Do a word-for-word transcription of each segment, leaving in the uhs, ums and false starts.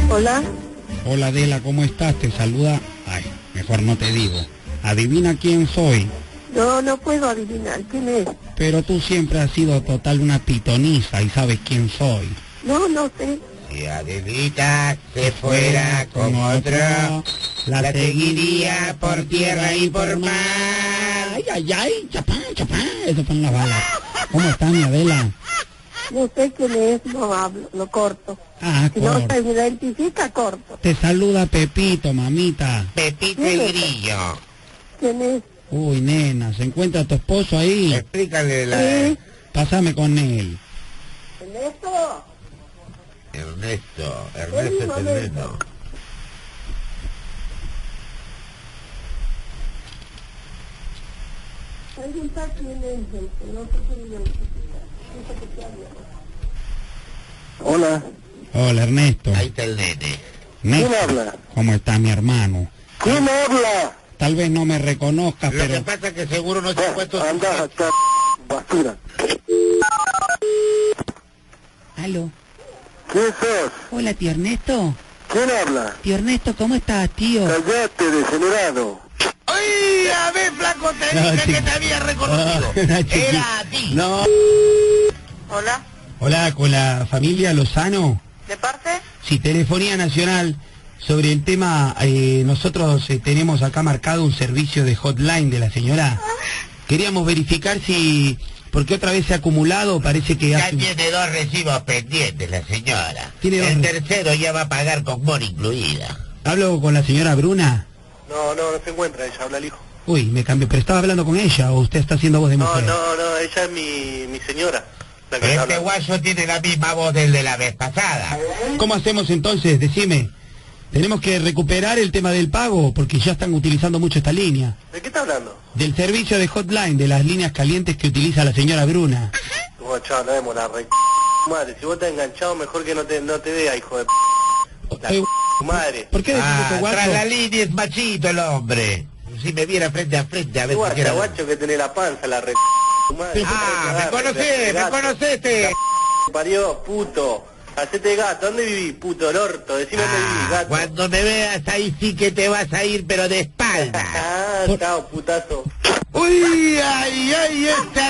Hola. Hola Adela, ¿cómo estás? Te saluda... Ay, mejor no te digo. Adivina quién soy. No, no puedo adivinar quién es. Pero tú siempre has sido total una pitoniza y sabes quién soy. No, no sé. Si Adelita se fuera con otro, la, la seguiría por tierra y por mar. Ay, ay, ay, chapán, chapán. Eso son las balas. ¿Cómo está mi Adela? No sé quién es, no hablo, lo corto. Ah, Si corto. no se me identifica, corto. Te saluda Pepito, mamita. Pepito el Grillo. ¿Quién es? Uy, nena, ¿se encuentra tu esposo ahí? Explícale la... Sí. Pásame con él. Ernesto. Ernesto, Ernesto es el neno. Pregunta quién es, gente. No se puede identificar. Dice que te habla. Hola. Hola, Ernesto. Ahí está el nene. Ernesto, ¿Quién habla? ¿cómo está mi hermano? ¿Quién habla? Tal vez no me reconozcas, Lo que pero... pasa es que seguro no se ha puesto... Andás acá, basura. Aló. ¿Quién sos? Hola, tío Ernesto. ¿Quién habla? Tío Ernesto, ¿cómo estás, tío? Callate, degenerado. ¡Ay, a ver, flaco, te No, dije chico. que te había reconocido! No, era chiqui- Era a ti. No. Hola. Hola, con la familia Lozano. ¿De parte? Sí, Telefonía Nacional. Sobre el tema, eh, nosotros eh, tenemos acá marcado un servicio de hotline de la señora. Queríamos verificar si... Porque otra vez se ha acumulado, parece que Ya hace... tiene dos recibos pendientes la señora. Tiene dos El re- tercero ya va a pagar con mora incluida. ¿Hablo con la señora Bruna? No, no, no se encuentra, ella habla el hijo. Uy, me cambié, pero estaba hablando con ella, o usted está haciendo voz de No, mujer. no, no, ella es mi, mi señora. La que está Este hablando. guayo tiene la misma voz del de la vez pasada. ¿Cómo hacemos entonces? Decime. Tenemos que recuperar el tema del pago, porque ya están utilizando mucho esta línea. ¿De qué está hablando? Del servicio de hotline, de las líneas calientes que utiliza la señora Bruna. Bueno, chaval, no vemos la re... Madre, si vos estás enganchado, mejor que no te, no te vea, hijo de... La Eh, madre. ¿Por qué decís Ah, eso, guacho? tras la línea es machito el hombre. Si me viera frente a frente a ver si Guacha, quiera... guacho, que tenés la panza, la re... Madre. Ah, me conocés, me conoceste. Parió, puto. Hacete gato, ¿dónde vivís, puto, el orto? Decime dónde vivís, Ah, gato. cuando me veas ahí sí que te vas a ir, pero de espalda. Ah, Por- chao, putazo. Uy, ay, ay, esta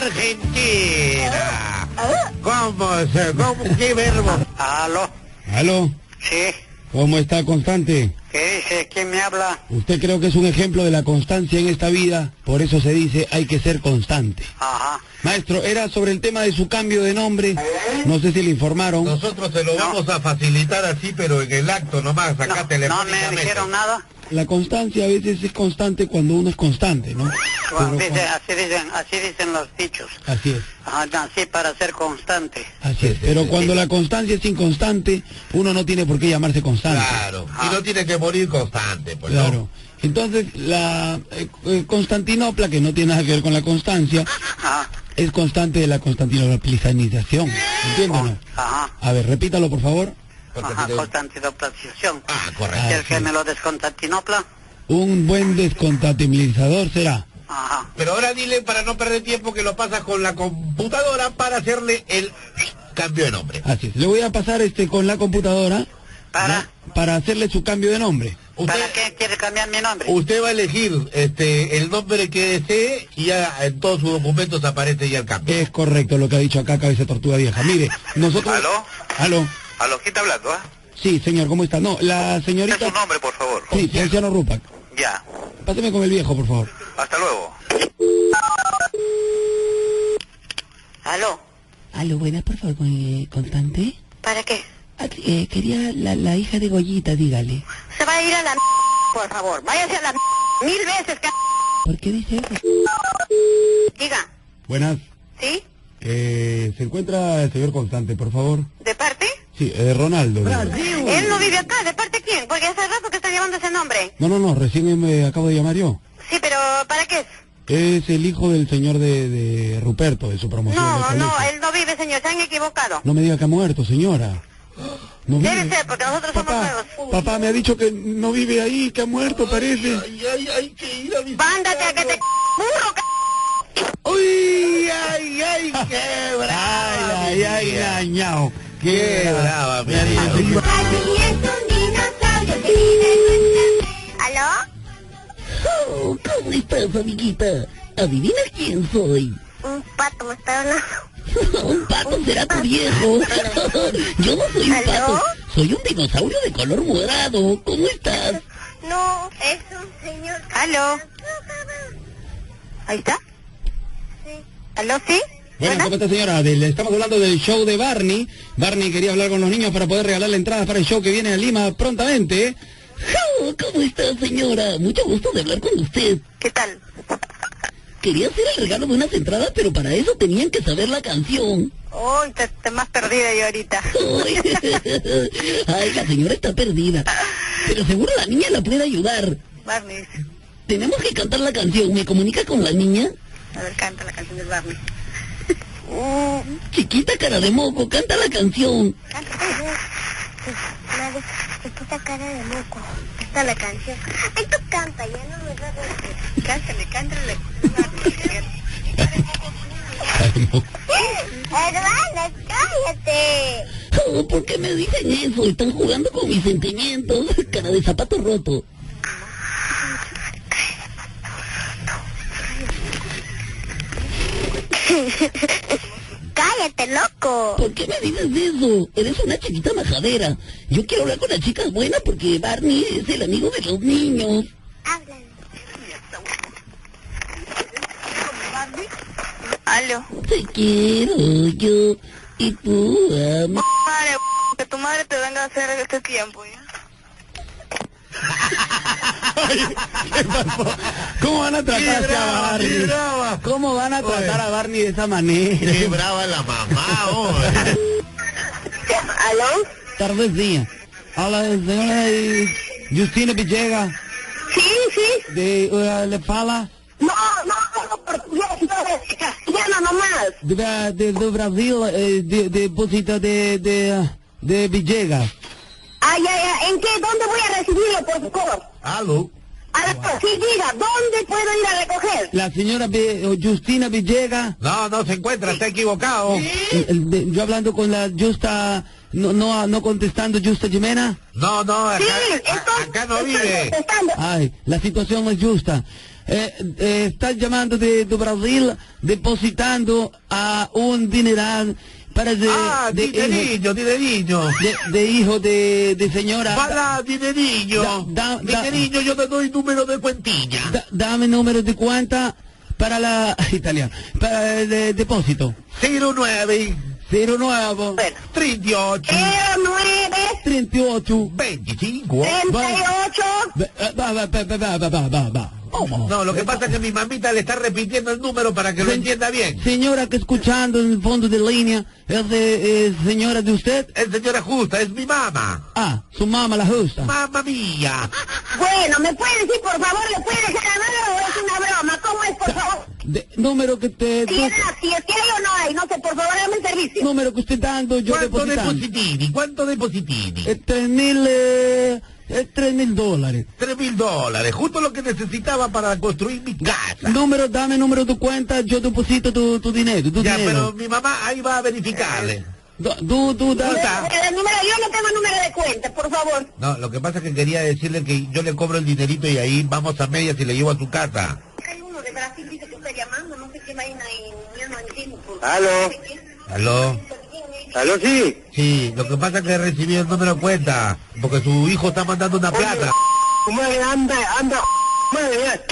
Argentina. ¿Cómo se, cómo, qué verbo? Aló, ¿Aló? sí, ¿Cómo está, Constante? ¿qué dice? ¿Quién me habla? Usted creo que es un ejemplo de la constancia en esta vida, por eso se dice hay que ser constante. Ajá, Maestro, era sobre el tema de su cambio de nombre, no sé si le informaron. Nosotros te lo vamos a facilitar así, pero en el acto nomás, acá no, no me telefónicamente. dijeron nada. La constancia a veces es constante cuando uno es constante, ¿no? Pero Dice- cuando- así dicen, así dicen los dichos. Así es, Ajá, así para ser constante. así es. Pero cuando la constancia es inconstante, uno no tiene por qué llamarse constante. Claro, y no tiene que morir constante, pues Claro. no. Entonces, la eh, eh, Constantinopla, que no tiene nada que ver con la constancia, Ajá, es constante de la constantinopolizanización. ¿Entiende o no? ajá, A ver, repítalo, por favor. ajá, constantinoplación. Ah, ¿Y correcto. el que me lo desconstantinopla? Un buen descontantibilizador será. Ajá, Pero ahora dile para no perder tiempo que lo pasas con la computadora para hacerle el cambio de nombre. Así es. Le voy a pasar este con la computadora ¿para? ¿ya? para hacerle su cambio de nombre. Usted, ¿Para qué quiere cambiar mi nombre? usted va a elegir este el nombre que desee y ya en todos sus documentos aparece ya el cambio. Es correcto lo que ha dicho acá Cabeza Tortuga Vieja. Mire, nosotros... ¿Aló? ¿Aló? ¿Aló? ¿Quién está hablando, ah? Sí, señor, ¿cómo está? No, la ¿Qué es señorita... su nombre, por favor? Sí, Ponciano Rupac. Ya. Páseme con el viejo, por favor. Hasta luego. ¿Aló? Aló, buenas, por favor, con, eh, Constante. ¿Para qué? Ah, eh, quería la, la hija de Goyita, dígale. Se va a ir a la... por favor. Váyase a la... mil veces que... ¿Por qué dice eso? Diga. Buenas. ¿Sí? Eh, ¿Se encuentra el señor Constante, por favor? ¿De parte? Sí, eh, Ronaldo. Él no vive acá. ¿De parte quién? Porque hace rato que está llevando ese nombre. No, no, no, recién me acabo de llamar yo. Sí, pero ¿para qué es? Es el hijo del señor de, de Ruperto, de su promoción. No, del no, colegio. él no vive, señor. Se han equivocado. No me diga que ha muerto, señora. No Debe vive. ser, porque nosotros somos Papá, nuevos. papá me ha dicho que no vive ahí, que ha muerto, parece. Ay, ay, hay que ir a visitar. Mándate a que te... burro, c... Uy, ay, ay, qué brava. Ay, ay, ay, mi vida. dañao. Qué brava, mi Me ha vida. dicho que- Así es un niño ¿Aló? Oh, ¿cómo estás, amiguita? ¿Adivinas quién soy? Un pato me está hablando. Un pato será tu viejo. Yo no soy un ¿Aló? pato, soy un dinosaurio de color morado. ¿Cómo estás? No, es un señor. ¿Aló? ¿Ahí está? Sí. ¿Aló, sí? Bueno, ¿cómo está, señora? Del- estamos hablando del show de Barney. Barney quería hablar con los niños para poder regalarle entradas para el show que viene a Lima prontamente. Oh, ¿cómo está, señora? Mucho gusto de hablar con usted. ¿Qué tal? Quería hacer el regalo de unas entradas, pero para eso tenían que saber la canción. Uy, te, te más perdida yo ahorita. Ay, Ay, la señora está perdida. Pero seguro la niña la puede ayudar. Barney. Tenemos que cantar la canción. ¿Me comunica con la niña? A ver, canta la canción del Barney. Chiquita cara de moco, canta la canción. Canta, Madre, chiquita cara de moco. Esta es la canción. Ay, tú canta, ya no me da de... Cántale, cántale. Hermana, cállate. Oh, ¿por qué me dicen eso? Están jugando con mis sentimientos. Cara de zapato roto. Cállate, loco. ¿Por qué me dices eso? Eres una chiquita majadera. Yo quiero hablar con las chicas buenas porque Barney es el amigo de los niños. Háblale. ¿Aló? Te quiero yo y tú a mí. Madre, que tu madre te venga a hacer este tiempo, ¿ya? ¿Qué pasó? ¿Cómo van a tratar Qué a brava, Barney? qué brava. ¿Cómo van a tratar Oye. a Barney de esa manera? Qué brava la mamá, hombre. ¿Aló? Tardes día. Habla la señora eh, Justina Villegas Sí, sí. de uh, Le Pala, No, no, no, portugués, no, es castellano nomás. de, de, de Brasil, eh, de, depósito de, de, de Villegas. Ay, ay, ay, ¿en qué? ¿Dónde voy a recibirlo, por favor? Aló. Aló, sí, diga, ¿dónde puedo ir a recoger? La señora Ve- eh, Justina Villegas, No, no se encuentra, está equivocado. el- el de- yo hablando con la Justa, no, no, no contestando Justa Jimena. No, no, acá, Sí, a- entonces, acá no estoy vive. contestando. Ay, la situación no es justa. Eh, eh, estás llamando de, de Brasil, depositando a un dineral para de, Ah, de, hijo, dineriño, dineriño. de, de hijo de, de señora. Para, dineriño. Da- da- da- Dineriño, yo te doy número de cuentilla. Da- dame número de cuenta para la italiana, para el eh, depósito. cero nueve, Cero nuevo, Bueno. treinta y ocho, cero nueve treinta y ocho. veinticinco. treinta y ocho. Va, va, va, va, va, va, va, va, va. Vamos. No, lo que pasa es que mi mamita le está repitiendo el número para que lo Se- entienda bien. Señora que escuchando en el fondo de línea, ¿es de, eh, señora de usted? Es señora justa, es mi mamá. Ah, su mamá la justa. Mamma mía. Bueno, ¿me puede decir, por favor, le puede dejar la mano o es una broma? ¿Cómo es, por favor? De- número que te... Si es, si es que hay o no hay, no sé, por favor, dame el servicio. número que usted dando, yo ¿Cuánto depositando. depositini? ¿Cuánto depositini? Es tres mil, eh, es tres mil dólares. Tres mil dólares, justo lo que necesitaba para construir mi casa. Número, dame número de tu cuenta, yo deposito tu, tu dinero, tu Ya, pero dinero. mi mamá ahí va a verificarle. Du- Tú, tú, da- está. El número, yo no tengo número de cuenta, por favor. No, lo que pasa es que quería decirle que yo le cobro el dinerito y ahí vamos a medias y le llevo a su casa. Hay uno de Brasil, dice que está llamando, no sé qué vaina y yo no entiendo. por- ¿Aló? ¿Aló? ¿Aló, sí? Sí, lo que pasa es que recibí el número de cuenta, porque su hijo está mandando una plata. Tu madre anda, anda, madre, ya.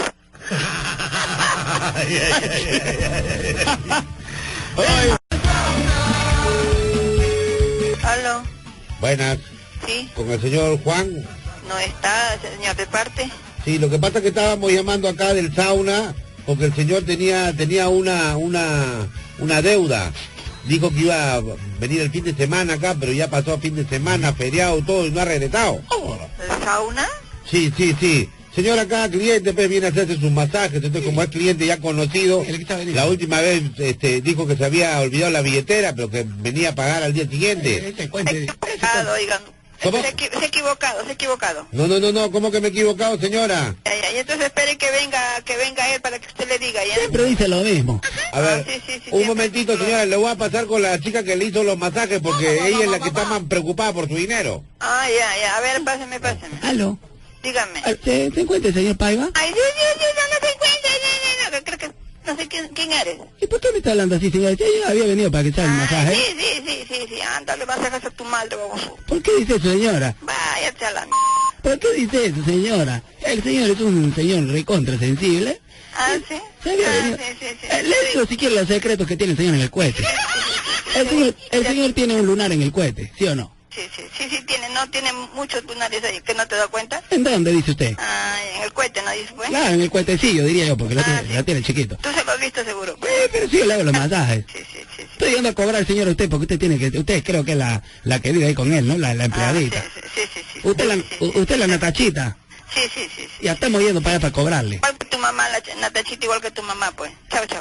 ¿Aló? Buenas, ¿Sí? con el señor Juan. ¿No está, señor, de parte? Sí, lo que pasa es que estábamos llamando acá del sauna, porque el señor tenía tenía una una una deuda. Dijo que iba a venir el fin de semana acá, pero ya pasó fin de semana, feriado, todo, y no ha regresado. ¿El sauna? Sí, sí, sí. Señor, acá cliente pues, viene a hacerse sus masajes, entonces como es cliente ya conocido, la última vez este, dijo que se había olvidado la billetera, pero que venía a pagar al día siguiente. Este Se ha equivocado, oigan. ¿Cómo? Se ha, equi- se ha equivocado, se ha equivocado. No, no, no, no, ¿cómo que me he equivocado, señora? Ya, ya, y entonces espere que venga, que venga él para que usted le diga, ¿ya? Siempre dice lo mismo. A ver, Ah, sí, sí, sí, un siempre. momentito, señora, le voy a pasar con la chica que le hizo los masajes, porque ella es la que está más preocupada por su dinero. Ah, ya, ya, a ver, páseme, páseme. Aló. Dígame. ¿Se, se encuentra el señor Paiva? Ay, sí, sí, sí, no, no se encuentra, no, no, no, creo que no sé quién, quién eres. ¿Y por qué me está hablando así, señora? Yo había venido para que se haga un masaje. Sí, sí, sí, sí, sí, ándale, vas a casa a tu madre, baboso. ¿Por qué dice eso, señora? Váyate a la m***. ¿Por qué dice eso, señora? El señor es un señor recontra sensible. Ah, sí. Se había Ah, venido- sí, sí, sí. Eh, Le digo si quiere los secretos que tiene el señor en el cohete. El señor, el señor tiene un lunar en el cohete, ¿sí o no? Sí, sí, sí, sí, tiene, no, tiene muchos lunares ahí, ¿que no te das cuenta? ¿En dónde dice usted? Ah, en el cohete, ¿no dices, pues? Claro, en el cohetecillo, diría yo, porque lo Ah, tiene, sí. lo tiene chiquito. Tú se lo has visto seguro, pues. Eh, pero sí, yo le hago los masajes. Sí, sí, sí, sí. Estoy yendo a cobrar, señor, a usted, porque usted tiene que... Usted creo que es la, la que vive ahí con él, ¿no? La, la Ah, empleadita. sí, sí, sí, sí, sí. Usted la, Sí, sí, sí. usted la Natachita. Sí, sí, sí, sí. Ya estamos yendo para allá para cobrarle. Igual que tu mamá, la ch- Natachita, igual que tu mamá, pues. Chao, chao.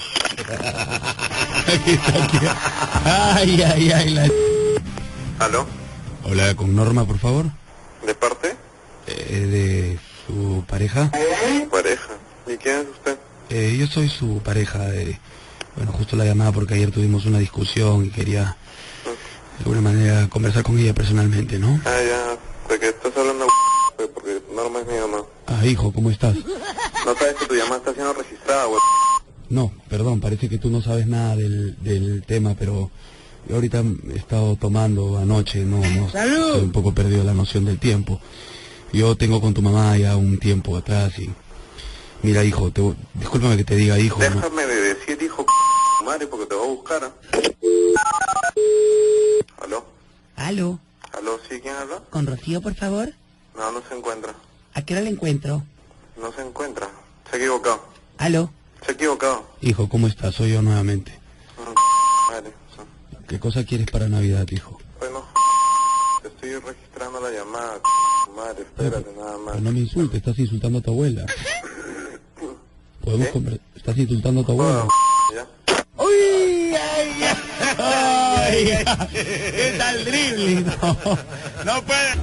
Ay, ay, ay, la... ¿Aló? Hola, con Norma, por favor. ¿De parte? Eh, de su pareja. Pareja. ¿Y quién es usted? Eh, yo soy su pareja. Eh, bueno, justo la llamada porque ayer tuvimos una discusión y quería de alguna manera conversar con ella personalmente, ¿no? Ah, ya. ¿De qué estás hablando? Pues porque Norma es mi mamá. Ah, hijo, ¿cómo estás? ¿No sabes que tu llamada está siendo registrada, güey? No, perdón, parece que tú no sabes nada del, del tema, pero yo ahorita he estado tomando anoche, no, no, estoy un poco perdido la noción del tiempo. Yo tengo con tu mamá ya un tiempo atrás y... Mira, hijo, te, discúlpame que te diga, hijo. ¿no? Déjame de decir, hijo, madre, porque te va a buscar. ¿eh? ¿Aló? ¿Aló? ¿Aló? ¿Sí? ¿Quién habla? ¿Con Rocío, por favor? No, no se encuentra. ¿A qué hora la encuentro? No se encuentra. Se ha equivocado. ¿Aló? Se ha equivocado. Hijo, ¿cómo estás? Soy yo nuevamente. Mm, Madre. sí. ¿Qué cosa quieres para Navidad, hijo? Bueno, te estoy registrando la llamada. Madre, espérate nada más. Pero no me insultes, estás insultando a tu abuela. Podemos ¿Qué? conver- Estás insultando a tu abuela. ¿Ya? ¡Uy! ¡Ay, ay! ay ¿Qué tal dribbling? No, no puede.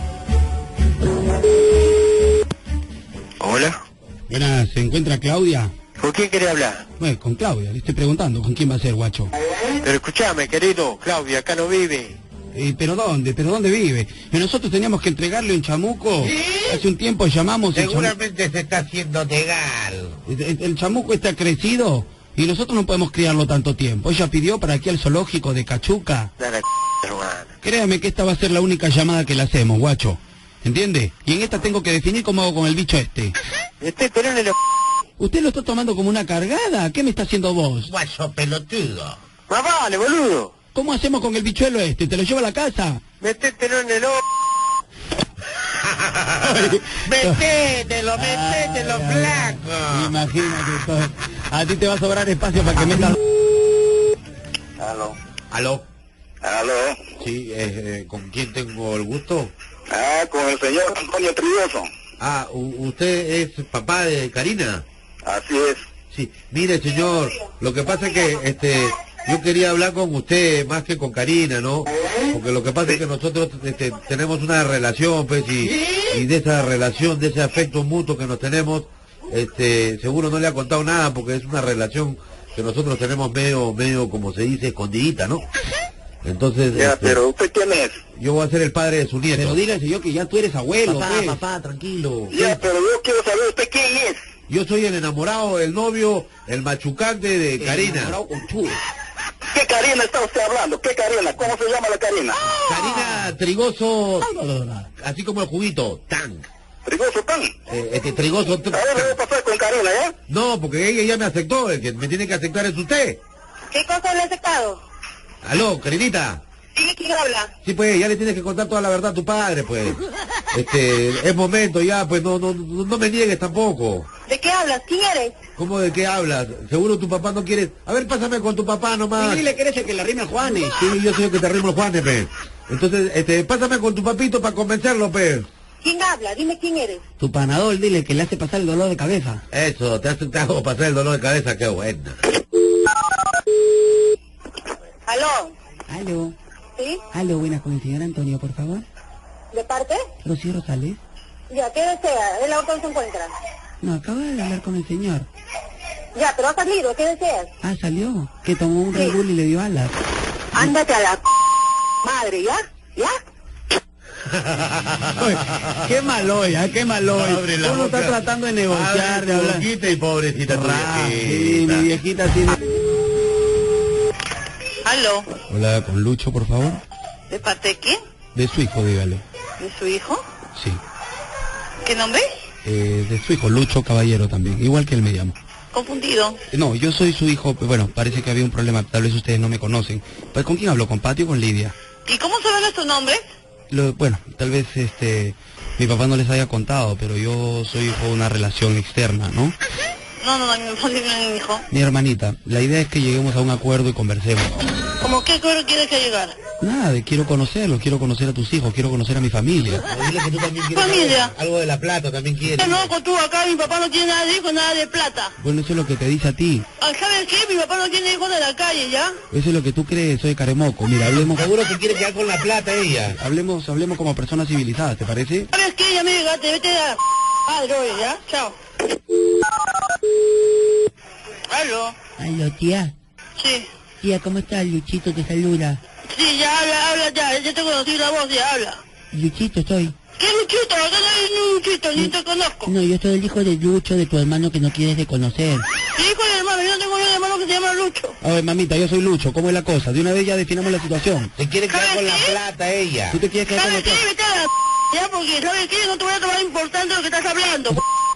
Hola. Buenas, ¿se encuentra Claudia? ¿Con quién querés hablar? Bueno, con Claudia, le estoy preguntando con quién va a ser, guacho. Pero escúchame, querido, Claudia, acá no vive. Eh, ¿Pero dónde? ¿Pero dónde vive? Eh, nosotros teníamos que entregarle un chamuco. Hace un tiempo llamamos... el chamu- Seguramente se está haciendo legal. El, el- el chamuco está crecido y nosotros no podemos criarlo tanto tiempo. Ella pidió para aquí al zoológico de Cachuca. Dale, hermano. Créame que esta va a ser la única llamada que le hacemos, guacho. ¿Entiende? Y en esta tengo que definir cómo hago con el bicho este. Este tenés los... ¿Usted lo está tomando como una cargada? ¿Qué me está haciendo vos? Guaso pelotudo. Más vale, boludo. ¿Cómo hacemos con el bichuelo este? ¿Te lo llevo a la casa? Metételo en el... o- Metételo, metételo, flaco. Imagínate todo. A ti te va a sobrar espacio para que metas... Aló. ¿Aló? Aló. Sí, eh, eh, ¿con quién tengo el gusto? Ah, con el señor Antonio Trigoso. Ah, u- ¿usted es papá de Karina? Así es. Sí, mire señor, lo que pasa es que este yo quería hablar con usted más que con Karina, ¿no? Porque lo que pasa es que nosotros este, tenemos una relación, pues, y, y de esa relación, de ese afecto mutuo que nos tenemos, este, seguro no le ha contado nada porque es una relación que nosotros tenemos medio, medio, como se dice, escondidita, ¿no? Entonces, Ya, este, pero ¿usted quién es? yo voy a ser el padre de su nieto. Pero dile al señor que ya tú eres abuelo, Papá, pues. papá, tranquilo. Ya, pero yo quiero saber usted quién es. Yo soy el enamorado, el novio, el machucante de Karina. Enamorado conchudo. ¿Qué Karina está usted hablando? ¿Qué Karina? ¿Cómo se llama la Karina? Karina Trigoso, así como el juguito, tan. Trigoso Pan. Eh, este Trigoso. tr- A ver, ¿qué va a pasar con Karina, ya? No, porque ella ya me aceptó, el que me tiene que aceptar es usted. ¿Qué cosa le ha aceptado? Aló, Karinita. ¿Dime quién habla? Sí, pues, ya le tienes que contar toda la verdad a tu padre, pues. Este, es momento ya, pues, no, no, no, no me niegues tampoco. ¿De qué hablas? ¿Quién eres? ¿Cómo de qué hablas? Seguro tu papá no quiere... A ver, pásame con tu papá nomás. Y dile que eres el que le rime a Juanes. Sí, yo soy el que te arrimo el Juanes, pe. Entonces, este, pásame con tu papito para convencerlo, pe. ¿Quién habla? Dime quién eres. Tu panadol, dile que le hace pasar el dolor de cabeza. Eso, te, hace, te hago pasar el dolor de cabeza, qué buena. ¿Aló? Aló, ¿Sí? aló, buenas, con el señor Antonio, por favor. ¿De parte? Rocío Rosales. Ya, ¿qué desea? ¿En la auto se encuentra? No, acabo de hablar con el señor. Ya, pero ha salido. ¿Qué deseas? Ah, salió. Que tomó un Red Bull y le dio alas. Ándate a la madre, ¿ya? ¿Ya? Oye, qué maloya, qué maloya. Abre la Uno está boca. tratando de negociar, Abre de tu hablar. boquita y pobrecita tu Ah, sí, viejita. mi viejita tiene... ¿Aló? Hola, con Lucho, por favor. ¿De parte de quién? De su hijo, dígale. ¿De su hijo? Sí. ¿Qué nombre? Eh, de su hijo, Lucho Caballero también, igual que él me llama. Confundido. No, yo soy su hijo, pero bueno, parece que había un problema, tal vez ustedes no me conocen. Pues, ¿con quién hablo? ¿Con Patio o con Lidia? ¿Y cómo saben nuestros nombres? Lo- bueno, tal vez este mi papá no les haya contado, pero yo soy hijo de una relación externa, ¿no? No, no, no, no, no, mi hijo. Mi hermanita, la idea es que lleguemos a un acuerdo y conversemos. ¿Cómo qué acuerdo quieres que llegar? Nada, de quiero conocerlos, quiero conocer a tus hijos, quiero conocer a mi familia. O dile que tú también quieres Familia. algo, algo de la plata, también quieres. Estás loco tú acá, mi papá no tiene nada de hijos, nada de plata. Bueno, eso es lo que te dice a ti. Ah, ¿sabes qué? Mi papá no tiene hijos de la calle, ¿ya? Eso es lo que tú crees, soy caremoco. Mira, hablemos, Seguro que quiere quedar con la plata ella. hablemos, hablemos como personas civilizadas, ¿te parece? ¿Sabes qué? Ya me llegaste, vete a... Padre, oye, ¿ya? Chao. ¿Aló? Aló, tía. Sí. Tía, ¿cómo estás? Luchito te saluda. Sí, ya habla, habla ya. Ya te conocí la voz, ya habla. Luchito estoy. ¿Qué Luchito? Acá no hay ni Luchito, ni te conozco. No, yo soy el hijo de Lucho, de tu hermano que no quieres reconocer. ¿Qué hijo de hermano? Yo no tengo un hermano que se llama Lucho. A ver, mamita, yo soy Lucho, ¿cómo es la cosa? De una vez ya definamos la situación. Se quiere quedar con la plata ella. ¿Tú te quieres quedar con la ¿Sabes qué? plata? Vete a la... Ya, porque, ¿sabes qué? No te voy a tomar importante lo que estás hablando.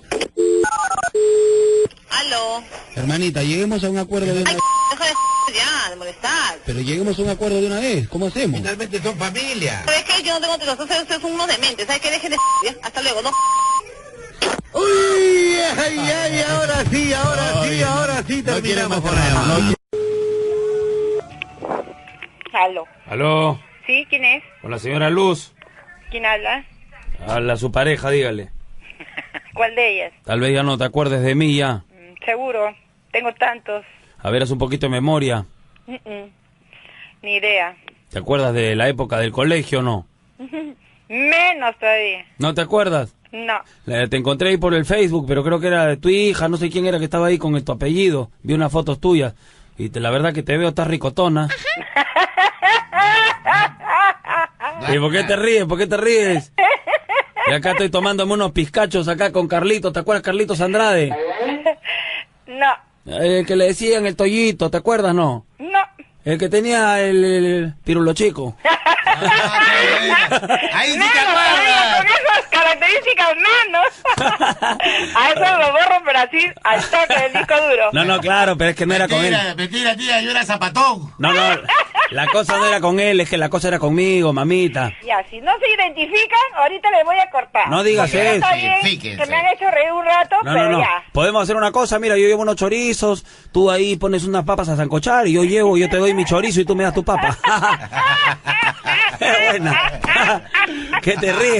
¿Aló? Hermanita, lleguemos a un acuerdo de una Ay, vez. deja de ya, de molestar. Pero lleguemos a un acuerdo de una vez, ¿cómo hacemos? Finalmente son familia. ¿Sabes qué? Yo no tengo teléfono, ustedes son unos dementes. ¿Sabes qué? Dejen de... ya, hasta luego, ¿no? Uy, ay, ay, ahora sí, ahora sí, ahora sí No quiere terminamos más con la programa, llamada. no ¿Aló? Aló, ¿Sí? ¿Quién es? con la señora Luz. ¿Quién habla? Habla su pareja, dígale. ¿Cuál de ellas? Tal vez ya no te acuerdes de mí ya. Mm, seguro. Tengo tantos. A ver, haz un poquito de memoria. Mm, mm. Ni idea. ¿Te acuerdas de la época del colegio o no? Menos todavía. ¿No te acuerdas? No. La- te encontré ahí por el Facebook, pero creo que era de tu hija, no sé quién era que estaba ahí con tu apellido. Vi unas fotos tuyas. Y te, la verdad que te veo, estás ricotona. ¿Y por qué te ríes? ¿Por qué te ríes? Y acá estoy tomándome unos pizcachos acá con Carlitos. ¿Te acuerdas Carlitos Andrade? No. El que le decían el Toyito, ¿te acuerdas, no? No. El que tenía el, el pirulo chico. Ahí sí te Menos todavía, acuerdas. con esas características menos. A eso lo borro, pero así al toque del disco duro. No, no, claro, pero es que no era con él. Mentira, mentira, tía, yo era zapatón. No, no, la cosa no era con él, es que la cosa era conmigo, mamita. Ya, si no se identifican, ahorita les voy a cortar. No digas Porque no eso. está bien, Identifíquense. que me han hecho reír un rato, No, pero no, no. ya. Podemos hacer una cosa, mira, yo llevo unos chorizos, tú ahí pones unas papas a sancochar y yo llevo, yo te doy mi chorizo y tú me das tu papa. ¡Qué buena! ¿Qué te ríes?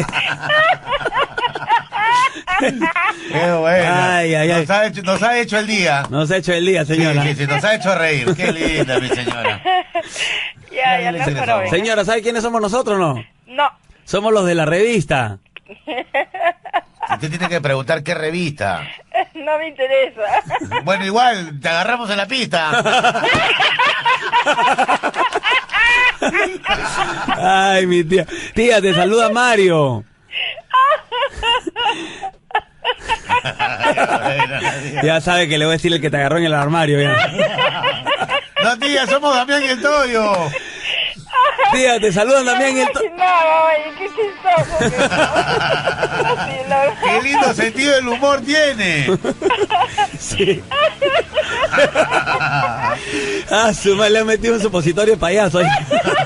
Qué bueno. Ay, ay, ay. Nos ha hecho, nos ha hecho el día. Nos ha hecho el día, señora. Sí, sí, sí, nos ha hecho reír. Qué linda, mi señora. Ya, ya, le no dicen pero eso. Señora, ¿sabe quiénes somos nosotros, no? No. Somos los de la revista. Usted tiene que preguntar qué revista. No me interesa. Bueno, igual, te agarramos en la pista. Ay, mi tía. Tía, te saluda Mario. Ya sabe que le voy a decir el que te agarró en el armario, ya. No, tía, somos Damián y el Toyo. Tía, te saludan también el... to- No, oye, qué chistoso. que- Sí, la- Qué lindo sentido del humor tiene. Sí. Ah, su madre, le han metido un supositorio de payaso ahí.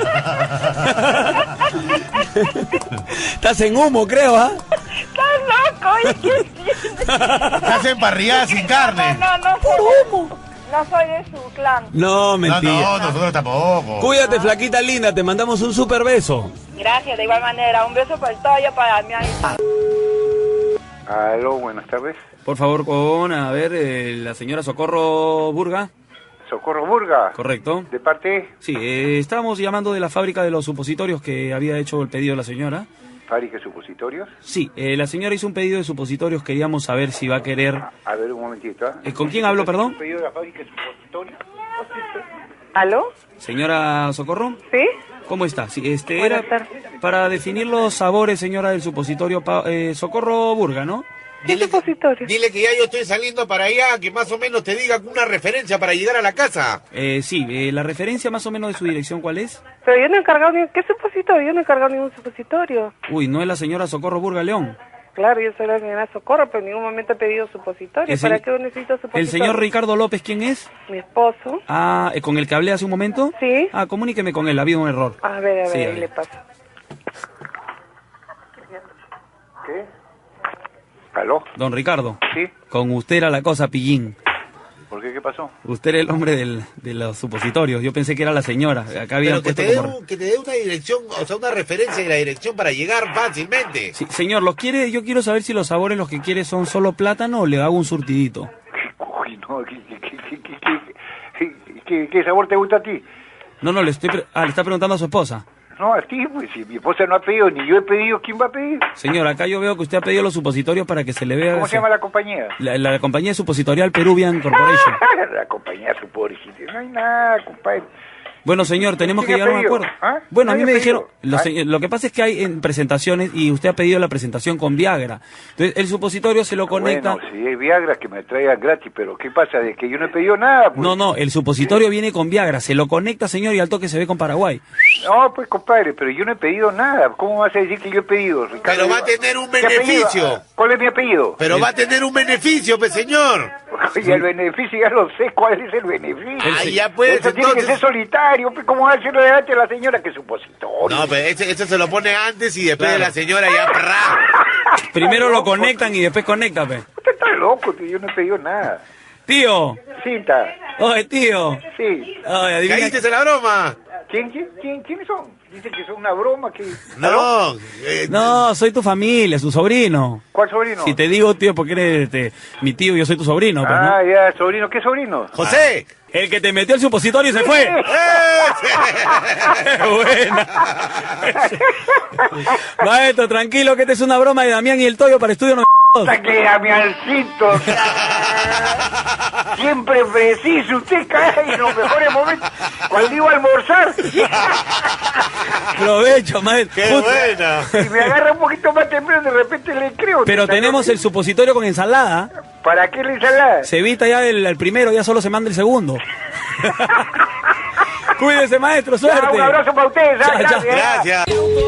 Estás en humo, creo, ¿ah? Estás loco, oye, ¿qué tienes? Estás emparrillada sin carne. No, no, no soy, no soy de su clan. No, No, mentira. no, nosotros tampoco. Cuídate, flaquita linda, te mandamos un super beso. Gracias, de igual manera. Un beso para el Toyo, para mi Aló, buenas tardes. Por favor, con, a ver, eh, la señora Socorro Burga. Socorro Burga. Correcto. ¿De parte? Sí, eh, estábamos llamando de la fábrica de los supositorios que había hecho el pedido la señora. ¿Fábrica de supositorios? Sí, eh, la señora hizo un pedido de supositorios, queríamos saber si va a querer... A ver, un momentito. ¿eh? Eh, ¿con quién hablo, perdón? ¿Un pedido de la fábrica de supositorios? ¿Aló? Señora Socorro, ¿Sí? ¿Cómo está? Sí, este Buenas era tardes. para definir los sabores, señora, del supositorio pa- eh, Socorro Burga, ¿no? ¿Qué supositorio? Dile que ya yo estoy saliendo para allá, que más o menos te diga una referencia para llegar a la casa. Eh, sí, eh, la referencia más o menos de su dirección, ¿cuál es? Pero yo no he encargado ni... ¿Qué supositorio? Yo no he encargado ningún supositorio. Uy, no es la señora Socorro Burga León. Claro, yo soy la señora Socorro, pero en ningún momento he pedido supositorio. El ¿Para se- qué necesito supositorio? ¿El señor Ricardo López quién es? Mi esposo. Ah, eh, ¿con el que hablé hace un momento? Sí. Ah, comuníqueme con él, ha habido un error. A ver, a ver, Sí, a ahí ver. le paso. ¿Qué? ¿Aló? Don Ricardo, ¿Sí? con usted era la cosa, pillín. ¿Por qué? ¿Qué pasó? Usted era el hombre del, de los supositorios. Yo pensé que era la señora. Acá había Pero que puesto te, dé como... un- que te dé una dirección, o sea, una referencia y la dirección para llegar fácilmente. Sí, señor, ¿los quiere? Yo quiero saber si los sabores los que quiere son solo plátano o le hago un surtidito. Uy, no, ¿qué, qué, qué, qué, qué, qué, qué- qué sabor te gusta a ti? No, no, le estoy... pre- Ah, le está preguntando a su esposa. No, a ti, pues si mi esposa no ha pedido, ni yo he pedido, ¿quién va a pedir? Señor, acá yo veo que usted ha pedido los supositorios para que se le vea... ¿Cómo se llama la compañía? La, la compañía supositorial Peruvian Corporation. La compañía Supositorio. No hay nada, compadre. Bueno, señor, tenemos que ¿Quién ha llegar a un pedido? acuerdo. ¿Ah? Bueno, a mí ¿Nadie me ha dijeron... pedido? Lo, ¿Ah? se- lo que pasa es que hay en presentaciones y usted ha pedido la presentación con Viagra. Entonces, el supositorio se lo conecta... Bueno, si es Viagra, que me traigan gratis, pero ¿qué pasa? De que yo no he pedido nada, pues. No, no, el supositorio viene con Viagra. Se lo conecta, señor, y al toque se ve con Paraguay. No, pues, compadre, pero yo no he pedido nada. ¿Cómo vas a decir que yo he pedido, Ricardo? Pero va a tener un ¿Qué apellido? beneficio. ¿Cuál es mi apellido? Pero va a tener un beneficio, pues, señor. Oye, el beneficio ya lo sé. ¿Cuál es el beneficio? Ay, ya pues, Eso tiene que entonces- ser solitario. Pues, ¿cómo va a decirlo delante de la señora que supositorio? No, pero ese, ese se lo pone antes y después de la señora ya... ¡prá! Primero lo loco. conectan y después conecta, pe. Usted está loco, que yo no he pedido nada. Tío. Cinta. Oye, tío. Sí. Ay, adivina... ¿Caíste en la broma? ¿Quién, quién, quién, ¿Quiénes son? Dicen que son una broma. Que... No. eh, No, soy tu familia, su sobrino. ¿Cuál sobrino? Si te digo, tío, porque eres este, mi tío, yo soy tu sobrino, pues, ¿no? Ah, ya, sobrino. ¿Qué sobrino? José. El que te metió el supositorio y se fue. ¡Qué buena! Maestro, tranquilo, que esta es una broma de Damián y el Toyo para Estudio noventa y dos. Saque a mi alcito. Siempre preciso, usted cae en los mejores momentos. Cuando iba a almorzar, Provecho, maestro. ¡Qué Justo- buena! y me agarra un poquito más temprano, de repente le creo. Pero tenemos el supositorio con ensalada. ¿Para qué la ensalada? Se evita ya el, el primero, ya solo se manda el segundo. Cuídese, maestro, suerte. Ya, un abrazo para ustedes. Chao, ah, chao. gracias.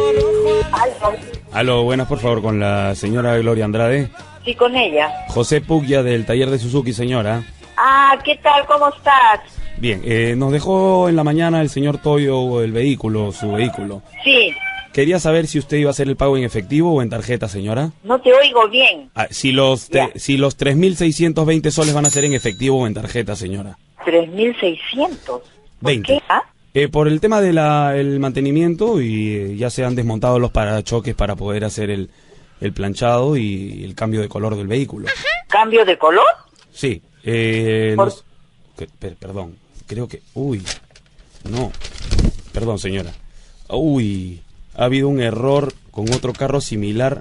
Gracias. Aló, buenas, por favor, con la señora Gloria Andrade. Sí, con ella. José Puglia del taller de Suzuki, señora. Ah, ¿qué tal? ¿Cómo estás? Bien, eh, nos dejó en la mañana el señor Toyo el vehículo, su vehículo. Sí, Quería saber si usted iba a hacer el pago en efectivo o en tarjeta, señora. no te oigo bien. Ah, si los Ya. tre- si los tres mil seiscientos veinte soles van a ser en efectivo o en tarjeta, señora. tres mil seiscientos. ¿Por veinte. qué? ¿Ah? Eh, por el tema del mantenimiento y eh, ya se han desmontado los parachoques para poder hacer el, el planchado y el cambio de color del vehículo. ¿Cambio de color? Sí. Eh, Por- nos- que- per- perdón, creo que... Uy, no. Perdón, señora. Uy, ha habido un error con otro carro similar.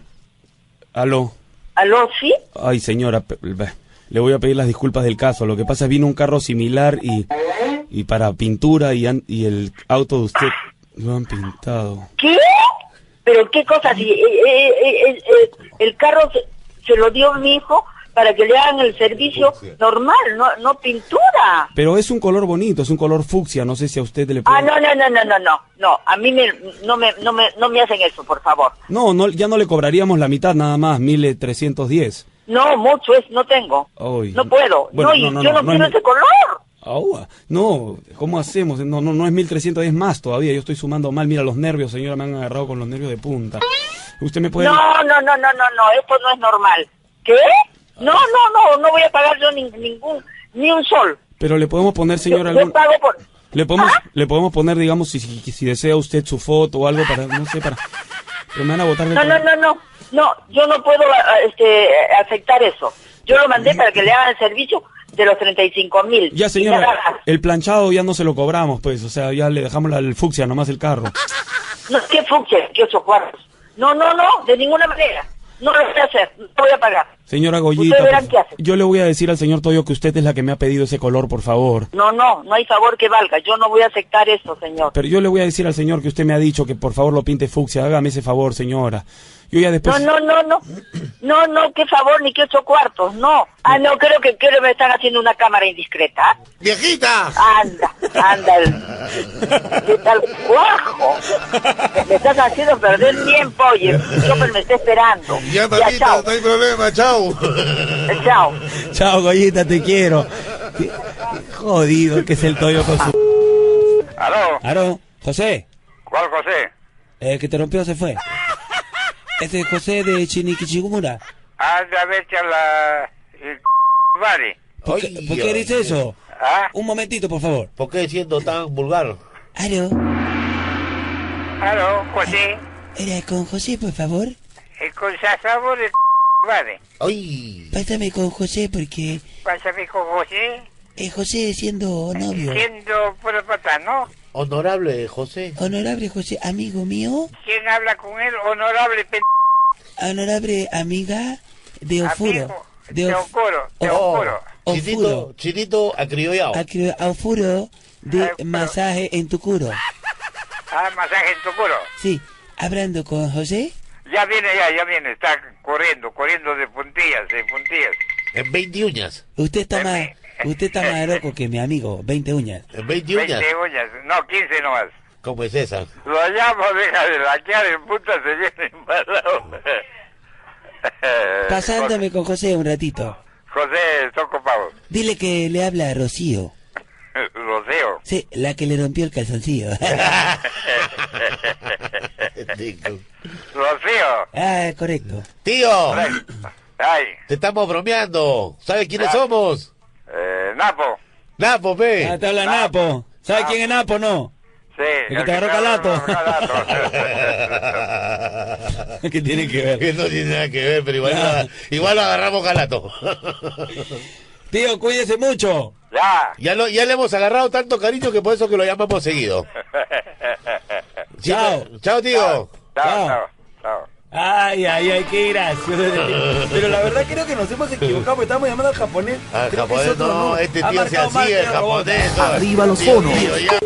Aló. ¿Aló, sí? Ay, señora, pe- ve, le voy a pedir las disculpas del caso. Lo que pasa es que vino un carro similar y, y para pintura y, han- y el auto de usted lo han pintado. ¿Qué? ¿Pero qué cosa? Si, eh, eh, eh, eh, eh, el carro se, se lo dio mi hijo para que le hagan el servicio normal, no, no pintura. Pero es un color bonito, es un color fucsia. No sé si a usted le puede... Ah, no, no, no, no, no, no, no, a mí me, no, me, no, me, no me hacen eso, por favor. No, no, ya no le cobraríamos la mitad nada más, mil trescientos diez. No, mucho es, no tengo. Ay. No puedo. Bueno, no, y no, no, yo no, no, no quiero es mi- ese color. Aua, no, ¿cómo hacemos? No, no, no es mil trescientos diez más todavía. Yo estoy sumando mal. Mira los nervios, señora, me han agarrado con los nervios de punta. Usted me puede... No, no, no, no, no, no, esto no es normal. ¿Qué? No, no, no, no voy a pagar yo ni, ningún, ni un sol. Pero le podemos poner, señora, Yo, yo algún... pago por... Le podemos, ¿Ah? le podemos poner, digamos, si, si, si desea usted su foto o algo para, no sé, para... Pero me van a botar del No, no, programa. no, no, no, yo no puedo ah, este, aceptar eso. Yo lo mandé para que le hagan el servicio de los treinta y cinco mil. Ya, señora, el planchado ya no se lo cobramos, pues, o sea, ya le dejamos la, el fucsia nomás el carro. No, ¿qué fucsia? ¿Qué ocho cuartos? No, no, no, de ninguna manera. No lo voy a hacer, no lo voy a pagar. Señora Goyita, Ustedes verán qué hacen. yo le voy a decir al señor Toyo que usted es la que me ha pedido ese color, por favor. No, no, no hay favor que valga. Yo no voy a aceptar eso, señor. Pero yo le voy a decir al señor que usted me ha dicho que por favor lo pinte fucsia. Hágame ese favor, señora. Yo ya después... No, no, no, no. No, no, qué favor, ni qué ocho cuartos, no. Ah, no, creo que, creo que me están haciendo una cámara indiscreta. ¡Viejita! Anda, anda. El... ¿Qué tal cuajo? Me, me estás haciendo perder tiempo, oye. El chofer me está esperando. Ya, mamita, chao. no hay problema, chao. Chao. Chao, Goyita, te quiero. Jodido que es el Toyo con su... ¿Aló? ¿Aló? ¿José? ¿Cuál José? El que te rompió se fue. Este es José de Chiniquichigumura. Anda a vete a la... el Vale. ¿Por qué, ¿por qué eres eso? ¿Ah? Un momentito, por favor. ¿Por qué siendo tan vulgar? ¿Aló? ¿Aló, José? ¿Era con José, por favor? El con sabor el Vale. ¡Ay! Pásame con José porque Pásame con José. eh, José siendo novio. Siendo por patán, ¿no? Honorable José. Honorable José, amigo mío. ¿Quién habla con él? Honorable p... Honorable amiga de Ofuro. Amigo, De de Of- Ocoro, de Of- Ocoro. Chinito, Ofuro. chinito acriollado. Acri- Ofuro de Ah, pero- masaje en tu curo. Ah, masaje en tu culo. Sí, hablando con José. Ya viene, ya, ya viene. Está corriendo, corriendo de puntillas, de puntillas. En veinte uñas. Usted está más, usted está más loco que mi amigo, veinte uñas. En veinte uñas. veinte uñas. No, quince nomás. ¿Cómo es esa? Lo llamo, deja de laquear, el puta se viene embalado. Pasándome con José un ratito. José, toco pavo. Dile que le habla a Rocío. Rocío. Sí, la que le rompió el calzoncillo. Rocío. Ah, correcto. Tío, Ay, te estamos bromeando. ¿Sabes quiénes somos? eh, Napo. Napo, pe. Ah, te habla Napo. ¿Sabes Ah. quién es Napo, no? Sí. El que te agarró calato. Calato. ¿Qué tiene que ver? Que no tiene nada que ver, pero igual, Ah. lo, igual lo agarramos calato. Tío, cuídese mucho. Ya. Ya, lo, ya le hemos agarrado tanto cariño que por eso que lo llamamos seguido. Chao. Chao, tío. Chao, Chao. chao, chao. Ay, ay, ay, qué gracioso. Pero la verdad creo que nos hemos equivocado porque estamos llamando al japonés. Al Creo que es japonés, otro, no, este Ha tío se marcado mal, hacía el tío, robot. japonés. ¿no? Arriba los Tío, fonos. tío, ya.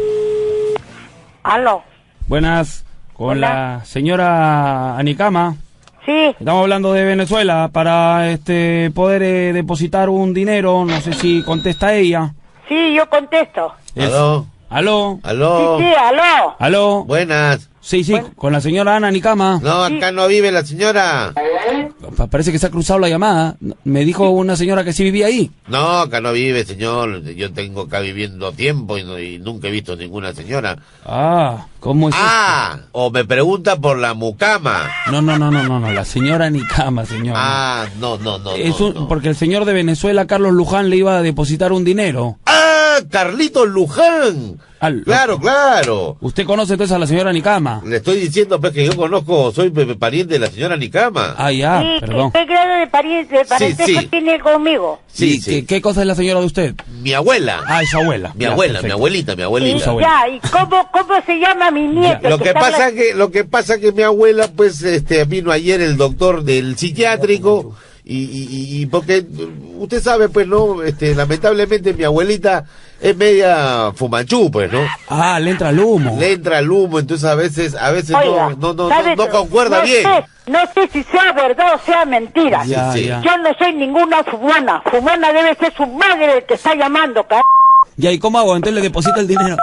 Aló. Buenas, con Hola. la señora Anicama. Sí, Estamos hablando de Venezuela para este poder eh, depositar un dinero. No sé si contesta ella. sí, yo contesto. Es- Aló. ¿Aló? Aló. Sí, sí, aló. ¿Aló? Buenas. Sí, sí, con la señora Ana Anicama. No, acá no vive la señora. Pa- Parece que se ha cruzado la llamada. Me dijo una señora que sí vivía ahí. No, acá no vive, señor. Yo tengo acá viviendo tiempo y, no- y nunca he visto ninguna señora. Ah, ¿cómo es Ah, o me pregunta por la mucama. esto? No, no, no, no, no, no, la señora Anicama, señor. Ah, no, no, no. es no, un- no. porque el señor de Venezuela, Carlos Luján, le iba a depositar un dinero. Ah, Carlitos Luján. Al- Claro, claro. ¿Usted conoce entonces a la señora Anicama? Le estoy diciendo pues que yo conozco, soy pe- pe- pariente de la señora Nicama. Ah, ya, Sí, perdón. ¿qué, ¿qué grado de, pari- de parentesco sí. tiene conmigo? Sí, ¿Y sí. ¿Qué, qué cosa es la señora de usted? Mi abuela. Ah, es su abuela. mi Ya, abuela, mi perfecto. abuelita, mi Y, abuelita. Su abuela. ya, ¿y cómo, cómo se llama mi nieto? Lo que está pasa habla- que, lo que pasa que mi abuela, pues, este, vino ayer el doctor del psiquiátrico y, y, y porque usted sabe, pues, no, este, lamentablemente mi abuelita es media fumanchú, pues, ¿no? Ah, le entra el humo. Le entra el humo, entonces a veces, a veces Oiga, no, no, no, ¿sabe? no, no concuerda no bien. Sé, no sé si sea verdad o sea mentira. Ya, Sí, sí. ya. Yo no soy ninguna fumona. Fumona debe ser su madre el que está llamando, car... Ya, ¿y cómo hago? Entonces le deposita el dinero.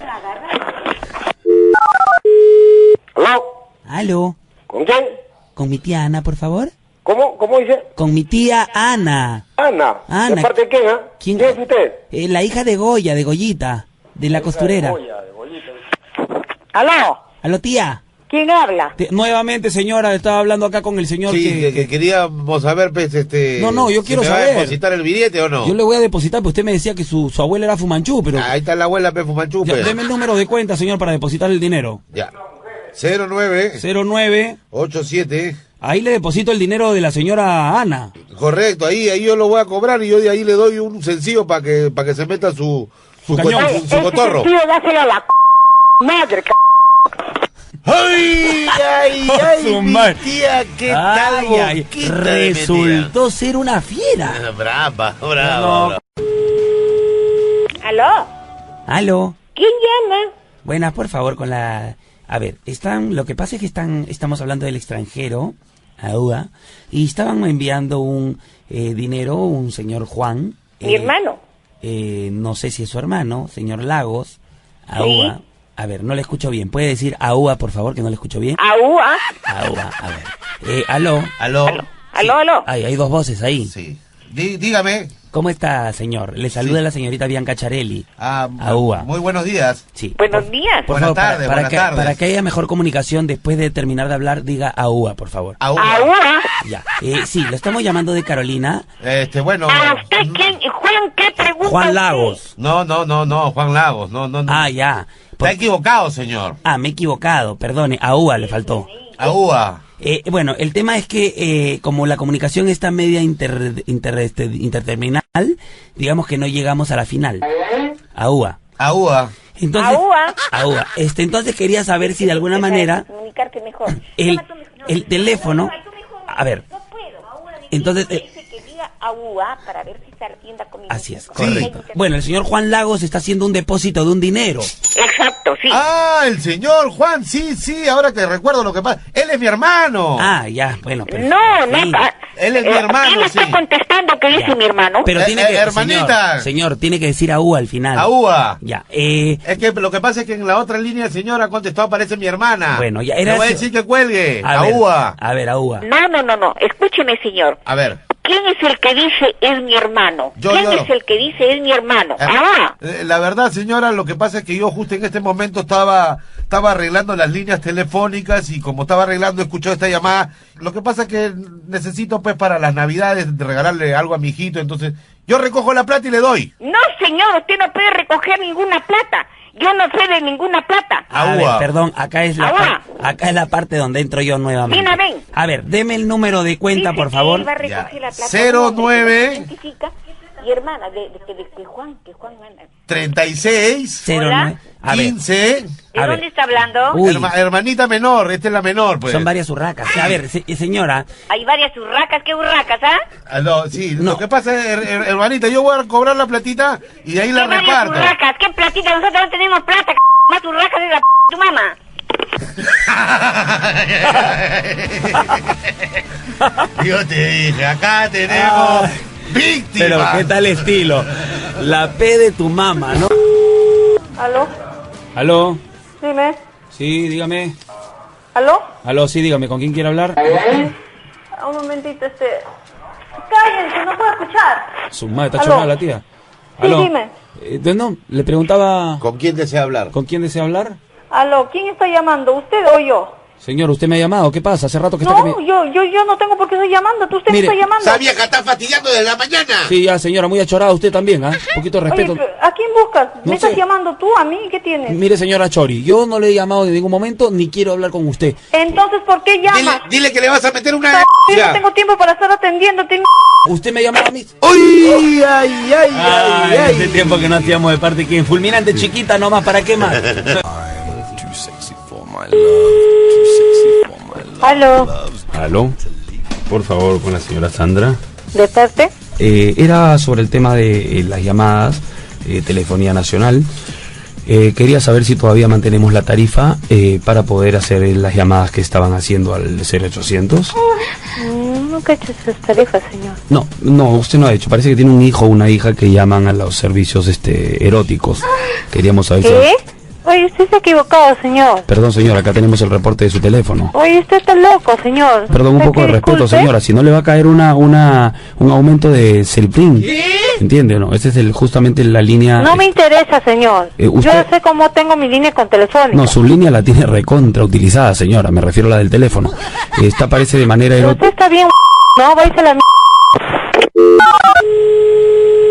¿Aló? ¿Aló? ¿Con quién? ¿Con mi tía Ana, por favor? ¿Cómo? ¿Cómo dice? Con mi tía Ana. Ana. Ana. ¿De parte de quién, ah? ¿Quién? ¿Quién es usted? Eh, la hija de Goya, de Goyita, de la costurera. ¿Aló? ¿Aló, tía? ¿Quién habla? Te- nuevamente, señora, estaba hablando acá con el señor Sí, que... que, que queríamos saber, pues, este... No, no, yo si quiero me va a saber. depositar el billete o no? Yo le voy a depositar, porque usted me decía que su, su abuela era fumanchú, pero... Ahí está la abuela, pues, fumanchú, Ya, pues. deme el número de cuenta, señor, para depositar el dinero. Ya. cero nueve cero nueve, ocho siete. ahí le deposito el dinero de la señora Ana. Correcto, ahí, ahí yo lo voy a cobrar y yo de ahí le doy un sencillo para que, para que se meta su, su, Su cañón. co- Oye, su, su ese cotorro. sentido dáselo a la c... madre, c... ¡Ay, ay, ay! Su Mi madre. tía, ¿qué tal? Ay, ay, boquita de mi tía? resultó ser una fiera. Brava, brava, No. brava. ¿Aló? Aló. ¿Quién llama? Buenas, por favor, con la... A ver, están... Lo que pasa es que están... Estamos hablando del extranjero, AUA, y estaban enviando un eh, dinero, un señor Juan. Mi eh, hermano. Eh, no sé si es su hermano, señor Lagos, AUA. Sí. A ver, no le escucho bien. ¿Puede decir AUA, por favor, que no le escucho bien? ¿Aúa? AUA, a ver. Eh, aló. ¿Aló? ¿Aló? ¿Aló, aló? Ay, hay dos voces ahí. Sí. Dí- dígame. ¿Cómo está, señor? Le saluda Sí. la señorita Bianca Charelli. Ah, AUA. muy buenos días. Sí. Buenos por- días. Por Buenas favor, para- tardes, para, buenas que, tardes. para que haya mejor comunicación después de terminar de hablar, diga AUA, por favor. Aúa. ¿Aúa? Ya. Eh, sí, lo estamos llamando de Carolina. Este, bueno. ¿A usted quién? Juan, ¿qué pregunta? Juan usted? Lagos. No, no, no, no, Juan Lagos, no, no, no. Ah, ya. Por- Está equivocado, señor. Ah, me he equivocado, perdone. AUA le faltó. Aúa. Eh, bueno, el tema es que eh, como la comunicación está media inter, inter- este, interterminal, digamos que no llegamos a la final. AUA. Aúa. Entonces, AUA. AUA. Este, entonces quería saber si de alguna Deja manera comunicarte mejor. el, Llama tú mejor. No, el teléfono... ay, tú mejor. A ver, No puedo. Ahora dice- entonces... eh, dice que diga AUA para ver si se atienda conmigo. así es, Sí. correcto. Bueno, el señor Juan Lagos está haciendo un depósito de un dinero. Exacto, sí. Ah, el señor Juan, sí, sí, ahora que recuerdo lo que pasa. Él es mi hermano. Ah, ya, bueno. pero- No, no. sí. ah, Él es mi eh, hermano, ¿Quién está sí. contestando que dice Ya. mi hermano? Pero Eh, tiene eh, que... hermanita. Señor, señor, tiene que decir AUA al final. Aúa. Ya, eh... Es que lo que pasa es que en la otra línea el señor ha contestado, parece mi hermana. Bueno, ya era Le voy a eso. decir que cuelgue. A ver, Aúa. a ver, AUA. No, no, no, no. Escúcheme, señor. A ver. ¿Quién es el que dice es mi hermano? Yo, ¿Quién yo. es el que dice es mi hermano? Eh, Ah, eh, La verdad, señora, lo que pasa es que yo justo en este momento estaba estaba arreglando las líneas telefónicas y como estaba arreglando, escuchó esta llamada. Lo que pasa es que necesito, pues, para las navidades regalarle algo a mi hijito, entonces yo recojo la plata y le doy. no, señor, usted no puede recoger ninguna plata. Yo no sé de ninguna plata. A ver, Aúa. perdón, acá es la Aúa. par- acá es la parte donde entro yo nuevamente. Ven, a ven. A ver, deme el número de cuenta, Dice por que favor. él va a recoger Ya. la plata. Cero Un hombre nueve. que se identifica. Y hermana, de, de, de, de que Juan, que Juan manda. treinta y seis, Cero Hola. nueve. A ver, quince. ¿De A dónde ver. está hablando? Uy. Herma- hermanita menor, esta es la menor, pues. son varias urracas. A ver, se- señora, Hay varias urracas, ¿qué urracas, ah? Ah, no, sí, No. lo que pasa es, her- her- hermanita, yo voy a cobrar la platita y de ahí la ¿Qué varias reparto. urracas? ¿Qué platita? Nosotros no tenemos plata, c***. Más urracas de la p tu mamá. Yo te dije, acá tenemos víctimas. pero qué tal estilo. La P de tu mamá, ¿no? ¿Aló? Aló, Dime. sí, dígame. ¿Aló? Aló, sí, dígame, ¿con quién quiere hablar? Un momentito, este... Cállense, no puedo escuchar. Su madre, está Aló. chorrada la tía. Sí, dime. Eh, de- no, le preguntaba... ¿Con quién desea hablar? ¿Con quién desea hablar? ¿Aló? ¿Quién está llamando? ¿Usted o yo? Señor, usted me ha llamado, ¿qué pasa? Hace rato que está No, que me... yo, yo, yo no tengo por qué estar llamando. Tú usted Mire, me está llamando. Sabía que está fastidiando desde la mañana. Sí, ya, señora, muy achorada usted también, ¿ah? Un poquito de Oye, respeto. pero, ¿a quién buscas? No ¿Me estás sé. llamando tú? ¿A mí? ¿Qué tienes? Mire, señora Chori, yo no le he llamado en ningún momento ni quiero hablar con usted. Entonces, ¿por qué Dile, llamas? dile que le vas a meter una... Yo no tengo tiempo para estar atendiéndote. ¿Usted me llamaba a mí? ¡Uy! ¡Ay, ay, Ah, ay, ay! hace tiempo que no hacíamos de parte quién. Fulminante chiquita nomás, ¿para qué más? ¿Aló? Aló, por favor, con la señora Sandra. ¿De parte? Eh, era sobre el tema de eh, las llamadas, eh, telefonía nacional. Eh, quería saber si todavía mantenemos la tarifa eh, para poder hacer eh, las llamadas que estaban haciendo al cero ochocientos. Nunca he hecho esas tarifas, señor. No, no, usted no ha hecho. Parece que tiene un hijo o una hija que llaman a los servicios este eróticos. Queríamos saber si... ¿Qué? Oye, usted está equivocado, señor. Perdón, señora, acá tenemos el reporte de su teléfono. Oye, usted está loco, señor. Perdón, un ¿Usted poco de que respeto, disculpe? señora. Si no le va a caer una, una, un aumento de Celprin. ¿Entiende o no? Esa es el, justamente la línea... No me interesa, señor. Eh, usted- Yo sé cómo tengo mi línea con Telefónica. No, su línea la tiene recontra utilizada, señora. Me refiero a la del teléfono. Esta aparece de manera Pero erótica. usted está bien, no, váyase a la m...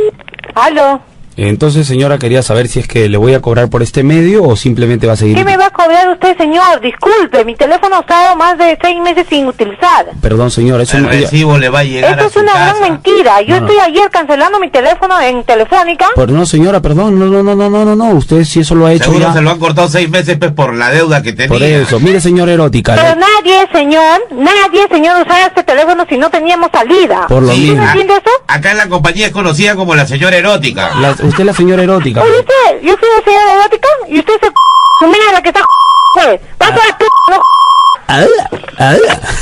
¿Aló? Entonces, señora, quería saber si es que le voy a cobrar por este medio o simplemente va a seguir... ¿Qué me va a cobrar usted, señor? Disculpe, mi teléfono ha estado más de seis meses sin utilizar. Perdón, señor, eso El no... recibo le va a llegar Esto a es su una casa. gran mentira. Yo No, no. estoy ayer cancelando mi teléfono en Telefónica. Pero no, señora, perdón, no, no, no, no, no, no, no, usted sí eso lo ha hecho Seguro ya. se lo han cortado seis meses pues, por la deuda que tenía. Por eso, mire, señor erótica, Pero le- nadie, señor, nadie, señor, usaba este teléfono si no teníamos salida. por lo Sí, ¿Tú mismo. no a- entiendes eso? Acá en la compañía es conocida como la señora erótica. La- usted es la señora erótica. Oye, usted, yo soy la señora erótica y usted se su mierda que está pues. Vas a la p no. Ah, ah.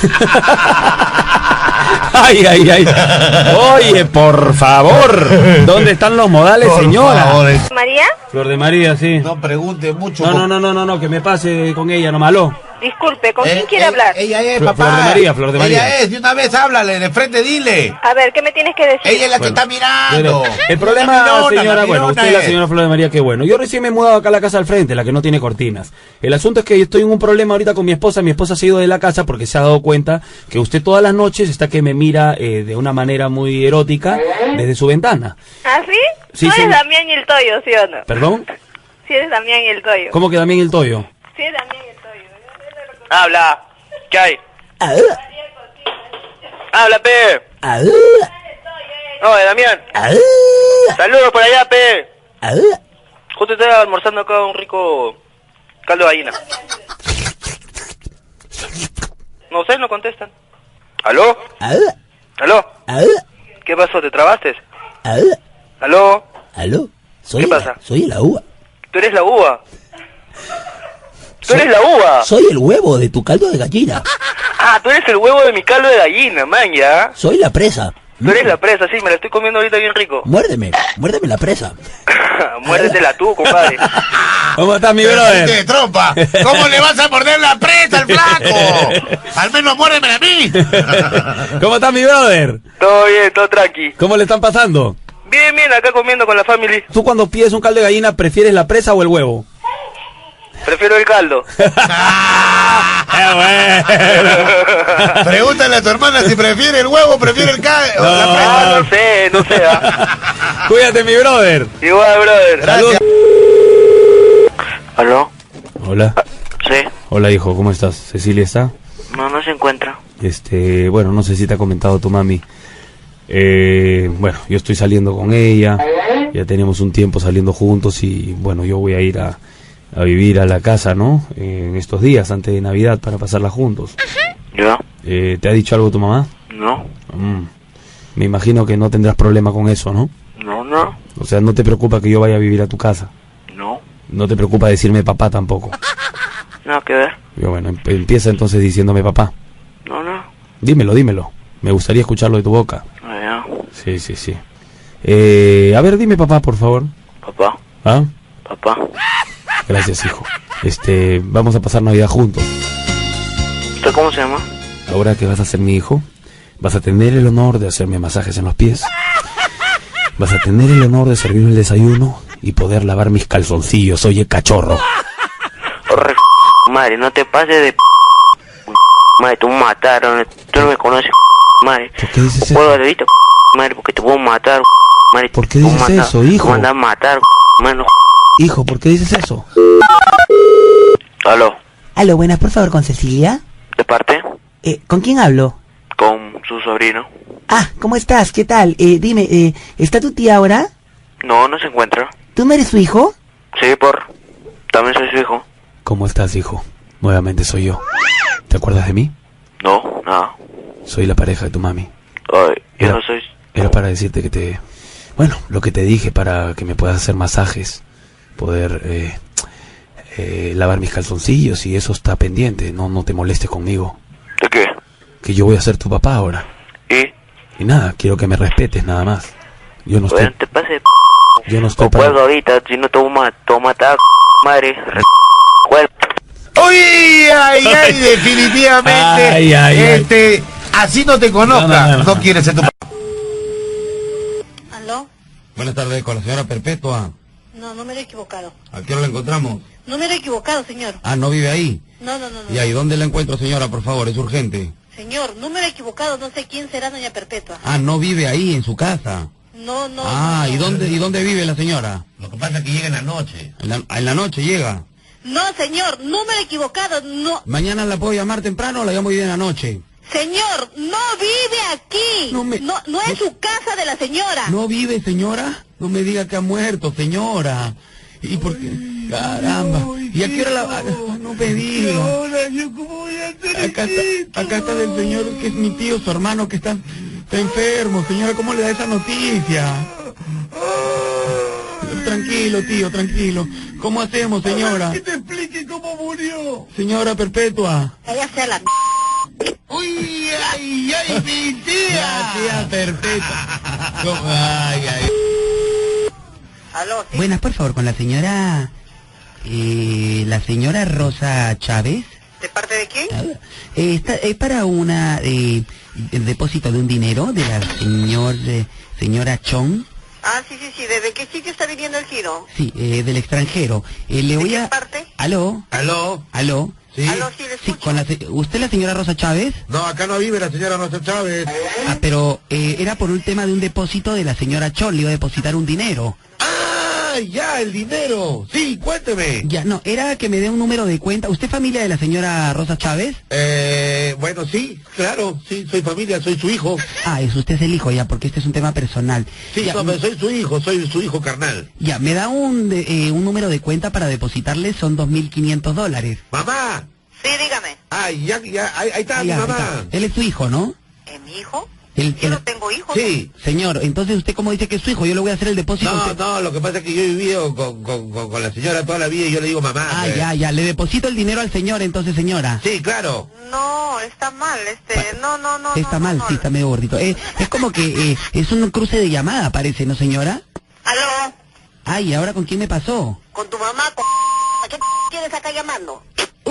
Ay, ay, ay. Oye, por favor. ¿Dónde están los modales, Por señora? favor, eh. María, Flor de María, sí. No pregunte mucho. No, no, no, no, no, no, que me pase con ella, no malo. disculpe, ¿con Eh, quién quiere eh, hablar? Ella es, Flor- papá. Flor de María, Flor de María. Ella es, de una vez háblale, de frente dile. A ver, ¿qué me tienes que decir? Ella es la Bueno, que está mirando. Pero el problema, La mirona, señora, la bueno, mirona usted es la es. señora Flor de María, qué bueno. Yo recién me he mudado acá a la casa al frente, la que no tiene cortinas. El asunto es que estoy en un problema ahorita con mi esposa. Mi esposa se ha ido de la casa porque se ha dado cuenta que usted todas las noches está que me mira eh, de una manera muy erótica desde su ventana. ¿Ah, sí? Sí, Tú sí. eres Damián y el Toyo, ¿sí o no? ¿Perdón? Sí eres Damián y el Toyo. ¿Cómo que también el toyo? Sí eres Damián y el Toyo. Habla. ¿Qué hay? Ah, Habla, pe. ah, No, Damián. ah, Saludos por allá, pe. ah. Justo estaba almorzando acá un rico caldo de gallina. No sé, no contestan. ¿Aló? Ah, ¿Aló? ah, ¿Qué pasó? ¿Te trabaste? ah. ¿Aló? ¿Aló? Soy ¿Qué la- pasa? Soy la uva. ¿Tú eres la uva? ¿Tú Soy- eres la uva? Soy el huevo de tu caldo de gallina. Ah, tú eres el huevo de mi caldo de gallina, man, ya. Soy la presa. Tú eres la presa, sí, me la estoy comiendo ahorita bien rico. Muérdeme, muérdeme la presa. Muérdetela tú, compadre. ¿Cómo estás, mi ¿Qué brother? trompa? ¿Cómo le vas a morder la presa al flaco? Al menos muérdeme a mí. ¿Cómo estás, mi brother? Todo bien, todo tranqui. ¿Cómo le están pasando? Bien, bien, acá comiendo con la family. ¿Tú cuando pides un caldo de gallina prefieres la presa o el huevo? Prefiero el caldo. Pregúntale a tu hermana si prefiere el huevo o prefiere el caldo. No. La presa. Ah, no sé, no sé. ah. Cuídate, mi brother. Igual, brother. Salud. ¿Aló? Hola. Sí. Hola, hijo, ¿cómo estás? ¿Cecilia está? No, no se encuentra. Este, bueno, no sé si te ha comentado tu mami. Eh, bueno, yo estoy saliendo con ella. Ya tenemos un tiempo saliendo juntos y, bueno, yo voy a ir a, a vivir a la casa, ¿no? En estos días, antes de Navidad, para pasarla juntos. ¿Ya? Eh, ¿te ha dicho algo tu mamá? No. Mm. Me imagino que no tendrás problema con eso, ¿no? No, no. O sea, no te preocupa que yo vaya a vivir a tu casa. No. No te preocupa decirme papá tampoco. Nada que ver. Yo, bueno, em- empieza entonces diciéndome papá. No, no. Dímelo, dímelo. Me gustaría escucharlo de tu boca. Ah, ya. Sí, sí, sí. Eh, a ver, dime papá, por favor. Papá. ¿Ah? Papá. Gracias, hijo. Este, vamos a pasar Navidad juntos. ¿Usted cómo se llama? Ahora que vas a ser mi hijo, vas a tener el honor de hacerme masajes en los pies. Vas a tener el honor de servirme el desayuno y poder lavar mis calzoncillos. Oye, cachorro. Corre, madre, no te pases de... Madre, tú me mataron. Tú no me conoces, madre. ¿Por qué dices Puedo eso? ahorita, madre, porque te puedo matar, madre. ¿Por qué te puedo dices matar. eso, hijo? Te mandan a matar, mano. Hijo, ¿por qué dices eso? Aló, Aló, buenas, por favor, con Cecilia. ¿de parte? Eh, ¿Con quién hablo? Con su sobrino. Ah, ¿cómo estás? ¿Qué tal? Eh, dime, eh, ¿está tu tía ahora? No, no se encuentra. ¿Tú no eres su hijo? Sí, por... También soy su hijo. ¿Cómo estás, hijo? Nuevamente soy yo. ¿Te acuerdas de mí? No, nada. Soy la pareja de tu mami. Ay, yo Era- no soy... Era para decirte que te... Bueno, lo que te dije para que me puedas hacer masajes, poder eh, eh, lavar mis calzoncillos y eso está pendiente. No, no te molestes conmigo. ¿De qué? Que yo voy a ser tu papá ahora. ¿Y? Y nada, quiero que me respetes nada más. Yo no estoy... Bueno, te pases... Yo no estoy O puedo para... ahorita, si no te voy a ma- te voy a matar, madre. Re... cuerpo. Uy, ay, ay, definitivamente. Ay, ay, ay. este, así no te conozca. No, no, No, no, no. quieres ser tu papá. ¿Aló? Buenas tardes, con la señora Perpetua. No, no me he equivocado. ¿A qué hora la encontramos? No me he equivocado, señor. Ah, ¿no vive ahí? No, no, no, no. ¿Y ahí dónde la encuentro, señora, por favor? Es urgente. Señor, no me he equivocado, no sé quién será doña Perpetua. Ah, no vive ahí, en su casa. No, no. Ah, no, ¿y no. dónde, y dónde vive la señora? Lo que pasa es que llega en la noche. En la, en la noche llega. No, señor, número equivocado, no. Mañana la puedo llamar temprano o la llamo hoy de la noche. Señor, no vive aquí. No, me, no, no es no, su casa de la señora. ¿No vive, señora? No me diga que ha muerto, señora. ¿Y por qué? Caramba. ¿Y a qué hora la...? No me diga. Acá está, acá está el señor que es mi tío, su hermano, que está, está enfermo. Señora, ¿cómo le da esa noticia? Tranquilo, tío, tranquilo. ¿Cómo hacemos, señora? Que te explique cómo murió. Señora Perpetua. Ella sea la... Uy, ay, ay, mi tía. La tía Perpetua. Ay, ay. Aló, sí. Buenas, por favor, con la señora... Eh, la señora Rosa Chávez. ¿De parte de quién? Eh, está, es para una... Eh, el depósito de un dinero de la señor, eh, señora Chong. Ah, sí, sí, sí. ¿Desde qué sitio está viniendo el giro? Sí, eh, del extranjero. Eh, le ¿De voy qué a... parte? ¿Aló? ¿Aló? ¿Aló? ¿Sí? Aló, sí, le Sí, escucho. con la se- ¿usted la señora Rosa Chávez? No, acá no vive la señora Rosa Chávez. Ah, pero eh, era por un tema de un depósito de la señora Chong, le iba a depositar un dinero. ¡Ah, ya, el dinero! Sí, cuénteme. Ya, no, era que me dé un número de cuenta. ¿Usted es familia de la señora Rosa Chávez? Eh, bueno, sí, claro, sí, soy familia, soy su hijo. Ah, es usted es el hijo ya, porque este es un tema personal. Sí, ya, no, pero soy su hijo, soy su hijo carnal. ya, me da un, de- eh, un número de cuenta para depositarle, son dos mil quinientos dólares. ¡Mamá! Sí, dígame. Ay, ya, ya, ahí, ahí está Ah, mi ya, ahí mamá. está. Él es su hijo, ¿no? ¿Es mi hijo? El- Yo el- no tengo hijos. Sí. Señor, entonces usted cómo dice que es su hijo, yo le voy a hacer el depósito. a No, usted. no, lo que pasa es que yo he vivido con, con, con, con la señora toda la vida y yo le digo mamá. Ah, pues. ya, ya, le deposito el dinero al señor, entonces, señora. Sí, claro. No, está mal, este, no, no, no. Está no, mal, no, no. sí, está medio gordito. Eh, es como que eh, es un cruce de llamada, parece, ¿no, señora? Aló, Ay, ¿ahora con quién me pasó? con tu mamá, con... ¿A qué tienes acá llamando?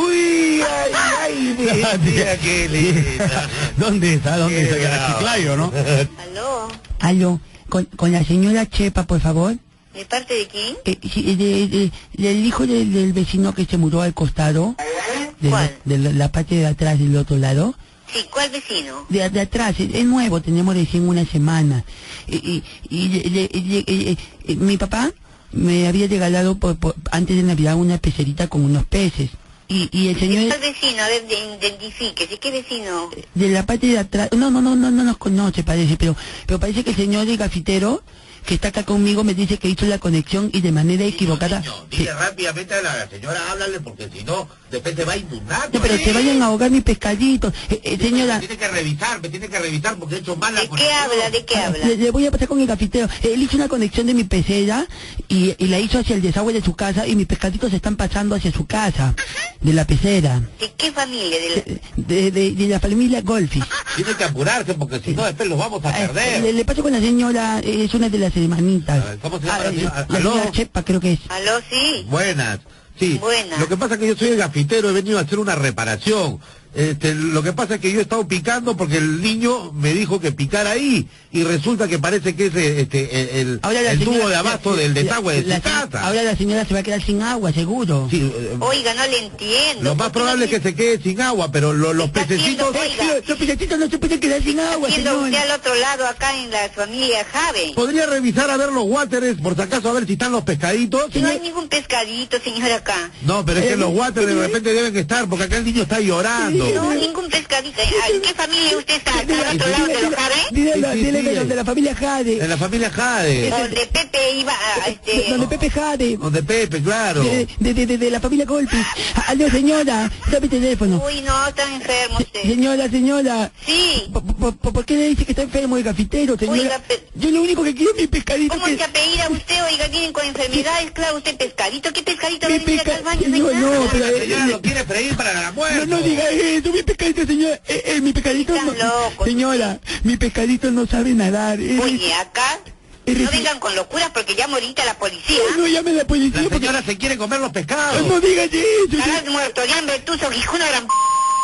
Uy, ay, ay, mi tía, qué linda. ¿Dónde está? ¿Dónde Qué está? bravo. Chiclayo, ¿no? Aló, Aló, con, con la señora Chepa, por favor. ¿de parte de quién? Eh, sí, eh, de- de- del hijo del, del vecino que se mudó al costado. De la, ¿Cuál? de la, la parte de atrás del otro lado. Sí, ¿cuál vecino? De, de atrás, es, es nuevo, tenemos recién una semana. Y, y, y le- le- le- eh, eh, mi papá me había regalado por, por- antes de Navidad una pecerita con unos peces. Y, y el señor ¿Cuál vecino? A ver, de- identifíquese, ¿qué vecino? de la parte de atrás, no, no, no, no, no nos conoce, parece, pero, pero parece que el señor del gafitero que está acá conmigo me dice que hizo la conexión y de manera equivocada. Niño, Sí. dile rápidamente a la señora, háblale, porque si no, después te va a inundar. No, pero se vayan a ahogar mis pescaditos. Eh, eh, señora, Me tiene que revisar, me tiene que revisar porque he hecho mal la ¿De qué conexión. habla? ¿De qué habla? le, le voy a pasar con el gafitero. Él hizo una conexión de mi pecera y, y la hizo hacia el desagüe de su casa y mis pescaditos están pasando hacia su casa, de la pecera, ¿De qué familia? De la... de, de, de la familia Golfis. Tiene que apurarse porque si no, después los vamos a Eh, perder. le, le paso con la señora, eh, es una de las hermanitas. A ver, ¿cómo se llama Ah, la eh, señora? la ¿Aló? señora Chepa, creo que es. Aló, sí. Buenas. Sí, Buenas. lo que pasa es que yo soy el gafitero, he venido a hacer una reparación. Este, lo que pasa es que yo he estado picando porque el niño me dijo que picara ahí y resulta que parece que es eh, este, el, el, Ahora la el señora- tubo de abasto la- del la- desagüe de la su se- casa. Ahora la señora se va a quedar sin agua, seguro. Sí, eh, Oiga, no le entiendo. lo más ¿Por qué probable no es que se quede sin agua, pero lo- los Está pececitos... haciendo, oiga. Los pececitos no se pueden quedar sin agua, haciendo usted señora. al otro lado acá en la familia Jave? ¿Podría revisar a ver los wateres, por si acaso, a ver si están los pescaditos? No hay ningún pescadito, señor, acá. No, pero es que Eh, los wateres de eh, repente deben estar, porque acá el niño está llorando. No, ningún pescadito. ¿En qué familia usted está? ¿Acá al otro lado de los Jave? Dile, Sí, sí, dile sí, de, los eh. de la familia Jade. En la familia Jade, Donde Pepe iba a... Este... Donde Pepe Jade. donde Pepe, claro. De, de, de, de- de la familia Golpis. Aló, señora, dame mi teléfono. Uy, no, está enfermo usted. Señora, señora. Sí. ¿Por, por, por- por qué le dice que está enfermo el gafitero, señora? Oiga, pe- Yo lo único que quiero es mi pescadito. ¿Cómo que... se apellida usted? Oiga, tienen con enfermedades, claro, usted pescadito. ¿Qué pescadito va a Mi venir acá pesca- al baño? No hay no, nada. no, pero- La señora lo quiere freír para el almuerzo. No, no diga eso, mi pescadito, señora. Eh, eh, mi pescadito Estás no... loco, Señora, mi pescadito no sabe nadar. Eh, Oye, acá es no reci- vengan con locuras porque llamo ahorita a la policía. No, no llame a la policía La porque... señora se quiere comer los pescados. No digas eso. Estarás muerto de hambre, tú, hijo de gran...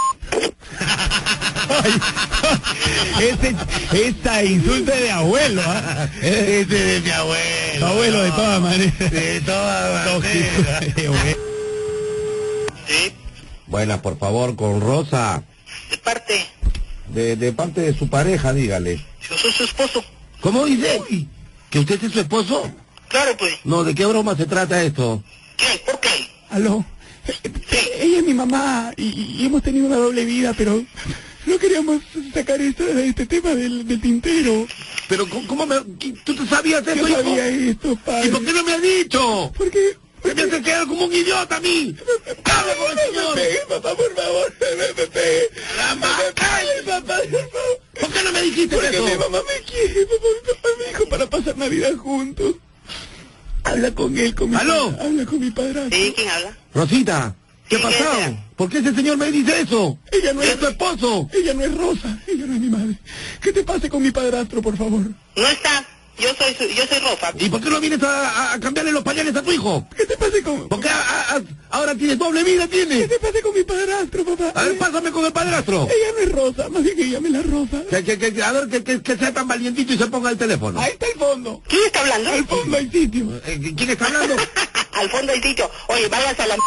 Ese, esa insulta es de abuelo, ¿ah? Ese es de mi abuelo. Abuelo de todas maneras. De todas maneras. Sí, Buenas, por favor, con Rosa. de parte. De, de parte de su pareja, dígale. Yo soy su esposo. ¿Cómo dice? ¿Que usted es su esposo? Claro, pues. No, ¿de qué broma se trata esto? ¿Qué? ¿Por qué? Aló, Ella es mi mamá y, y hemos tenido una doble vida, pero no queríamos sacar esto, este tema del, del tintero. Pero, ¿cómo, cómo me...? ¿Tú te sabías esto, Yo hijo? sabía esto, padre. ¿Y por qué no me has dicho? Porque... Me haces quedar como un idiota a mí. ¡Habla con el señor! No me pegue, papá, por favor, no me pegue. ¡Caramba! Ay, papá, por favor. ¿Por qué no me dijiste Porque eso? mi mamá me quiere, papá, mi papá me dijo para pasar Navidad juntos. Habla con él, con mi ¿Aló? padre, habla con mi padrastro. ¿Sí? ¿Quién habla? Rosita, ¿qué ha Sí, ¿qué pasado? desea? ¿Por qué ese señor me dice eso? Ella no ¿Es es tu esposo? Ella no es Rosa, ella no es mi madre. ¿Qué te pase con mi padrastro, por favor? No está. Yo soy su- yo soy Rosa. ¿Y por qué no vienes a, a cambiarle los pañales a tu hijo? ¿Qué te pase con... Porque a- a- a- ahora tienes doble vida, ¿Qué tienes. te pase con mi padrastro, papá? A ver, pásame con el padrastro. Ella no es Rosa, más bien que llame la Rosa. Que, que, que- a ver, que, que, que sea tan valientito y se ponga el teléfono. Ahí está el fondo. ¿Quién está hablando? Al fondo hay sitio. Eh, ¿Quién está hablando? Al fondo del sitio. Oye, váyase a la...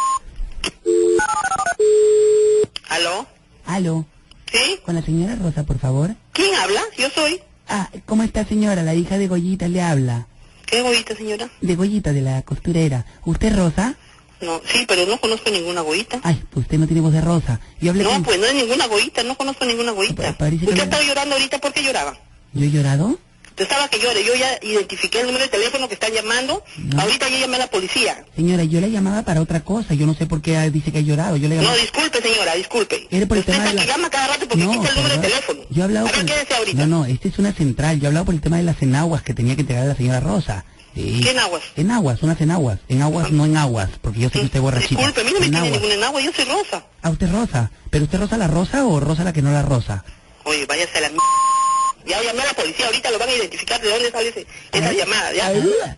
¿Aló? Aló, ¿Sí? con la señora Rosa, por favor. ¿Quién habla? Yo soy. Ah, ¿cómo está, señora? La hija de Goyita le habla. ¿Qué egoísta, señora? De Goyita, de la costurera. ¿Usted es Rosa? No, sí, pero no conozco ninguna goíta. Ay, usted no tiene voz de Rosa. Yo hablé No, con... pues no es ninguna goíta, no conozco ninguna goíta. Pa- parece que ¿Usted no- estaba llorando ahorita? ¿Por qué lloraba? ¿Yo he llorado? Usted estaba que llore, yo ya identifiqué el número de teléfono que están llamando. No. Ahorita ya llamé a la policía. Señora, yo la llamaba para otra cosa. Yo no sé por qué ah, dice que ha llorado. Yo le No, llamaba... disculpe, señora, disculpe. Era por el Usted tema está de que la... llama cada rato porque No, quita el número de perdón. teléfono. Yo he hablado A ver, con... quédese ahorita. No, no, esta es una central. Yo he hablado por el tema de las enaguas que tenía que entregar a la señora Rosa. Eh, ¿Qué enaguas? Enaguas, unas enaguas. En aguas, no en aguas, porque yo sé que usted es borrachita. Disculpe, a mí no me tiene Enaguas. ninguna enagua, yo soy Rosa. Ah, usted es Rosa. ¿Pero usted Rosa la Rosa o Rosa la que no la Rosa? Oye, váyase a la m... Ya llamé a la policía, ahorita lo van a identificar de dónde sale ese, esa llamada, ¿ya?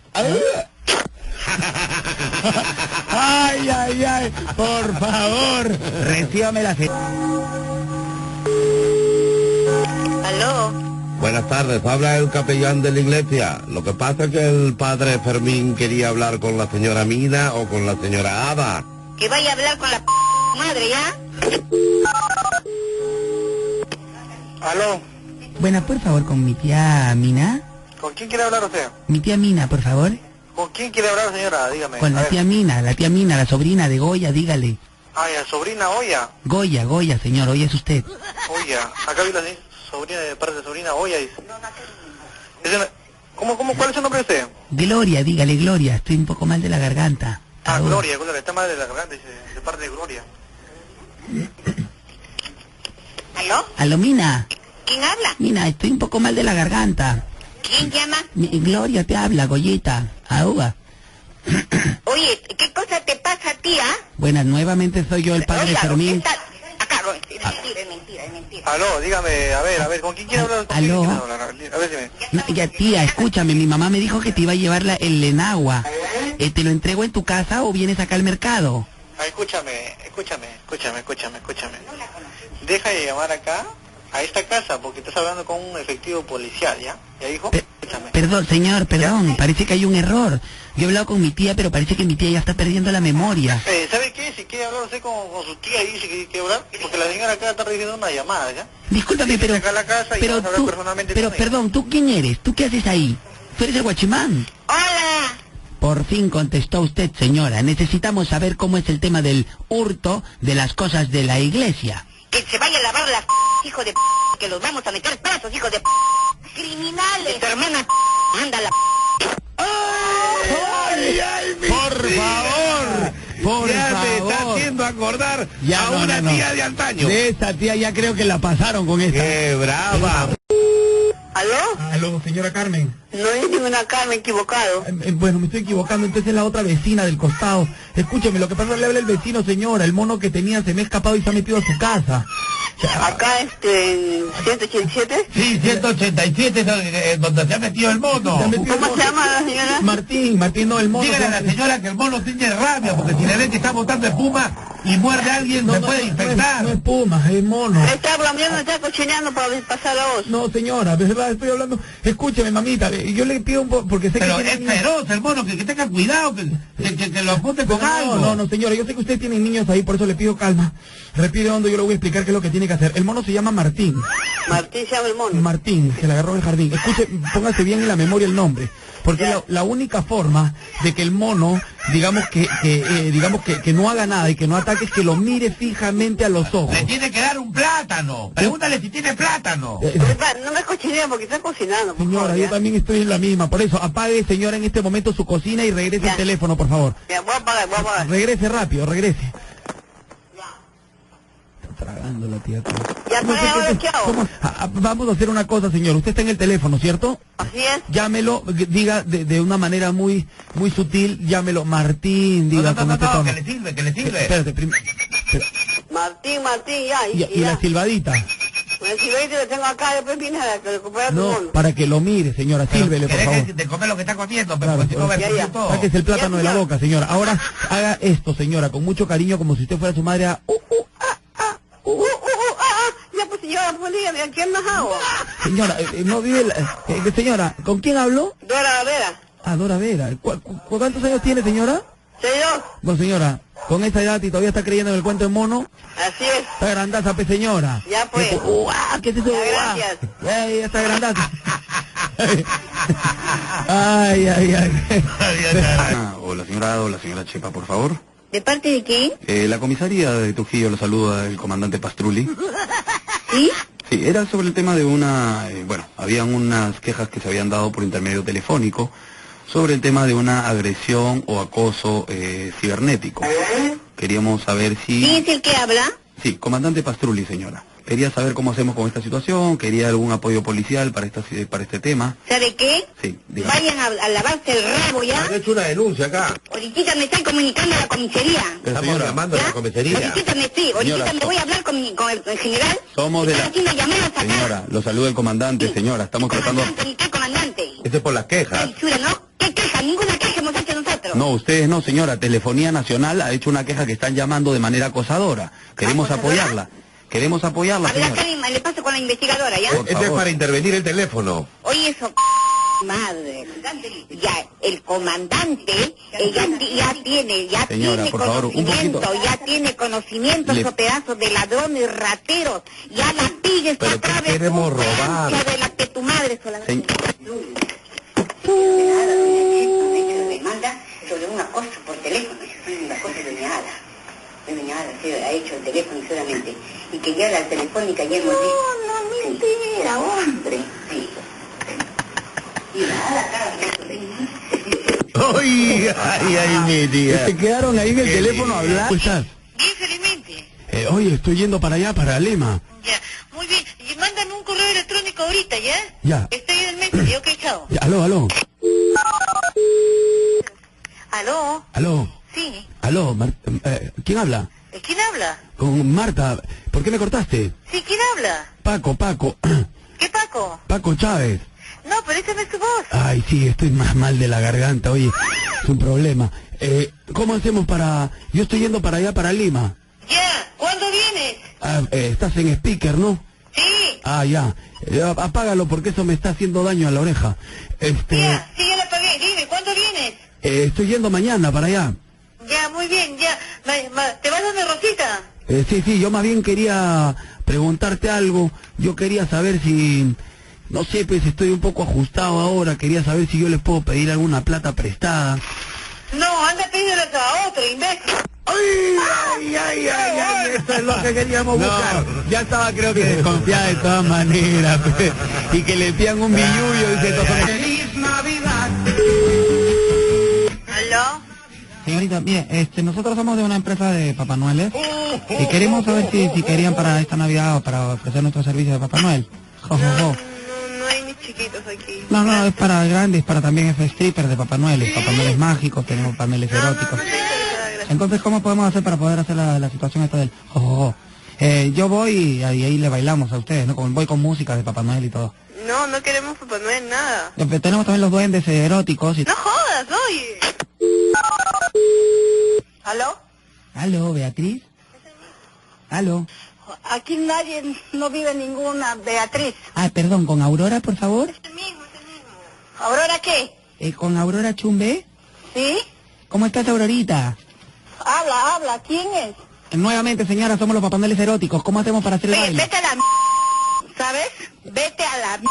Ay, ay, ay, por favor, recíbame la... ¿Aló? Buenas tardes, habla el capellán de la iglesia. Lo que pasa es que el padre Fermín quería hablar con la señora Mina o con la señora Ada. Que vaya a hablar con la p... madre, ¿ya? ¿Aló? Buena, por favor, con mi tía Mina. ¿Con quién quiere hablar usted? Mi tía Mina, por favor. ¿Con quién quiere hablar, señora? Dígame. Con A la ver. tía Mina, la tía Mina, la sobrina de Goya, dígale. Ay, a sobrina Oya. Goya, Goya, señor, Oya es usted. Oya. Acá vi la sí, sobrina de parte de sobrina Oya. Dice. Es una- ¿Cómo, cómo, cuál es su nombre de usted? Gloria, dígale, Gloria, estoy un poco mal de la garganta. Ah, Ahora. Gloria, Gloria, está mal de la garganta, dice, de parte de Gloria. ¿Aló? Aló, Mina. ¿Quién habla? Mina, estoy un poco mal de la garganta. ¿Quién llama? Mi- Gloria te habla, Goyita. Auga. Oye, ¿qué cosa te pasa a ti, ah? Buenas, nuevamente soy yo el padre Oiga, Fermín. está- Acá, no, es mentira, es mentira, es mentira. Aló, dígame, a ver, a ver, ¿con quién quiere hablar? ¿Con quién Aló. quiere hablar? A ver, dime. No, ya, tía, escúchame, mi mamá me dijo que te iba a llevar la, el enagua. Eh, ¿Te lo entrego en tu casa o vienes acá al mercado? Ah, escúchame, escúchame, escúchame, escúchame, escúchame. Deja de llamar acá, a esta casa, porque estás hablando con un efectivo policial, ¿ya? ¿Ya, hijo? Pe- Escúchame. Perdón, señor, perdón, parece que hay un error. Yo he hablado con mi tía, pero parece que mi tía ya está perdiendo la memoria. Eh, ¿sabe qué? Si quiere hablar usted con, con su tía y dice que quiere hablar, porque la señora acá está recibiendo una llamada, ¿ya? Discúlpame, pero... Acá a la casa y Pero vamos a hablar tú... personalmente Pero con ella. perdón, ¿tú quién eres? ¿Tú qué haces ahí? ¿Tú eres el guachimán? ¡Hola! Por fin contestó usted, señora. Necesitamos saber cómo es el tema del hurto de las cosas de la iglesia. Que se vaya a lavar las p... hijo de p... que los vamos a meter presos, hijo de p... criminales. Tu hermana p... anda la p... ¡Ay, ay, mi Por tía! favor, por ya me está favor. haciendo acordar Ya, a no, una no, no. tía de antaño. De esta tía ya creo que la pasaron con esta. ¡Qué brava! ¿Aló? Aló, señora Carmen. No es ninguna Carmen, equivocado. Eh, eh, bueno, me estoy equivocando, entonces es la otra vecina del costado. Escúcheme, lo que pasa es que le habla el vecino, señora. El mono que tenía se me ha escapado y se ha metido a su casa. Ya. Acá, este, en ciento ochenta y siete. Sí, ciento ochenta y siete es donde- donde se ha metido el mono. Se ha metido el ¿Cómo mono. se llama la señora? Martín, Martín, no, el mono. Dígale a se- la señora que el mono tiene rabia, porque si le ve que está botando espuma y muerde a alguien, No, se no, puede no, infectar. No es, no es puma, es mono. Está hablando, me está cochineando para pasar la voz. No, señora, de verdad estoy hablando. Escúcheme, mamita, eh, yo le pido un poco, porque sé Pero que... es tiene niños- feroz el mono, que, que tenga cuidado, que, que, que, que lo apunte con No, algo. no, no, señora, yo sé que usted tiene niños ahí, por eso le pido calma. Respire hondo, yo le voy a explicar qué es lo que tiene que hacer. El mono se llama Martín. Martín se llama el mono. Martín, se le agarró en el jardín. Escuche, póngase bien en la memoria el nombre. Porque la, la única forma de que el mono, digamos que, que eh, digamos que, que no haga nada y que no ataque es que lo mire fijamente a los ojos. Le tiene que dar un plátano. Pregúntale si tiene plátano. Eh, No me cochinea porque está cocinando. Por Señora, favor, yo ya. también estoy en la misma. Por eso, apague, señora, en este momento su cocina y regrese Ya. el teléfono, por favor. Ya, voy a apagar, voy a apagar. Regrese rápido, regrese. Está tragando la tía. Ya, No sé pues, ahora, qué- ¿qué hago? ¿cómo? Ah, ah, vamos a hacer una cosa, señor. Usted está en el teléfono, ¿cierto? Así es. Llámelo, g- diga de, de una manera muy muy sutil, llámelo Martín, No, diga no, con no, este no, tono. que le sirve, que le sirve. Espérate, prim- espera. Martín, Martín, ya. Y, y, y y la ya. silbadita. El silbete lo tengo acá, después vienes a recuperar tu No, mono. para que lo mire, señora, sílvele, por ¿Querés favor. que te come lo que está comiendo? Pero Claro, si no va a ya, ya. escupir todo. Sáquese el plátano Ya, de la señor. boca, señora. Ahora haga esto, señora, con mucho cariño, como si usted fuera su madre. A... Uh, uh, ah, ah, uh, Uh, uh. uh, uh, ah, ah. Ya, pues señora, pues dígame, ¿a quién más hago? Señora, eh, eh, no vive la... eh, señora, ¿con quién habló? Dora Vera. Ah, Dora Vera. ¿Cu cu ¿Cuántos años tiene, señora? Señor, Bueno, señora, con esa edad y todavía está creyendo en el cuento de mono. así es. Está grandaza, pe, señora. Ya, pues. Eh, uh, ah, ¿qué es eso? Ya, Uh, ah. gracias. Ya, ya está grandaza. Ay, ay, ay. Ah, o la señora o la señora Chepa, por favor. ¿De parte de quién? Eh, la comisaría de Trujillo lo saluda el comandante Pastrulli. ¿Sí? Sí, era sobre el tema de una... eh, bueno, habían unas quejas que se habían dado por intermedio telefónico sobre el tema de una agresión o acoso eh, cibernético. Queríamos saber si... ¿Quién es el que habla? Sí, comandante Pastrulli, señora. Quería saber cómo hacemos con esta situación, quería algún apoyo policial para esta, para este tema. ¿Sabe qué? Sí, dígame. Vayan a, a lavarse el rabo ya. Han hecho una denuncia acá. Ahorita me están comunicando a la comisaría. Pero, Estamos señora, llamando a la comisaría. Ahorita me sí, ahorita Señora, me voy a hablar con, mi- con el, el general. Somos de Están la... haciendo llamadas acá. Señora, lo saluda el comandante, señora. Estamos tratando... Comandante, ni qué comandante. Este es por las quejas. Ay, chula, ¿no? ¿Qué queja? Ninguna queja hemos hecho nosotros. No, ustedes no, señora. Telefonía Nacional ha hecho una queja que están llamando de manera acosadora. Queremos ¿Acosadora? apoyarla. Queremos apoyarla, A ver, señora. acá le, le paso con la investigadora, ¿ya? Por Este es favor. para intervenir el teléfono. Oye, eso, madre. Ya, el comandante eh, ya, ti- ya tiene, ya Señora, tiene por favor, un conocimiento, poquito. ya tiene conocimiento, Le- esos pedazos de ladrones y rateros. Ya la pilla está Pero atrás ¿qué de queremos tu robar? cancha, de la que tu madre solamente. Se- demanda sobre una cosa por teléfono, eso es una cosa de doña Ada. Doña Ada sí, ha hecho el teléfono solamente. Y que ya la telefónica ya hemos dicho. No, no, mentira, hombre. Sí. Y la Ada cada rato Ay, ay, ay, mi tía. ¿Se quedaron ahí en el Qué teléfono a bien. hablar? ¿Cómo estás? Bien, felizmente. Eh, oye, estoy yendo para allá, para Lema. Ya, muy bien. Y mándame un correo electrónico ahorita, ¿ya? Ya. Estoy en el Messenger, ok, chao. Ya, aló, aló. ¿Aló? Aló. Sí. Aló, Mar- eh, ¿quién habla? ¿De quién habla? Con Marta. ¿Por qué me cortaste? Sí, ¿quién habla? Paco, Paco. ¿Qué Paco? Paco Chávez. No, pero esa no es tu voz. Ay, sí, estoy más mal de la garganta, oye, es un problema. Eh, ¿Cómo hacemos para...? Yo estoy yendo para allá, para Lima. Ya, ¿cuándo vienes? Ah, eh, estás en speaker, ¿no? Sí. Ah, ya. Eh, ap- apágalo porque eso me está haciendo daño a la oreja. Este, Ya, sí, ya la pagué. Dime, ¿cuándo vienes? eh, estoy yendo mañana para allá. Ya, muy bien, ya. Ma- ma- ¿Te vas donde Rosita? Eh, sí, sí, yo más bien quería preguntarte algo. Yo quería saber si... No sé, pues estoy un poco ajustado ahora. Quería saber si yo les puedo pedir alguna plata prestada. No, anda pidiéndoles a otro, imbécil. ¡Ay, ay, ay, ay, ay! Eso es lo que queríamos buscar. Ya estaba, creo que desconfiada de todas maneras. Pues, y que le pidan un billullo. Dice, ¡Feliz Navidad! ¿Aló? Señorita, mire, este, nosotros somos de una empresa de Papá Noel y queremos saber si, si querían para esta Navidad o para ofrecer nuestro servicio de Papá Noel. Jo, jo, jo. No, no hay ni chiquitos aquí. No, no, es para grandes, para también F stripper de Papá Noel, Papá Noel mágicos, tenemos paneles eróticos. Entonces, ¿cómo podemos hacer para poder hacer la, la situación esta del jo, jo, jo? Eh, yo voy y ahí, ahí le bailamos a ustedes, ¿no? Como voy con música de Papá Noel y todo. No, no queremos Papá Noel nada. Eh, tenemos también los duendes eh, eróticos y... No jodas, oye. ¿Aló? Aló, Beatriz. Aló. Aquí nadie, no vive ninguna Beatriz. Ah, perdón, ¿con Aurora, por favor? ¿Aurora qué? Eh, ¿Con Aurora Chumbe? ¿Sí? ¿Cómo estás, Aurorita? Habla, habla, ¿quién es? Nuevamente, señora, somos los papaneles eróticos. ¿Cómo hacemos para hacer el Oye, baile? vete a la m... ¿sabes? Vete a la...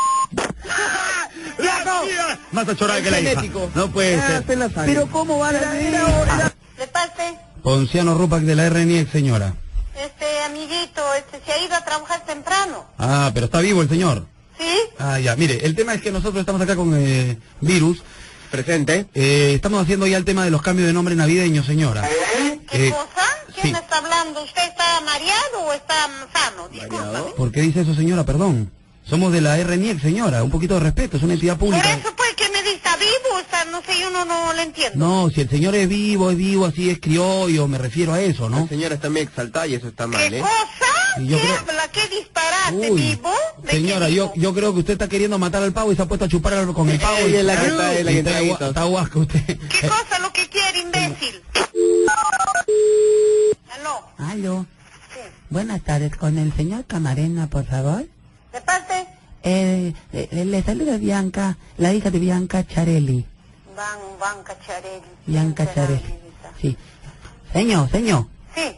¡Flaco! Más achorada que la hija. No puede ser. Pero ¿cómo va la vida? ¿De parte? Ponciano Rupac de la R N I X, señora. Este, amiguito, este, se ha ido a trabajar temprano. Ah, pero está vivo el señor. ¿Sí? Ah, ya. Mire, el tema es que nosotros estamos acá con eh, Virus. Presente. Eh, estamos haciendo ya el tema de los cambios de nombre navideños, señora. ¿Qué Eh, cosa? ¿Quién sí. me está hablando? ¿Usted está mareado o está sano? Discúlpame. ¿Por qué dice eso, señora? Perdón. Somos de la R N I X, señora. Un poquito de respeto, es una entidad Por pública. eso, pues, que me dice, ¿está vivo? Está, no sé, yo no, no lo entiendo. No, si el señor es vivo, es vivo, así es criollo, me refiero a eso, ¿no? La señora está muy exaltada y eso está mal, ¿Qué ¿eh? cosa? Y yo ¿Qué creo- habla? ¿Qué disparate, Uy, vivo? ¿De señora, qué yo yo creo que usted está queriendo matar al pavo y se ha puesto a chupar al- con el pavo. Ella es la que y- está- es la y que está, trae gua- guitos. está guasca usted. ¿Qué cosa? Lo que quiere, imbécil. ¿Aló? Aló. Buenas tardes, con el señor Camarena, por favor. ¿De parte? Eh, eh, le saluda Bianca, la hija de Bianca Charelli. Van, Van Cacharelli. Bianca Charelli. Sí. Señor, señor. Sí.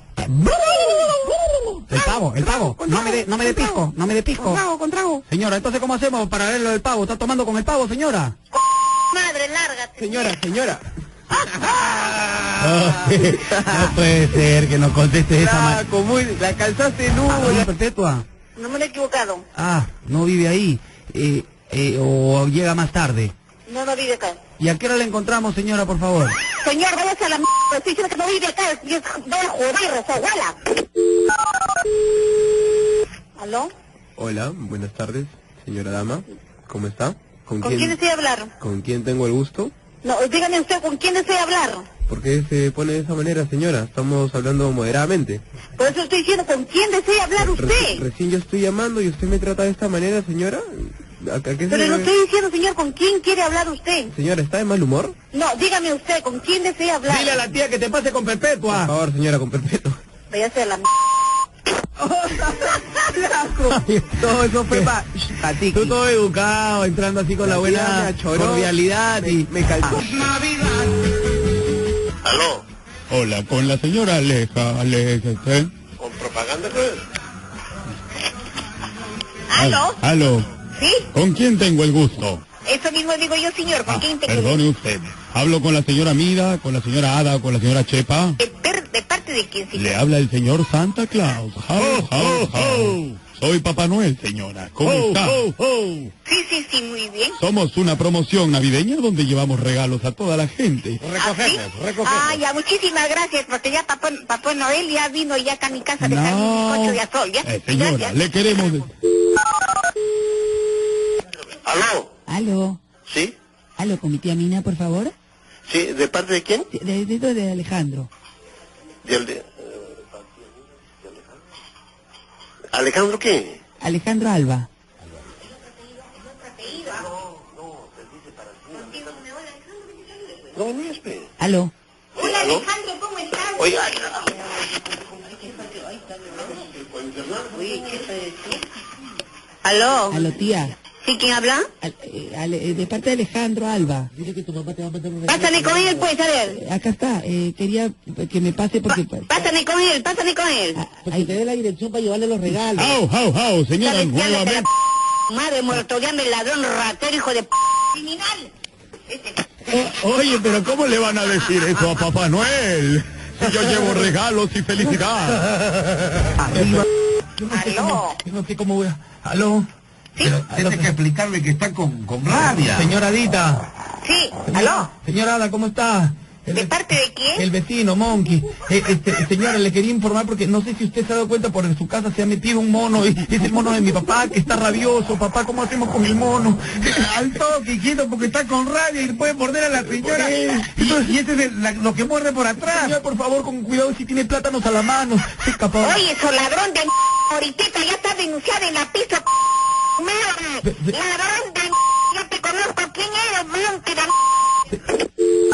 El pavo, el pavo. No me dé no me dé pisco, no me dé pisco. Con trago, con trago. Señora, entonces ¿cómo hacemos para ver lo del pavo? ¿Está tomando con el pavo, señora? Madre, lárgate. Señora, señora. No puede ser que nos conteste de esa manera. Flaco, muy... La calzaste nula. Perpetua. No me lo he equivocado. Ah, no vive ahí. Eh, eh, o llega más tarde. No, no vive acá. ¿Y a qué hora la encontramos, señora, por favor? Señor, váyase a la m***, estoy diciendo que no vive acá. Yo voy a joder, esa abuela. ¿Aló? Hola, buenas tardes, señora dama. ¿Cómo está? ¿Con quién desea hablar? ¿Con quién tengo el gusto? No, dígame usted, ¿con quién desea hablar? ¿Por qué se pone de esa manera, señora? Estamos hablando moderadamente. Por eso estoy diciendo, ¿con quién desea hablar Reci- usted? recién yo estoy llamando y usted me trata de esta manera, señora. ¿A, a qué se Pero debe? lo estoy diciendo, señor, ¿con quién quiere hablar usted? Señora, ¿está de mal humor? No, dígame usted, ¿con quién desea hablar? Dile a la tía que te pase con Perpetua. Por favor, señora, con perpetuo. Váyase a la m***. Todo eso fue para... Tú todo educado, entrando así con la, La tía buena me achoró, cordialidad y... Me calzó. ¿Aló? Hola, con la señora Aleja, Aleja, ¿eh? ¿Con propaganda, pues? ¿Aló? Aló, ¿Sí? ¿con quién tengo el gusto? Eso mismo digo yo, señor, ¿con Ah, quién te perdone usted. ¿Hablo con la señora Mida, con la señora Ada, con la señora Chepa? ¿De, per- de parte de quién, señor? Le habla el señor Santa Claus. How, how, how. Soy Papá Noel, señora. ¿Cómo está? Sí, sí, sí, muy bien. Somos una promoción navideña donde llevamos regalos a toda la gente. Recogemos, recogemos. Ah, ya, muchísimas gracias, porque ya Papá, Papá Noel ya vino ya acá a mi casa de dejar mi bizcocho de azul, ¿ya? Eh, señora, Gracias. le queremos... de- ¿Aló? Aló. ¿Sí? Aló, con mi tía Mina, por favor. ¿Sí? ¿De parte de quién? De, de, de, de Alejandro. Del de... ¿Alejandro qué? Alejandro Alba. No, no, espere. Aló. Hola, Alejandro, ¿cómo estás? Oiga, Oye, ¿qué se decía? ¿Aló? Aló, tía. ¿Sí, quién habla? Al- eh, Ale- eh, de parte de Alejandro Alba. Dile que tu mamá te va a mandar un Pásame con él, pues, a ver. Acá está. Eh, quería que me pase porque... Pásame con él, pásame con él. Ahí te dé la dirección para llevarle los regalos. How, how, how, señora, ¿Sabes qué? Ándate a nuevamente... la p- Madre, mortoleando el ladrón ratero, hijo de p... criminal. O- oye, pero ¿cómo le van a decir eso a Papá Noel? Si yo llevo regalos y felicidad. Arriba. Yo no sé Aló. cómo, yo no sé cómo voy a... ¿Aló? ¿Sí? Tienes que explicarle que está con, con rabia. Señora Adita. Sí, ¿aló? Señora Ada, ¿cómo está? El, ¿De parte de quién? el vecino, Monkey. Eh, este, señora, le quería informar porque no sé si usted se ha dado cuenta, por en su casa se ha metido un mono y es el mono de mi papá que está rabioso. Papá, ¿cómo hacemos con el mono? Al toque, hijito, porque está con rabia y le puede morder a la señora. Y, y ese es el- la- lo que muerde por atrás. Señora, por favor, con cuidado si tiene plátanos a la mano. Se escapó. Oye, eso ladrón de m... ahorita ya está denunciado en la pista. Madre, ladrón de m... yo te conozco. ¿Quién eres, blanque de m...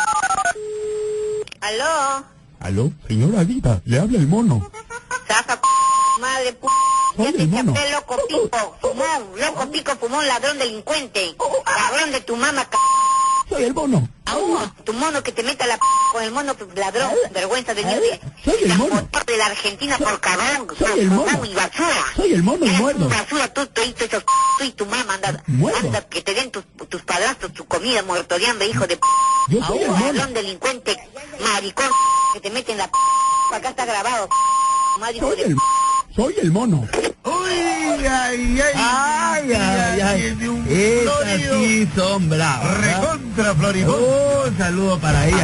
¿Aló? Aló, señora Adita, le habla el mono. Saca p... madre p... ya Soy te el mono. chapé, loco pico, fumón, loco pico, fumón, ladrón delincuente, ladrón de tu mamá, c... Soy el mono. tu mono que te meta la p... con el mono ladrón, vergüenza de mierda. Soy el mono. De la Argentina por cabrón. Soy el mono. Y basura. Soy el mono y muerdo. Basura, tú, tú, tú, tú, tú y tu mamá, anda, anda, que te den tus, tus padrastros, tu comida, muerto de hambre, hijo de p***. Yo soy el mono. Ladrón, delincuente, maricón, que te meten la p***. Acá está grabado, madre, hijo de p***. Soy el mono. Uy, ay, ay, Ay, ay, ay. Esas sí son bravas. recontra Florido. Un saludo para ella.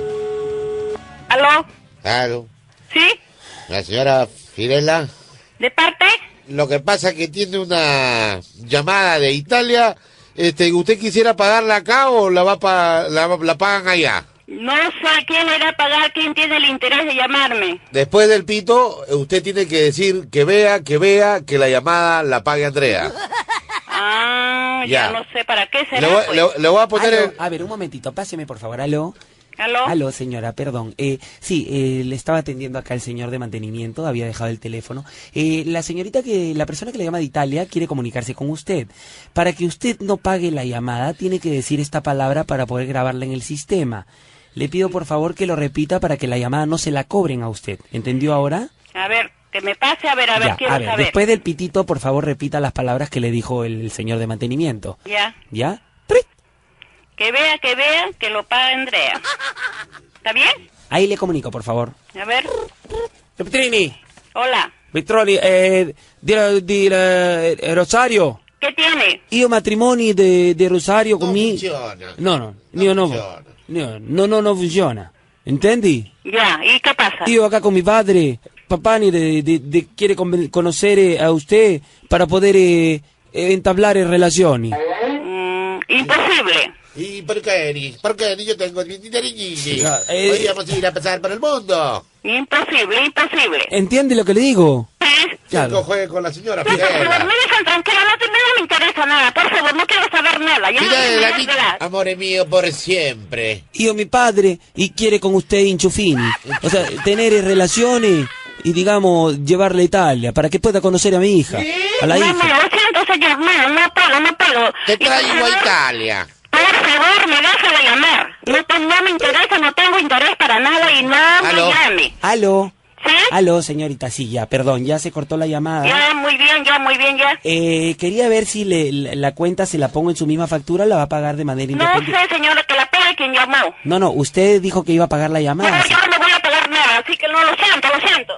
¿Aló? Claro. ¿Sí? La señora Firela. ¿De parte? Lo que pasa es que tiene una llamada de Italia. Este, ¿usted quisiera pagarla acá o la va pa, la, la pagan allá? No sé quién le irá a pagar, quién tiene el interés de llamarme. Después del pito, usted tiene que decir que vea, que vea, que la llamada la pague Andrea. Ah, ya, Ya. no sé para qué será. Le voy, pues. le- le voy a poner Aló, el... A ver, un momentito, páseme por favor, aló. ¿Aló? Aló, señora, perdón. Eh, sí, eh, le estaba atendiendo acá el señor de mantenimiento, había dejado el teléfono. Eh, la señorita que, la persona que le llama de Italia quiere comunicarse con usted. Para que usted no pague la llamada, tiene que decir esta palabra para poder grabarla en el sistema. Le pido por favor que lo repita para que la llamada no se la cobren a usted. ¿Entendió ahora? A ver, que me pase, a ver, a ver, Ya, quiero a ver, saber. después del pitito, por favor, repita las palabras que le dijo el señor de mantenimiento. Ya, ¿Ya? que vea, que vea, que lo paga Andrea. ¿Está bien? Ahí le comunico, por favor. A ver, Petrini, hola, Vitroli, eh, di, di, eh, Rosario. ¿qué tiene? Io matrimoni de, de Rosario con mi... funciona. No, no, io no, no, no, no, no funziona. ¿Entendí? Ya, ¿y qué pasa? Io acá con mi padre, papá ni de, de, de quiere con- conocer a usted para poder eh, eh, entablar relaciones. Mm, imposible. ¿Y por qué, ni? ¿Por qué, ni? Yo tengo mi dineriñi. Ya, eh, Podríamos ir a pasar por el mundo. Imposible, imposible. ¿Entiende lo que le digo? Claro. Claro. Juegue con la señora No, por favor, Fidela. me dejan tranquila, no, te- no me interesa nada, por favor, no quiero saber nada. Ya no Fidela, me mi voy a amore mío por siempre. Io mi padre y quiere con usted inchufini. O sea, tener relaciones y digamos llevarle a Italia para que pueda conocer a mi hija, a la No, hija. no, lo siento, señor, no, no puedo, no puedo. Te Y por traigo a favor, Italia. Por favor, me deja de llamar. No, te- no me interesa, no tengo interés para nada y no Aló. me llame. Aló. ¿Sí? Aló, señorita, sí, ya, perdón, ya se cortó la llamada. Ya, muy bien, ya, muy bien, ya. Eh, quería ver si le, la, la cuenta se la pongo en su misma factura o la va a pagar de manera No independiente. sé, señora, que la pague quien llamó. No, no, usted dijo que iba a pagar la llamada. Pero yo no voy a pagar nada, así que no, lo siento, lo siento.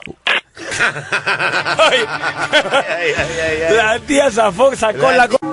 La tía Zafón sacó la... co-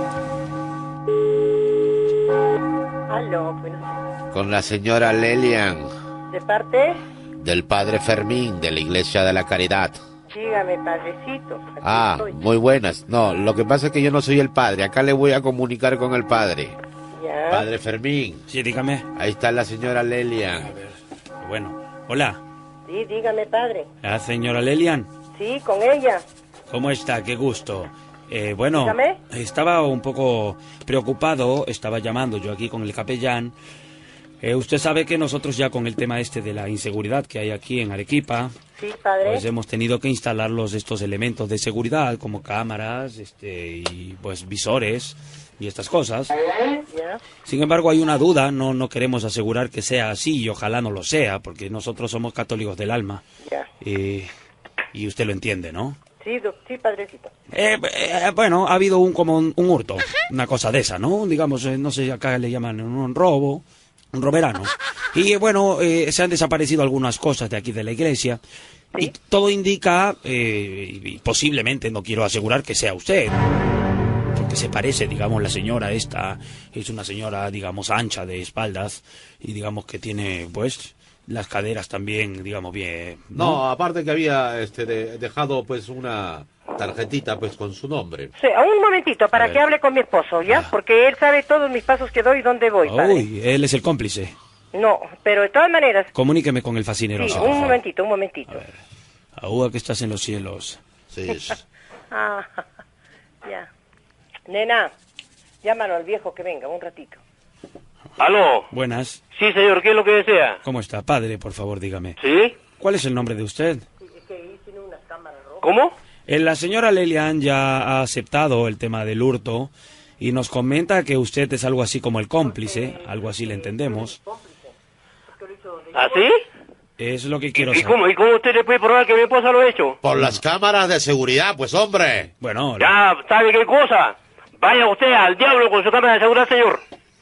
Aló, bueno, Con la señora Lelian, ¿de parte? del padre Fermín, de la Iglesia de la Caridad. Dígame, padrecito. aquí Ah, estoy. muy buenas. No, lo que pasa es que yo no soy el padre. Acá le voy a comunicar con el padre. Ya. Padre Fermín. Sí, dígame. Ahí está la señora Lelian. Bueno, hola, Sí, dígame, padre. la señora Lelian. Sí, con ella. ¿Cómo está? Qué gusto. Eh, bueno, Dígame. estaba un poco preocupado, estaba llamando yo aquí con el capellán. Eh, usted sabe que nosotros ya con el tema este de la inseguridad que hay aquí en Arequipa, Sí, padre. pues hemos tenido que instalar los estos elementos de seguridad como cámaras, este y pues visores y estas cosas. Ya. Sin embargo, hay una duda, no no queremos asegurar que sea así y ojalá no lo sea, porque nosotros somos católicos del alma. Ya. Eh, y usted lo entiende, ¿no? Sí, doc- sí, padrecito. Eh, eh, bueno, ha habido un como un, un hurto, una cosa de esa, ¿no? Digamos, eh, no sé, acá le llaman un robo, un roberano. Y eh, bueno, eh, se han desaparecido algunas cosas de aquí de la iglesia. Y todo indica, eh, y posiblemente, no quiero asegurar que sea usted, porque se parece, digamos, la señora esta, es una señora, digamos, ancha de espaldas, y digamos que tiene, pues, las caderas también, digamos, bien, ¿no? No, aparte que había este, de- dejado pues una tarjetita pues con su nombre. Sí, un momentito, para A ver. que hable con mi esposo, ¿ya? Porque él sabe todos mis pasos que doy y dónde voy, padre. Uy, él es el cómplice. No, pero de todas maneras... Comuníqueme con el facinero. Sí, por un favor. momentito, un momentito. Ahúa que estás en los cielos. Sí. Ah, ya. Nena, llámalo al viejo que venga un ratito. ¿Aló? Buenas. Sí, señor, ¿qué es lo que desea? ¿Cómo está? Padre, por favor, dígame. ¿Sí? ¿Cuál es el nombre de usted? ¿Cómo? Eh, la señora Lelian ya ha aceptado el tema del hurto y nos comenta que usted es algo así como el cómplice, algo así le entendemos. ¿Así? Es lo que quiero ¿Y saber. cómo, ¿Y cómo usted le puede probar que mi esposa lo ha hecho? Por las cámaras de seguridad, pues hombre. Bueno, Ya, ¿sabe qué cosa? Vaya usted al diablo con su cámara de seguridad, señor.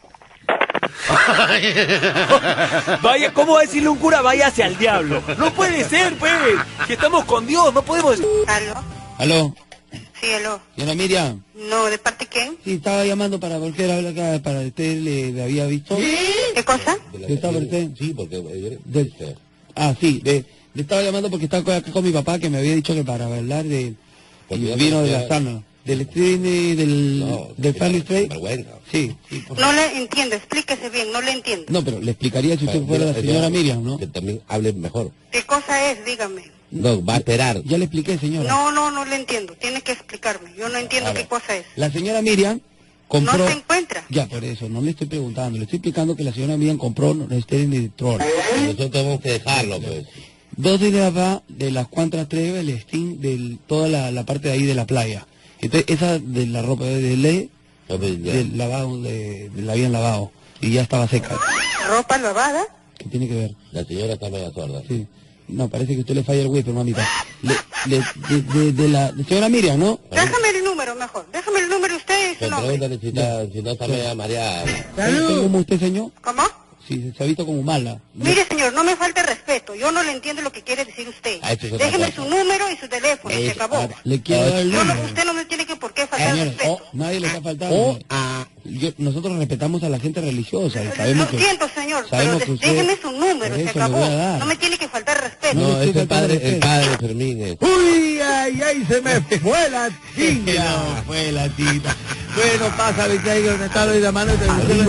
Vaya, ¿cómo va a decirle un cura váyase al diablo? No puede ser, pues. Si estamos con Dios, no podemos... ¿Aló? ¿Aló? Sí, aló. Señora Miriam. No, ¿de parte quién? Sí, estaba llamando para volver a hablar acá, para usted le, le había visto. ¿Qué cosa? ¿Qué estaba usted? Sí, porque... eh, Del- Ah, sí, de, le estaba llamando porque estaba acá con mi papá que me había dicho que para hablar de... Porque y ya vino me- de ya- la sana. Del streaming, del... No, del Family Trade. vergüenza. Sí, sí. por- No le entiendo, explíquese bien, no le entiendo. No, pero le explicaría si usted Pero, fuera la mira, señora eh, Miriam, ¿no? Que también hable mejor. ¿Qué cosa es? Dígame. No, va a esperar. Ya le expliqué, señora. No, no, no le entiendo. Tiene que explicarme. Yo no entiendo A qué ver. cosa es. La señora Miriam compró... No se encuentra. Ya, por eso, no le estoy preguntando, le estoy explicando que la señora Miriam compró el streaming de Troll. Nosotros tenemos que dejarlo, pues. Dos días va de las cuantas tres, el Steam de toda la, la parte de ahí de la playa. Entonces, esa de la ropa de ley, del lavado, de, de la habían lavado, y ya estaba seca. ¿Ropa lavada? ¿Qué tiene que ver? La señora está media sorda. Sí. No, parece que usted le falla el wifi, mamita. Le, le, de, de, de la de señora Miriam, ¿no? Déjame el número mejor. Déjame el número usted y su Pero nombre. pregúntale si, está, si no está media mareada. ¿Salud? ¿Cómo usted, señor? ¿Cómo? Sí, se ha visto como mala. Mire, señor, no me falte respeto. Yo no le entiendo lo que quiere decir usted. Ah, eso es otra Déjeme cosa. su número y su teléfono. Se Es- acabó. ahora, le quiero dar el Yo no- número. usted no me tiene que por qué faltar Señores, respeto. oh, nadie le está faltando. Ah, yo- nosotros respetamos a la gente religiosa y sabemos Lo que... siento, señor, pero sabemos de- que usted- déjeme su número. por Se eso le acabó. voy a dar. No me tiene que faltar respeto. No, le es estoy el padre, faltando el respeto. padre Fermín. es. Uy, ay, ay, se me fue la tinta. No, fue la tinta. Bueno, pasa, viste ahí donde está lo de la mano.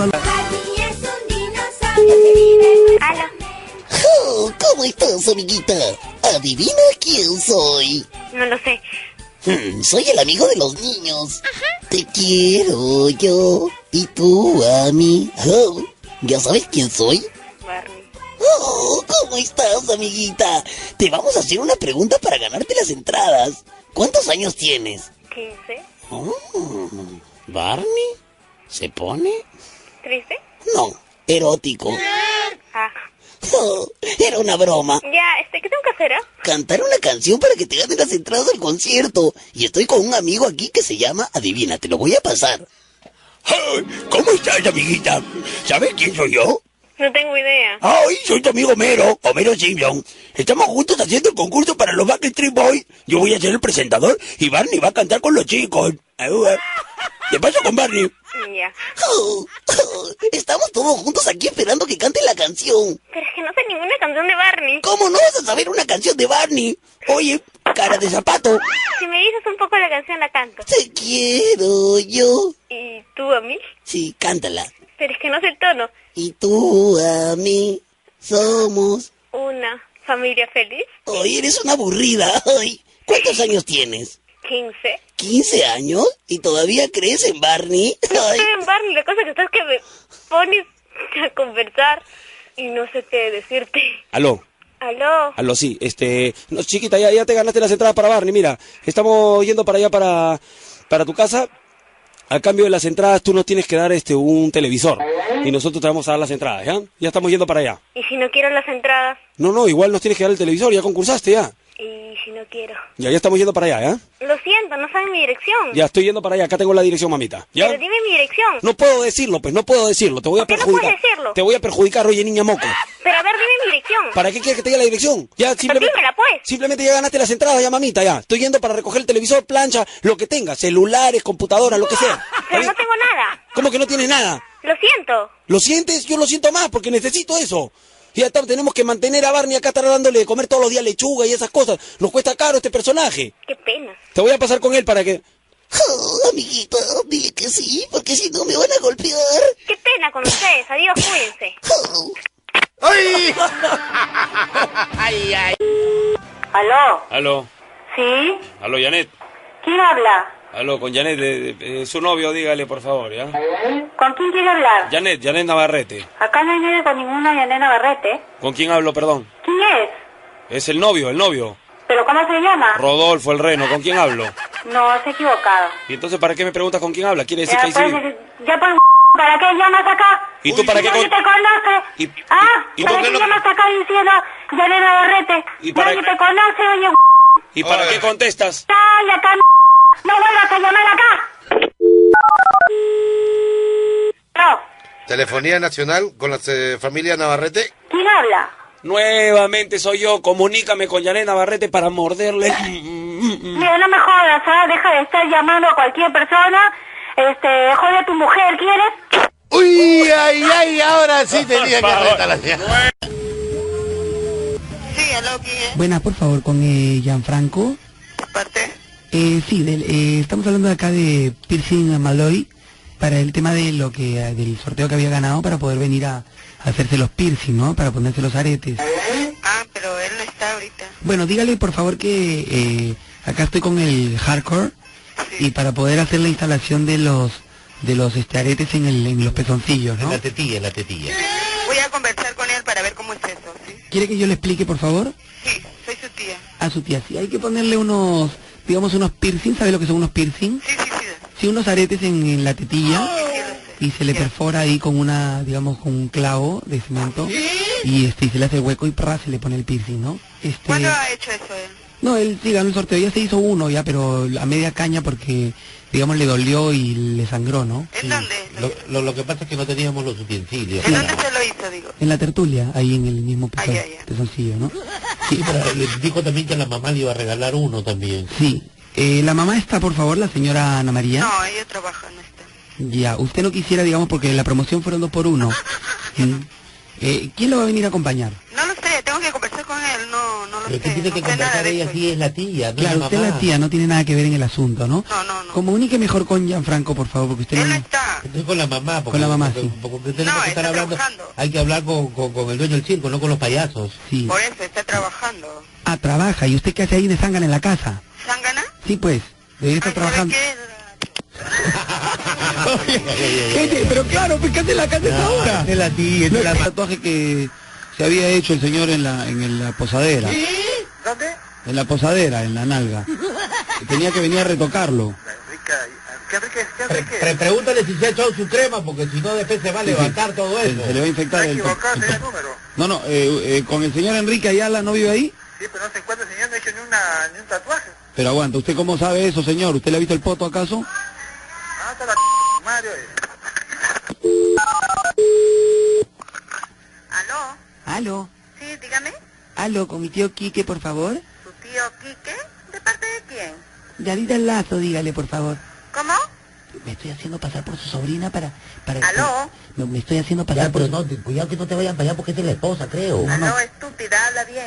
Oh, ¿cómo estás, amiguita? ¿Adivina quién soy? No lo sé. Hmm, soy el amigo de los niños. Te quiero yo y tú a mí. Oh, ¿ya sabes quién soy? Barney. Oh, ¿cómo estás, amiguita? Te vamos a hacer una pregunta para ganarte las entradas. ¿Cuántos años tienes? quince. Oh, ¿Barney? ¿Se pone? ¿triste? No, erótico. Ah. Oh, era una broma. Ya, este, ¿qué tengo que hacer, ah? Cantar una canción para que te ganen las entradas al concierto. Y estoy con un amigo aquí que se llama Adivina, te lo voy a pasar. ¿Cómo estás, amiguita? ¿Sabes quién soy yo? No tengo idea. Ay, soy tu amigo Homero, Homero Simpson. Estamos juntos haciendo el concurso para los Backstreet Boys. Yo voy a ser el presentador y Barney va a cantar con los chicos. ¿Qué pasa con Barney? Ya. Oh, oh, estamos todos juntos aquí esperando que cante la canción. Pero es que no sé ninguna canción de Barney. ¿Cómo no vas a saber una canción de Barney? Oye, cara de zapato. Si me dices un poco la canción, la canto. Te quiero yo. ¿Y tú a mí? Sí, cántala. Pero es que no sé el tono. Y tú a mí somos... Una familia feliz. Oye, eres una aburrida. Ay, ¿cuántos años tienes? quince. ¿quince años? ¿Y todavía crees en Barney? No Ay, estoy en Barney, la cosa que está es que me pones a conversar y no sé qué decirte. Aló, ¿Aló? aló, sí, este... No, chiquita, ya, ya te ganaste las entradas para Barney, mira. Estamos yendo para allá, para, para tu casa. A cambio de las entradas, tú nos tienes que dar este un televisor. Y nosotros te vamos a dar las entradas, ¿ya? Ya estamos yendo para allá. ¿Y si no quiero las entradas? No, no, igual nos tienes que dar el televisor, ya concursaste, ya. ¿Y si no quiero? Ya, ya estamos yendo para allá, ¿ya? Lo siento, no saben mi dirección. Ya estoy yendo para allá, acá tengo la dirección, mamita. ¿Ya? Pero dime mi dirección. No puedo decirlo, pues, no puedo decirlo, te voy a ¿Por qué no perjudicar. puedes decirlo? Te voy a perjudicar, oye, niña moco. Pero a ver, dime mi dirección. ¿Para qué quieres que te diga la dirección? Ya, simplemente... dímela, pues. Simplemente ya ganaste las entradas, ya, mamita, ya. Estoy yendo para recoger el televisor, plancha, lo que tengas, celulares, computadoras, lo que sea. Pero no tengo nada. ¿Cómo que no tienes nada? Lo siento. ¿Lo sientes? Yo lo siento más, porque necesito eso. Y ya está, tenemos que mantener a Barney acá, estar dándole de comer todos los días lechuga y esas cosas. Nos cuesta caro este personaje. Qué pena. Te voy a pasar con él para que... oh, amiguita, dile que sí, porque si no me van a golpear. Qué pena con ustedes. Adiós, cuídense. Oh. ¡Ay! Ay, ay. ¿Aló? Aló, ¿Sí? aló, Janet. ¿Quién habla? Aló, con Janet, de, de, su novio, dígale, por favor, ¿ya? ¿Con quién quiere hablar? Janet, Janet Navarrete. Acá no hay nadie con ninguna Yané Navarrete. ¿Con quién hablo, perdón? ¿Quién es? Es el novio, el novio. ¿Pero cómo se llama? Rodolfo, el reno, ¿con quién hablo? No, se ha equivocado. ¿Y entonces para qué me preguntas con quién habla? Quiere decir Ya que ahí sí... pues, ya pues, ¿para qué llamas acá? ¿Y tú para qué Nadie con- te conoce. ¿Y, ¿Ah? y ¿Para por qué qué no- llamas acá diciendo Yanela Barrete? ¿Y para- Nadie te conoce, oye. ¿Y para qué contestas? Ay, acá, no vuelvas a llamar acá. No, Telefonía Nacional con la eh, familia Navarrete. ¿quién habla? Nuevamente soy yo. Comunícame con Yané Navarrete para morderle. Mira, no me jodas, ¿ah? Deja de estar llamando a cualquier persona. Este, jode a tu mujer, ¿quieres? Uy, ay, ay, ahora sí tenía que arrestar la señora. Sí, aló, ¿quién es? Buenas, por favor, con eh, Gianfranco. ¿Parte? Eh, sí, del, eh, estamos hablando de acá de Piercing Malloy para el tema de lo que eh, del sorteo que había ganado para poder venir a, a hacerse los piercing, ¿no? Para ponerse los aretes. Ah, pero él no está ahorita. Bueno, dígale por favor que eh, acá estoy con el hardcore y para poder hacer la instalación de los de los este, aretes en, el, en los pezoncillos, ¿no? En la tetilla, en la tetilla. Voy a conversar con él para ver cómo es eso, ¿sí? ¿Quiere que yo le explique, por favor? Sí, soy su tía. A su tía, sí, hay que ponerle unos, digamos, unos piercing, ¿sabe lo que son unos piercing? Sí, sí, sí. Sí, unos aretes en, en la tetilla y se le perfora ahí con una, digamos, con un clavo de cemento y este y se le hace hueco y ¡prá! Se le pone el piercing, ¿no? Este, ¿Cuándo ha hecho eso él? no, él sí ganó el sorteo, ya se hizo uno ya, pero a media caña porque, digamos, le dolió y le sangró, ¿no? ¿En dónde? Lo, lo, lo que pasa es que no teníamos los utensilios. ¿En dónde se lo hizo, digo? En la tertulia, ahí en el mismo Ah, pezon- ya, ya. pezoncillo, ¿no? Sí, pero le dijo también que a la mamá le iba a regalar uno también. Sí. Eh, la mamá está, por favor, la señora Ana María. No, ella trabaja, no está. Ya, usted no quisiera, digamos, porque la promoción fueron dos por uno. ¿Mm? Eh, ¿Quién lo va a venir a acompañar? No lo sé, tengo que conversar con él, no, no lo Pero sé. que tiene que no sé nada conversar de ella eso. sí es la tía, no Claro, la usted mamá. la tía, no tiene nada que ver en el asunto, ¿no? No, no, no. Comunique mejor con Gianfranco, por favor, porque usted Él no no... está. Estoy con la mamá. Porque, Con la mamá, porque, sí. porque tenemos No, que estar está hablando. trabajando. Hay que hablar con, con, con el dueño del circo, no con los payasos. Sí. Por eso, está trabajando. Ah, trabaja. ¿Y usted qué hace ahí de zángana en la casa? ¿Zángana? Sí, pues. Debe estar Ay, ¿sabe trabajando. qué? Oye, pero claro, pues, ¿qué hace en la casa a esa hora? Es la tía, es No, la el tatuaje que se había hecho el señor en la en la posadera. ¿Dónde? En la posadera, en la nalga. Tenía que venir a retocarlo. Enrique, ¿qué Enrique? ¿Qué Pre- Enrique? pre- pregúntale si se ha echado su crema, porque si no después se va a levantar todo Se, eso. se le va a infectar el... equivocado, el- tenía el número. No, no, eh, eh, con el señor Enrique Ayala no vive ahí. Sí, pero no se encuentra el señor, no ha hecho ni, una, ni un tatuaje. Pero aguanta, ¿usted cómo sabe eso, señor? ¿Usted le ha visto el poto acaso? Ah, está la Mario. ¿Aló? ¿Aló? Sí, dígame. ¿Aló? Con mi tío Quique, por favor. ¿Su tío Quique? ¿De parte de quién? Yarita Lazo, dígale, por favor. ¿Cómo? Me estoy haciendo pasar por su sobrina para... para ¿Aló? No, me estoy haciendo pasar Ya, por pero su... no, te- cuidado que no te vayan para allá porque esta es la esposa, creo. No, no. Aló, estúpida, habla bien.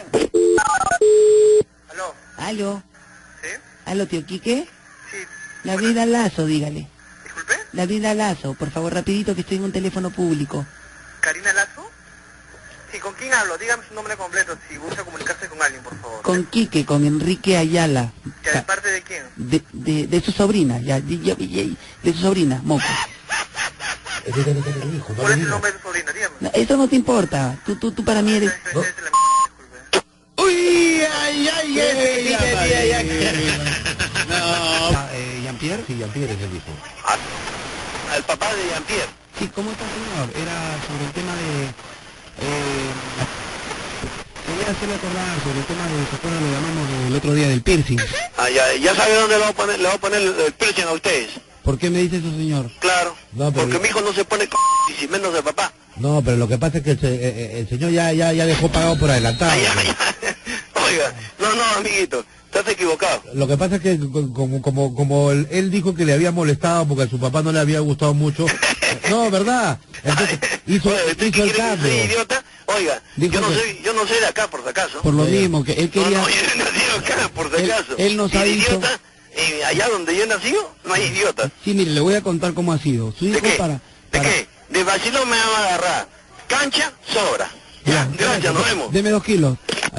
¿Aló? ¿Aló? ¿Sí? ¿Aló, tío Quique? Sí. La vida Lazo, dígale. ¿Disculpe? La vida Lazo, por favor, rapidito, que estoy en un teléfono público. ¿Karina Lazo? Sí, ¿con quién hablo? Dígame su nombre completo, si gusta comunicarse con alguien, por favor. Con Quique, con Enrique Ayala. ¿Ya de Ca- parte de quién? De, de, de su sobrina, ya, de, ya- ya- de su sobrina, Moco. Ese debe ser el hijo, no ¿Cuál le es el digas. nombre de su sobrina? Dígame. No, eso no te importa, tú, tú, tú para mí eres... Ese- ese es la m- disculpe. Uy, ay, ay, ese Ey, Quique, la tía, ya madre. que- No. Ah, eh, ¿Jean-Pierre? Sí, Jean-Pierre es el hijo. Al papá de Jean-Pierre. Sí, ¿cómo está, señor? Era sobre el tema de... Eh, quería hacerle acordar sobre el tema de... ¿Se acuerdan? Lo llamamos el otro día del piercing. Ah, ya, ya sabe dónde le va a poner, le va a poner el, el piercing a ustedes. ¿Por qué me dice eso, señor? Claro. No, pero- Porque mi hijo no se pone c y si menos el papá. No, pero lo que pasa es que el, se- eh, eh, el señor ya, ya, ya dejó pagado por adelantado. Ay, ay, ay. Oiga, no, no, amiguito, estás equivocado. Lo que pasa es que co- como, como, como él, él dijo que le había molestado porque a su papá no le había gustado mucho. No, ¿verdad? Entonces hizo, Oiga, ¿usted hizo el quiere que cambio. soy idiota? Oiga, Dijo yo no que- soy, yo no soy de acá por si acaso. Por lo mismo, que él No, quería... no, yo no nací acá por si Él- acaso. él nos Y ha de dicho- idiota, eh, allá donde yo he nacido, no hay idiotas. Sí, mire, le voy a contar cómo ha sido. Su ¿De hijo qué? para... ¿De para... qué? De vacilón me van a agarrar. Cancha, sobra. Ya, gracias, nos vemos. Deme dos kilos.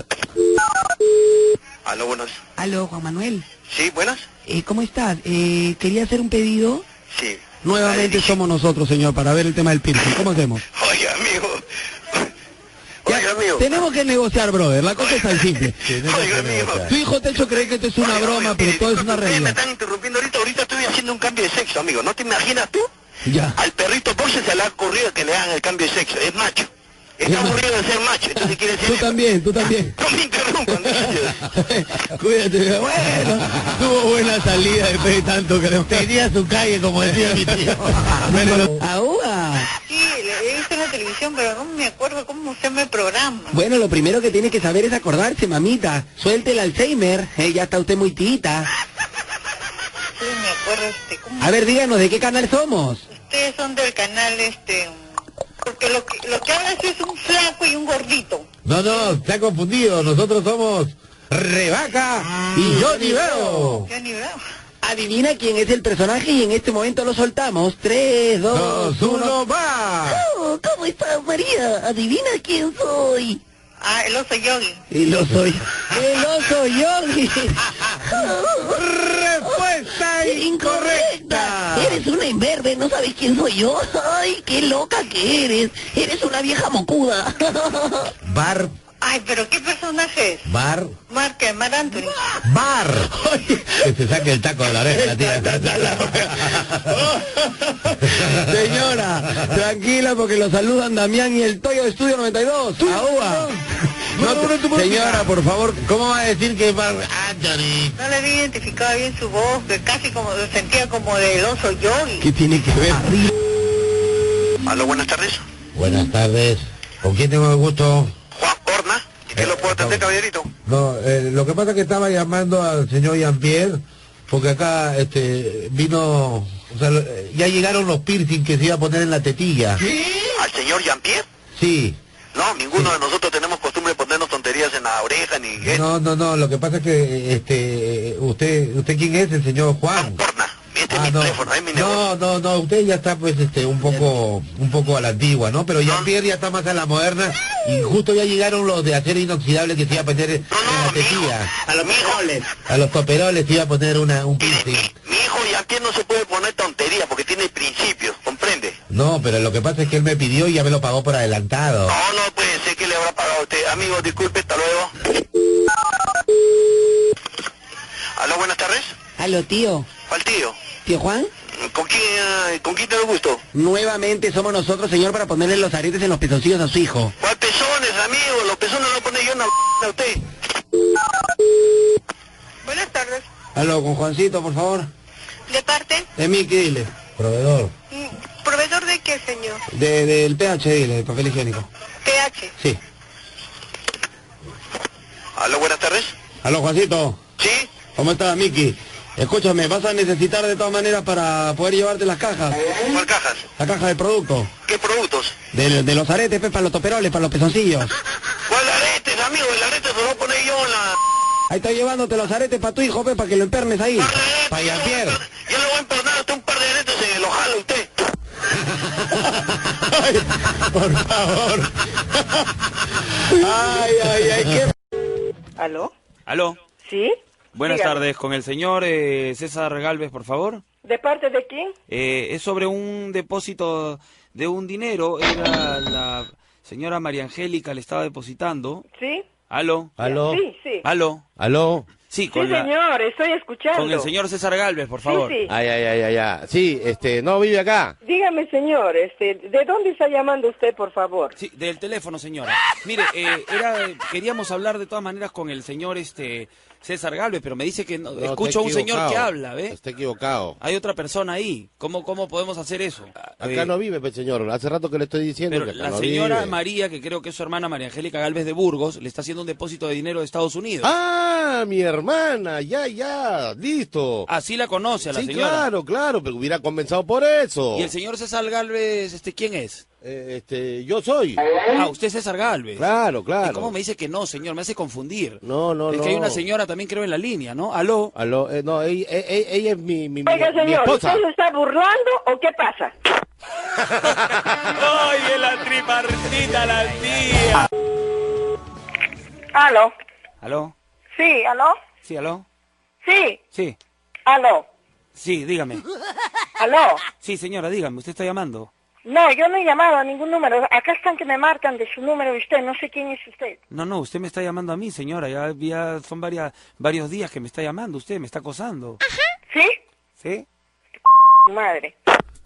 Aló, buenas. ¿Aló, Juan Manuel? Sí, buenas. Eh, ¿Cómo estás? Eh, quería hacer un pedido. Sí. Nuevamente somos nosotros, señor, para ver el tema del piercing. ¿Cómo hacemos? Oiga, amigo. Ya, Oiga, amigo. tenemos que negociar, brother. La cosa es tan simple. Oiga, amigo. Tu hijo te ha hecho creer que esto es una Oiga, broma, oiga, pero mire, todo es una ustedes me realidad. están interrumpiendo ahorita. Ahorita estoy haciendo un cambio de sexo, amigo. ¿No te imaginas tú? Ya. Al perrito boxer se le ha ocurrido que le hagan el cambio de sexo, es macho. Está aburrido de ser macho, entonces quiere decir... Tú también, tú también. No me interrumpan. Cuídate, bueno, tuvo buena salida después de tanto que tenía su calle, como decía mi tío. ¡Aúa! Sí, le he visto en la televisión, pero no me acuerdo cómo se llama el programa. Bueno, lo primero que tiene que saber es acordarse, mamita. Suelte el Alzheimer, eh, ya está usted muy tita. Sí, me acuerdo, este... ¿cómo? A ver, díganos, ¿de qué canal somos? Ustedes son del canal, este... Porque lo que, lo que hablas es un flaco y un gordito. No, no, se ha confundido. Nosotros somos Revaca y Johnny Bravo. Johnny Bravo. Adivina quién es el personaje y en este momento lo soltamos. Tres, dos, uno, va. Oh, ¿cómo estás, María? Adivina quién soy. Ah, el oso Yogi. El oso, el oso Yogi. Respuesta incorrecta. Eres una imberbe, ¿no sabes quién soy yo? Ay, qué loca que eres. Eres una vieja mocuda. Bar. Ay, pero ¿qué personaje es? Bar. Mar, ¿qué? Mar Anthony. Bar. Que se saque el taco de la oreja, la tía. Señora, tranquila porque lo saludan Damián y el Toyo de Estudio noventa y dos. ¡Aúa! No, no, señora, por favor, ¿cómo va a decir que es Bar Anthony? No le había identificado bien su voz, que casi como lo sentía como del oso Yogi. ¿Qué tiene que ver? Aló, buenas tardes. Buenas tardes. ¿Con quién tengo el gusto? Juan Horna. ¿Y qué lo puedo atender, caballerito? No, eh, lo que pasa es que estaba llamando al señor Jean-Pierre, porque acá este vino, o sea, ya llegaron los piercing que se iba a poner en la tetilla. ¿Al señor Jean-Pierre? Sí. No, ninguno de nosotros tenemos costumbre de ponernos tonterías en la oreja ni... ¿eh? No, no, no, lo que pasa es que, este, usted, ¿usted quién es? El señor Juan. Horna. Este Ah, es mi no. teléfono, es mi No, negocio. no, no, usted ya está pues este un poco un poco a la antigua, ¿no? Pero Jean-Pierre ya está más a la moderna y justo ya llegaron los de acero inoxidable que se iba a poner en la tetilla. A los toperoles. A los toperoles se iba a poner una un piercing. Mi hijo Jean-Pierre no se puede poner tonterías porque tiene principios, ¿comprende? No, pero lo que pasa es que él me pidió y ya me lo pagó por adelantado. No, no puede ser que le habrá pagado a usted. Amigo, disculpe, hasta luego. Aló, buenas tardes. Aló, tío. ¿Cuál tío? ¿Tío Juan? ¿Con quién, uh, ¿Con quién te lo gusto? Nuevamente somos nosotros, señor, para ponerle los aretes en los pezoncillos a su hijo. ¿Cuál pezones, amigo? Los pezones los pone yo en la a usted. Buenas tardes. Aló, con Juancito, por favor. ¿De parte? De mí, ¿qué dile? Proveedor. Mm, ¿Proveedor de qué, señor? De, del P H, dile, de papel higiénico. P H. Sí. Aló, buenas tardes. Aló, Juancito. ¿Sí? ¿Cómo estás, Miki? Escúchame, vas a necesitar de todas maneras para poder llevarte las cajas. ¿Cuál cajas? La caja de producto. ¿Qué productos? De, de los aretes, pues, para los toperoles, para los pezoncillos. ¿Cuál aretes, amigo? El arete se lo voy a poner yo en la... Ahí estoy llevándote los aretes para tu hijo, pues, para que lo empernes ahí. Para Jean-Pierre. Yo le voy a empernar hasta un par de aretes en el ojalo usted. Ay, por favor. Ay, ay, ay, qué... ¿Aló? ¿Aló? ¿Sí? Buenas Dígame. tardes, con el señor eh, César Galvez, por favor. ¿De parte de quién? Eh, es sobre un depósito de un dinero. Era la señora María Angélica, le estaba depositando. ¿Sí? ¿Aló? ¿Aló? Sí, sí. ¿Aló? ¿Aló? Sí, Sí, con, la- señor, estoy escuchando. con el señor César Galvez, por favor. Sí, sí. Ay, ay, ay, ay, ay. Sí, este, no vive acá. Dígame, señor, este, ¿de dónde está llamando usted, por favor? Sí, del teléfono, señora. Mire, eh, era, queríamos hablar de todas maneras con el señor este César Galvez, pero me dice que no, No, escucho a un está señor que equivocado. habla, ¿ve? Está equivocado. Hay otra persona ahí. ¿Cómo, cómo podemos hacer eso? Acá Eh, no vive, pues, señor. Hace rato que le estoy diciendo Pero que acá la no señora vive. María, que creo que es su hermana María Angélica Galvez de Burgos, le está haciendo un depósito de dinero de Estados Unidos. Ah, mi hermana, ya, ya, listo. Así la conoce a la Sí, señora. claro, claro, pero hubiera comenzado por eso. ¿Y el señor César Galvez, este, quién es? Eh, este, yo soy. Ah, usted es César Galvez. Claro, ¿Y claro. cómo me dice que no, señor? Me hace confundir. No, no, es no. que hay una señora también, creo, en la línea, ¿no? ¿Aló? Aló, eh, no, ella, ella- ella es mi, mi, mi- Oiga, mi señor, esposa. ¿usted se está burlando o qué pasa? ¡Ay, de la tripartita, la tía! ¿Aló? ¿Aló? Sí, ¿aló? ¿Sí, aló? Sí, Sí, ¿aló? sí, dígame. ¿Aló? Sí, señora, dígame, usted está llamando. No, yo no he llamado a ningún número. Acá están que me marcan de su número de usted. No sé quién es usted. No, no, usted me está llamando a mí, señora. Ya, ya son varias, varios días que me está llamando usted, me está acosando. ¿Sí? ¿Sí? Madre.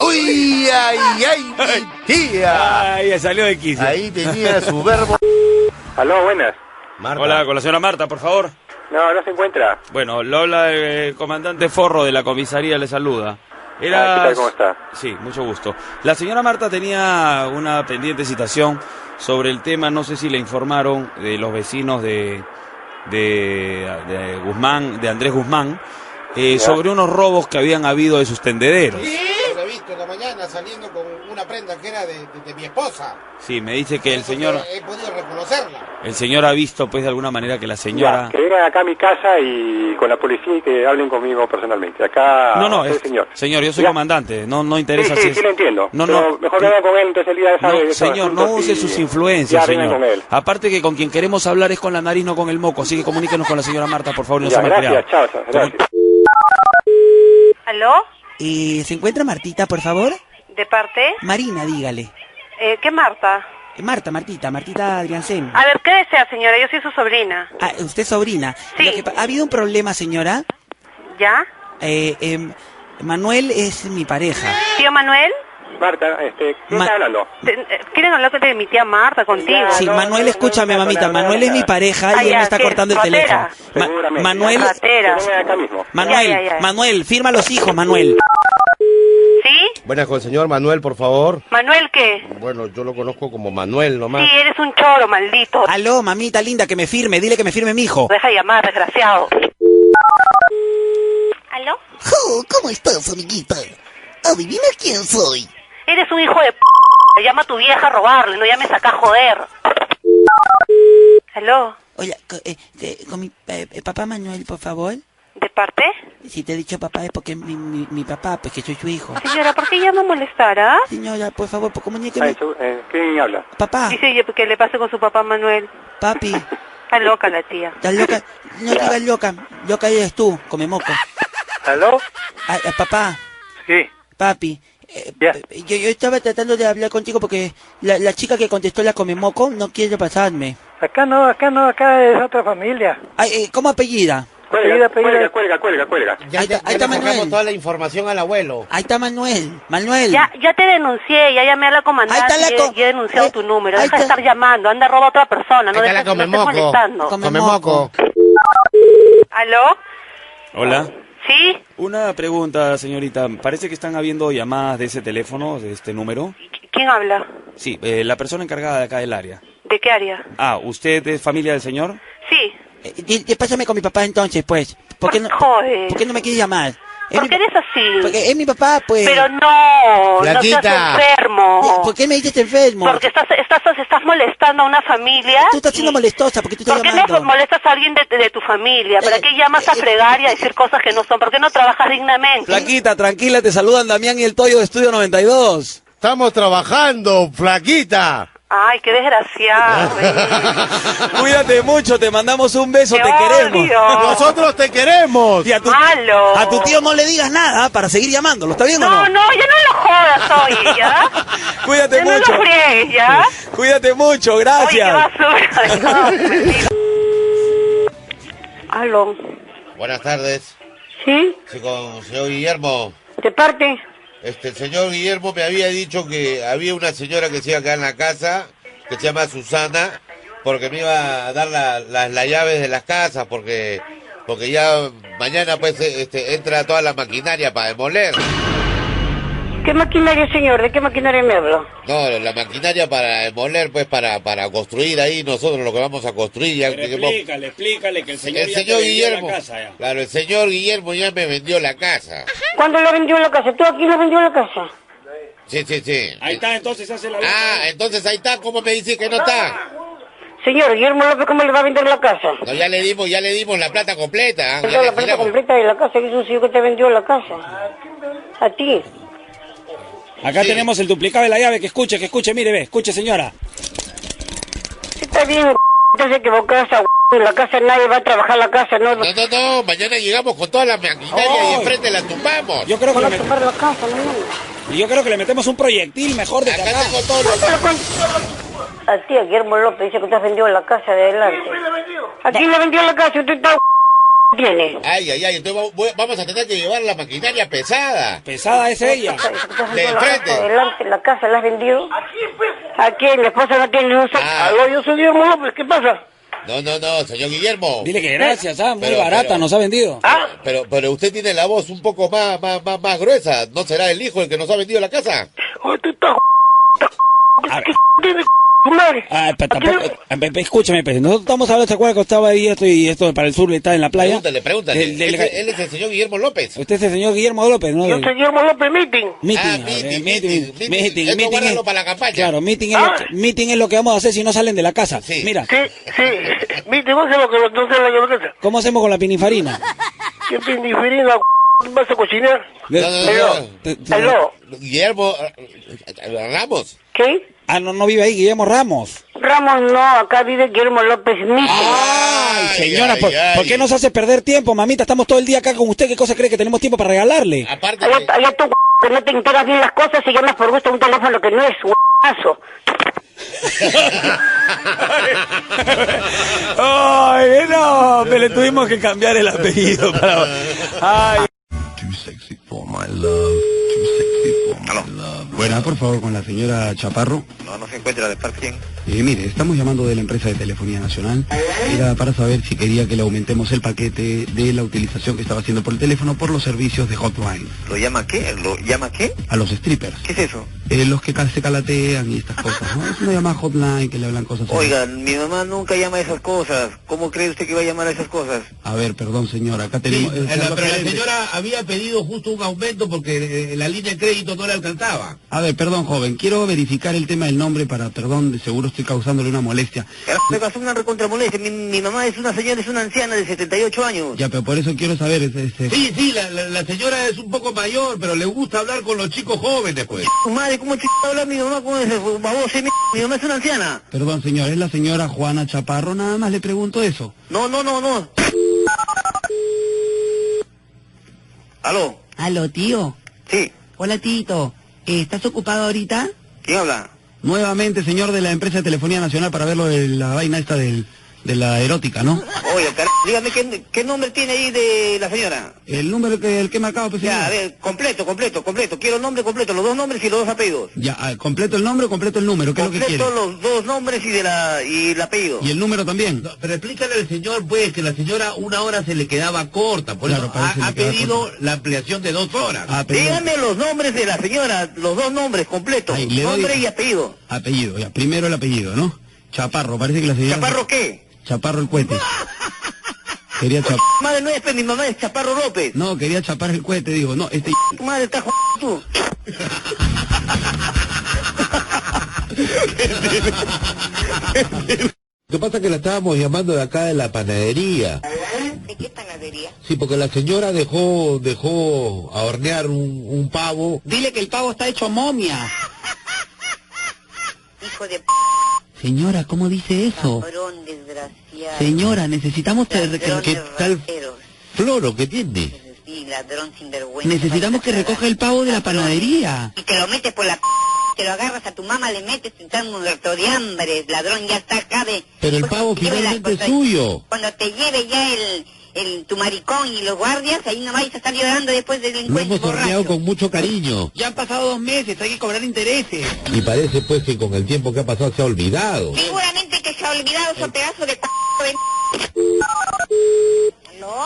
Uy, ay, ay, mi tía. Ay, salió de quicio. Ahí tenía su verbo. Aló, buenas. Marta. Hola, con la señora Marta, por favor. No, no se encuentra. Bueno, lo habla el comandante Forro de la comisaría, le saluda. Era... Ah, ¿qué tal? ¿Cómo está? Sí, mucho gusto. La señora Marta tenía una pendiente citación sobre el tema, no sé si le informaron, de los vecinos de, de, de Guzmán, de Andrés Guzmán, eh, sobre unos robos que habían habido de sus tendederos. Lo he visto esta mañana saliendo con una prenda que era de, de, de mi esposa. Sí, me dice que el señor, He podido reconocerla. el señor ha visto, pues, de alguna manera que la señora... Ya, que vengan acá a mi casa y con la policía y que hablen conmigo personalmente. Acá, No, no, el es, señor. señor, yo soy ¿Ya? comandante, no, no Sí, interesa sí, si sí, es... lo entiendo. No, Pero no, mejor vengan con él, entonces el día de esa... No, de esos señor, no asuntos use y- sus influencias, ya, vengan señor. con él. Aparte que con quien queremos hablar es con la nariz, no con el moco, así que comuníquenos con la señora Marta, por favor, y no Ya, sea malcriado. gracias, chao, chao, gracias. ¿Aló? Eh, ¿Se encuentra Martita, por favor? ¿De parte? Marina, dígale. Eh, ¿Qué Marta? Eh, Marta, Martita, Martita Adriansen. A ver, ¿qué desea, señora? Yo soy su sobrina. Ah, usted es sobrina. Sí. Lo que pa- ¿Ha habido un problema, señora? ¿Ya? Eh, em, Manuel es mi pareja. ¿Tío Manuel? Marta, este, ¿quién Ma- está hablando? Te- eh, ¿Quieren hablar de mi tía Marta contigo? Sí, Manuel, escúchame, mamita. Manuel es mi pareja Ah, y él ya, me está ¿qué? cortando el ¿Ratera? teléfono. Ma- Seguramente. Manuel, Ratera. Que vengan acá mismo. Manuel, Ya, ya, ya. Manuel, firma los hijos, Manuel. ¿Sí? Buenas, con el señor Manuel, por favor. ¿Manuel qué? Bueno, yo lo conozco como Manuel nomás. Sí, eres un choro, maldito. Aló, mamita linda, que me firme, dile que me firme mi hijo. Deja de llamar, desgraciado. ¿Aló? Oh, ¿cómo estás, amiguita? Adivina quién soy. Eres un hijo de p***. Llama a tu vieja a robarle, no llames acá a joder. ¿Aló? Oye, co- eh, eh, con mi eh, eh, papá Manuel, por favor. ¿De parte? Si te he dicho papá es porque es mi, mi, mi papá, pues que soy su hijo. Señora, ¿por qué llama a molestar, ah? Señora, por favor, pues comuníqueme. Ay, su- eh, ¿Quién habla? Papá, Dice yo, ¿qué le pasa con su papá Manuel? papi, Está loca la tía. estás loca. No digas loca, loca eres tú, come moco. ¿Aló? Ah, eh, papá, Sí. papi, eh, Ya. eh, yo, yo estaba tratando de hablar contigo porque la, la chica que contestó la come moco no quiere pasarme. Acá no, acá no, acá es otra familia. Ay, eh, ¿cómo apellida? Cuelga, cuelga, cuelga, cuelga, cuelga. Ya, Ahí está- ya- ahí ya está le sacamos Manuel. toda la información al abuelo. Ahí está Manuel, Manuel. Ya, ya te denuncié, ya llamé a la comandante Ahí está la y, co- he- y he denunciado ahí- tu número. ahí Deja de está- estar llamando, anda a robar a otra persona, no, Acá dejes, la no come estés moco. molestando. Come Come moco. moco. ¿Aló? Hola. ¿Sí? Una pregunta, señorita. Parece que están habiendo llamadas de ese teléfono, de este número. ¿Quién habla? Sí, eh, la persona encargada de acá del área. ¿De qué área? Ah, ¿usted es familia del señor? Sí. Eh, di- di- pásame con mi papá entonces, pues. ¿Por qué no, Joder. ¿por qué no me quieres llamar? Es ¿Por mi qué pa- eres así? Porque es mi papá, pues. Pero no, no Flaquita. seas enfermo. ¿Por qué me dices enfermo? Porque estás, estás, estás molestando a una familia. Tú estás siendo y- molestosa porque tú estás ¿Por qué llamando. no molestas a alguien de, de tu familia? ¿Para Eh, qué llamas a eh, fregar y a decir cosas que no son? ¿Por qué no trabajas dignamente? Flaquita, tranquila, te saludan Damián y el Toyo de Estudio noventa y dos. Estamos trabajando, flaquita. Ay, qué desgraciado. Cuídate mucho, te mandamos un beso, Te te, queremos. odio. Nosotros te queremos. Y a tu, Malo. a tu tío no le digas nada para seguir llamándolo, ¿está bien o No, no? no, ya no lo jodas, oye, ¿ya? Cuídate Ya no mucho. lo friegues, ¿ya? Cuídate mucho, Oye, qué gracias. basura. Aló. Buenas tardes. ¿Sí? Sí, con el señor Guillermo. ¿De parte? Este, el señor Guillermo me había dicho que había una señora que se iba a quedar en la casa, que se llama Susana, porque me iba a dar la- la- las llaves de las casas, porque porque ya mañana pues este, entra toda la maquinaria para demoler. ¿Qué maquinaria, señor? ¿De qué maquinaria me habla? No, la maquinaria para demoler, pues para para construir ahí nosotros lo que vamos a construir. Ya, Pero que hemos- explícale, explícale que el señor, el ya te señor vendió Guillermo, la casa ya. claro, el señor Guillermo ya me vendió la casa. ¿Cuándo la vendió la casa? ¿Tú aquí la vendió la casa? Sí, sí, sí. Ahí está, entonces hace la Ah, entonces ahí está, ¿cómo me dice que no está? Señor, Guillermo López, ¿cómo le va a vender la casa? No, ya le dimos, ya le dimos la plata completa. ¿ah? Ya Vendió le la plata giramos. completa de la casa, que es un señor que te vendió la casa. A ti. Acá tenemos el duplicado de la llave, que escuche, que escuche, mire, ve, escuche señora. Sí, está bien, estás equivocada, en la casa nadie va a trabajar la casa, ¿no? No, no, no, mañana llegamos con toda la maquinaria y enfrente la tumbamos. Yo creo que Van le a met- tumbar la casa, mañana. y yo creo que le metemos un proyectil mejor de Acá acá. tengo todos los... A ti, a Guillermo López, dice que te has vendido la casa de adelante. ¿A quién le vendió la casa? Usted está... tiene? Ay, ay, ay, entonces vamos- voy- vamos a tener que llevar la maquinaria pesada. Pesada es ella. De frente. Adelante, la casa la has vendido. ¿A quién? La esposa no tiene un saco. Ah. Aló, yo soy Guillermo López, ¿qué pasa? No, no, no, señor Guillermo. Dile que gracias, ah, muy Pero- barata, pero- nos ha vendido. Pero, pero usted tiene la voz un poco más, más, más, más gruesa. ¿No será el hijo el que nos ha vendido la casa? Oye, tú estás ¿qué tiene tu madre? Ah, pero tampoco, eh, eh, escúchame, pues, nosotros estamos hablando, ¿se acuerda que estaba ahí esto y esto para el sur está en la playa? Pregúntale, pregúntale. Del- del- Él, él es el señor Guillermo López. Usted es el señor Guillermo López, ¿no? Yo Del- soy Guillermo López Meeting. Meeting, Ah, a ver, meeting, meeting, meeting, meeting, Esto meeting guárdalo es- para la campaña. Claro, meeting es, lo que, meeting es lo que vamos a hacer si no salen de la casa. Mira, Sí, sí. Meeting, ¿cómo se lo que no se la casa? ¿cómo hacemos con la pinifarina? ¿Qué pinifirina vas a cocinar? No, no, no, Aló. no. Aló. Guillermo eh, Ramos. ¿Qué? Ah, no, no vive ahí, Guillermo Ramos. Ramos no, acá vive Guillermo López Meeting. Ay, señora, ay, ¿por, ay. ¿por qué nos hace perder tiempo, mamita? Estamos todo el día acá con usted. ¿Qué cosa cree que tenemos tiempo para regalarle? Aparte Allá, allá tú, que no te enteras bien las cosas y llamas por gusto a un teléfono que no es, huevazo. Ay, no, pero le tuvimos que cambiar el apellido para... Ay. Buena, por favor, con la señora Chaparro. No, no se encuentra de parte quién. Eh, mire, estamos llamando de la empresa de telefonía nacional. Era para saber si quería que le aumentemos el paquete de la utilización que estaba haciendo por el teléfono por los servicios de hotline. ¿Lo llama qué? ¿Lo llama qué? A los strippers. ¿Qué es eso? Eh, los que cal- se calatean y estas cosas, ¿no? Es una llamada hotline que le hablan cosas. así. Oiga, mi mamá nunca llama a esas cosas. ¿Cómo cree usted que va a llamar a esas cosas? A ver, perdón, señora, acá Sí, tenemos... eh, la- pero la gerente. señora había pedido justo un aumento porque eh, la línea de crédito no le alcanzaba. A ver, perdón, joven, quiero verificar el tema del nombre para, perdón, de seguro estoy causándole una molestia. Carajo, me pasó una recontramolestia. Mi, mi mamá es una señora, es una anciana de setenta y ocho años. Ya, pero por eso quiero saber, ese, ese- Sí, sí, la, la, la señora es un poco mayor, pero le gusta hablar con los chicos jóvenes, pues. Tu madre, ¿cómo ch... habla mi mamá con ese baboso? Mi, mi mamá es una anciana. Perdón, señor, es la señora Juana Chaparro, nada más le pregunto eso. No, no, no, no. ¿Aló? Aló, tío. Sí. Hola, tito. Eh, ¿Estás ocupado ahorita? ¿Quién habla? Nuevamente, señor de la empresa de telefonía nacional para ver lo de la vaina esta del, de la erótica, ¿no? Oiga, carajo, dígame qué, qué nombre tiene ahí de la señora. El número que, el que he marcado, pues, Ya, señor. a ver, completo, completo, completo. Quiero el nombre completo, los dos nombres y los dos apellidos. Ya, ah, completo el nombre o completo el número, ¿qué es lo que quiere? Completo los dos nombres y de la y el apellido. ¿Y el número también? No, pero explícale al señor, pues, que la señora una hora se le quedaba corta. Por Claro, eso parece ha, que ha le queda pedido corta. la ampliación de dos horas. Ah, perdón. Dígame los nombres de la señora, los dos nombres completos, Ay, le doy- nombre y apellido. Apellido, ya, primero el apellido, ¿no? Chaparro, parece que la señora... ¿Chaparro qué? Chaparro el cohete. Quería chapar... Madre no es, pues, mi mamá es Chaparro López. No, quería chapar el cohete, digo, no, este... Tu madre está j... tú. Lo que pasa es que la estábamos llamando de acá de la panadería. ¿De qué panadería? Sí, porque la señora dejó dejó a hornear un, un pavo. Dile que el pavo está hecho momia. Hijo de p... Señora, ¿cómo dice eso? cabrón desgraciado. Señora, necesitamos que... que- Ladrón que- de tal- rateros. Floro, ¿qué tiene? Sí, ladrón sinvergüenza. necesitamos que recoja el pavo de la panadería. Y te lo metes por la p... te lo agarras a tu mamá, le metes, te estás muerto de hambre, ladrón ya está acá de... Pero el Cuando pavo te lleve la finalmente es cosa- suyo. Cuando te lleve ya el, el tu maricón y los guardias, ahí no vais a estar llorando después del Lo encuentro hemos horneado con mucho cariño. Ya han pasado dos meses, hay que cobrar intereses. Y parece pues que con el tiempo que ha pasado se ha olvidado. Seguramente que se ha olvidado ese pedazo de c... de... ¿Aló?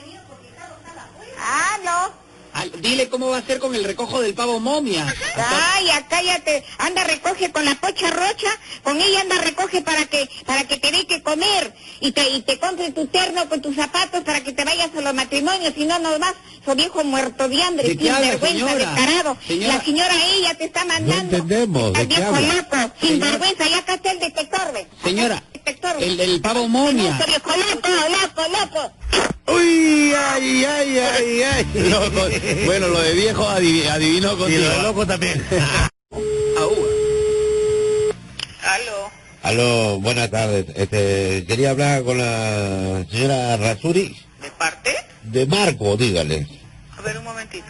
Ah, no. Ay, dile cómo va a ser con el recojo del pavo momia. Calla, cállate. Anda, recoge con la pocha rocha, con ella anda, recoge para que para que te dé que comer y te y te compre tu terno con tus zapatos para que te vayas a los matrimonios, si no, no vas, so viejo muerto de hambre, ¿De qué sin habla, vergüenza, señora? descarado. Señora. La señora ella te está No mandando. entendemos, ¿de Al qué viejo habla? loco, sin vergüenza, ya acá está el detector, ve. Señora, Detector, ve. el, el pavo momia. Ese viejo loco, loco, loco. Uy, ay, ay, ay, ay. Loco. Bueno, lo de viejo adivi- adivinó Y contigo. lo de loco también. Aló. Aló, buenas tardes. Este, quería hablar con la señora Razuri. ¿De parte? De Marco, dígale. A ver, un momentito.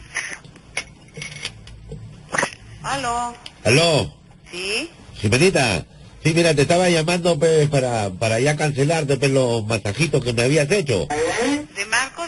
Aló. Aló, ¿Sí? Jimenita. Sí, mira, te estaba llamando pues, para, para ya cancelarte pues, los masajitos que me habías hecho.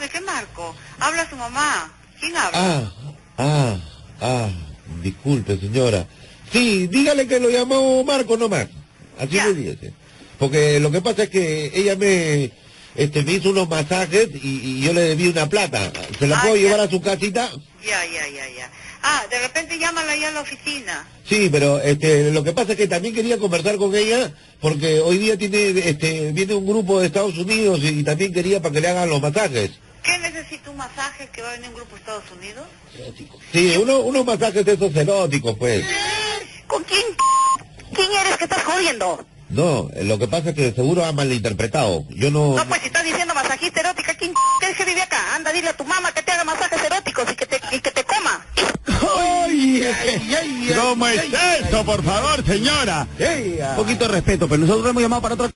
tardes, ¿qué Marco? Habla su mamá. ¿Quién habla? Ah, ah, ah, disculpe señora. Sí, dígale que lo llamó Marco nomás. Así le dice. Porque lo que pasa es que ella me, este, me hizo unos masajes y, y yo le debí una plata. ¿Se la Ah, puedo ya. llevar a su casita? Ya, ya, ya, ya. Ah, de repente llámala ahí a la oficina. Sí, pero este, lo que pasa es que también quería conversar con ella porque hoy día tiene, este, viene un grupo de Estados Unidos y, y también quería para que le hagan los masajes. ¿Qué necesita un masaje que va a venir un grupo de Estados Unidos? Sí, uno, unos masajes de esos eróticos, pues. ¿Con quién? ¿Quién eres que estás jodiendo? No, eh, lo que pasa es que seguro ha malinterpretado. Yo no... No, pues si estás diciendo masajista erótica, ¿quién es que vive acá? Anda, dile a tu mamá que te haga masajes eróticos y que te, y que te coma. ¡Ay, ay, ay! ¿Cómo es eso, por favor, señora? Un poquito de respeto, pero nosotros hemos llamado para otra...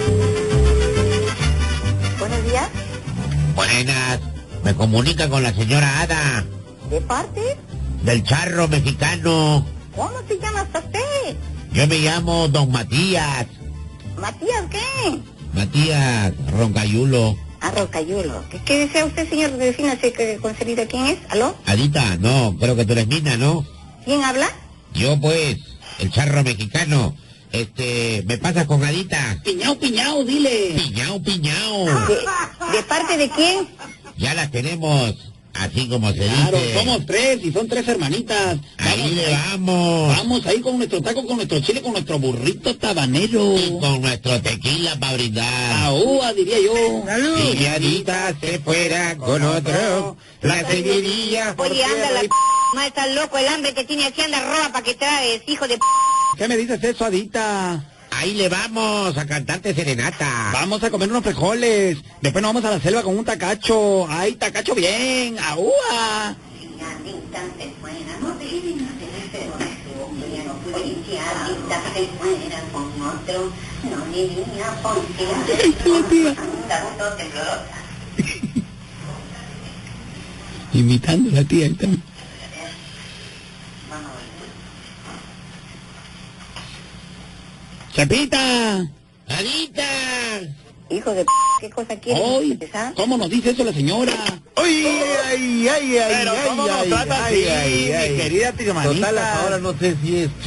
Buenos días. Buenas, me comunica con la señora Ada, ¿De parte? del charro mexicano. ¿Cómo se llama usted? Yo me llamo Don Matías, ¿Matías qué? Matías Roncayulo. Ah, Rocayulo. ¿Qué, qué desea usted, señor? Defínase que concedido quién es. ¿Aló? Adita, no, creo que tú eres Mina, ¿no? ¿Quién habla? Yo pues, el charro mexicano. Este, ¿me pasas con Adita? Piñao, piñao, dile. Piñao, piñao. ¿De, de parte de quién? Ya las tenemos, así como se Claro, dice. somos tres y son tres hermanitas. Ahí le vamos. Vamos ahí con nuestro taco, con nuestro chile, con nuestro burrito tabanero. Y con nuestro tequila para brindar. Ahúa, diría yo. Si Adita se fuera con otro, la seguiría por Oye, anda tierra la y- p... No está loco el hambre que tiene aquí, anda roba para que traes, hijo de p... ¿Qué me dices eso, Adita? Ahí le vamos a cantarte serenata. Vamos a comer unos frijoles. Después nos vamos a la selva con un tacacho. ¡Ay, tacacho bien! ¡Ahúa! Adita se fuera, no te no te Oye, si Adita se fuera con otro, no diría por qué. Anda, gusto temblorosa. Imitando a la tía. Ahí ¡Chapita! ¡Adita! Hijo de p... ¿Qué cosa quieres? ¡Ay! ¿Cómo nos dice eso la señora? ¡Ay, ay, ay, ay! Pero ay, ¿cómo nos ay, trata ay, así, ay, mi ay. querida tía Manita? Total, ahora no sé si es...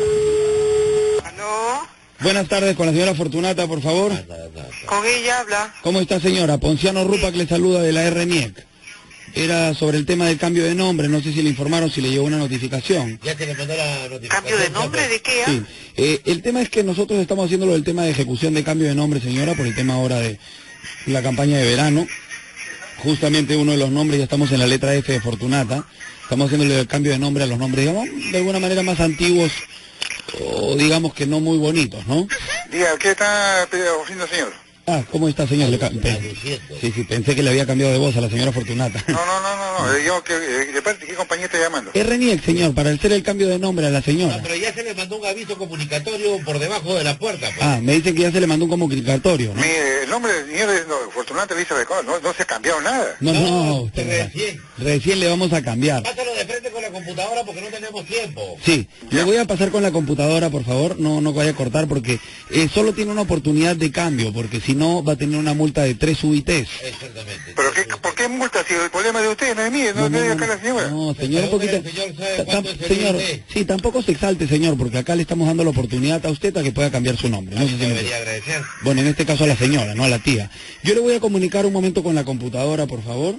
¿Aló? Buenas tardes, con la señora Fortunata, por favor. Con ella habla. ¿Cómo está, señora? Ponciano Rupa, que le saluda de la R N I E C. Era sobre el tema del cambio de nombre, no sé si le informaron, si le llegó una notificación. Ya se le mandó la notificación. ¿Cambio de nombre? ¿De qué? Sí. Eh, el tema es que nosotros estamos haciendo lo del tema de ejecución de cambio de nombre, señora, por el tema ahora de la campaña de verano. Justamente uno de los nombres, ya estamos en la letra F de Fortunata, estamos haciendo el cambio de nombre a los nombres, digamos, de alguna manera más antiguos, o digamos que no muy bonitos, ¿no? Diga, ¿qué está haciendo, señor? Ah, ¿cómo está, señor? Le ca- pe- sí, sí, pensé que le había cambiado de voz a la señora Fortunata. No, no, no, no, no. Yo, que, ¿de parte de qué compañía está llamando? R N I E C, señor, para hacer el cambio de nombre a la señora. Pero ya se le mandó un aviso comunicatorio por debajo de la puerta, pues. Ah, me dicen que ya se le mandó un comunicatorio, ¿no? Mire, el nombre del señor es no, Fortunato Elizabeth Coll, no, no se ha cambiado nada. No, no, usted, Recién. recién le vamos a cambiar. Pásalo de frente con la computadora porque no tenemos tiempo. Sí, le voy a pasar con la computadora, por favor, no no vaya a cortar porque eh, solo tiene una oportunidad de cambio, porque si no va a tener una multa de tres U I Ts. Exactamente. ¿Pero qué, por qué multa? Si el problema es de usted, no es mío, no, No, es de no, acá la señora. No, señor, un poquito... Señor, ¿sabe Ta- cuánto es el Señor, I D? sí, tampoco se exalte, señor, porque acá le estamos dando la oportunidad a usted a que pueda cambiar su nombre. No sé si me- Debería agradecer. Bueno, en este caso a la señora, no a la tía. Yo le voy a comunicar un momento con la computadora, por favor.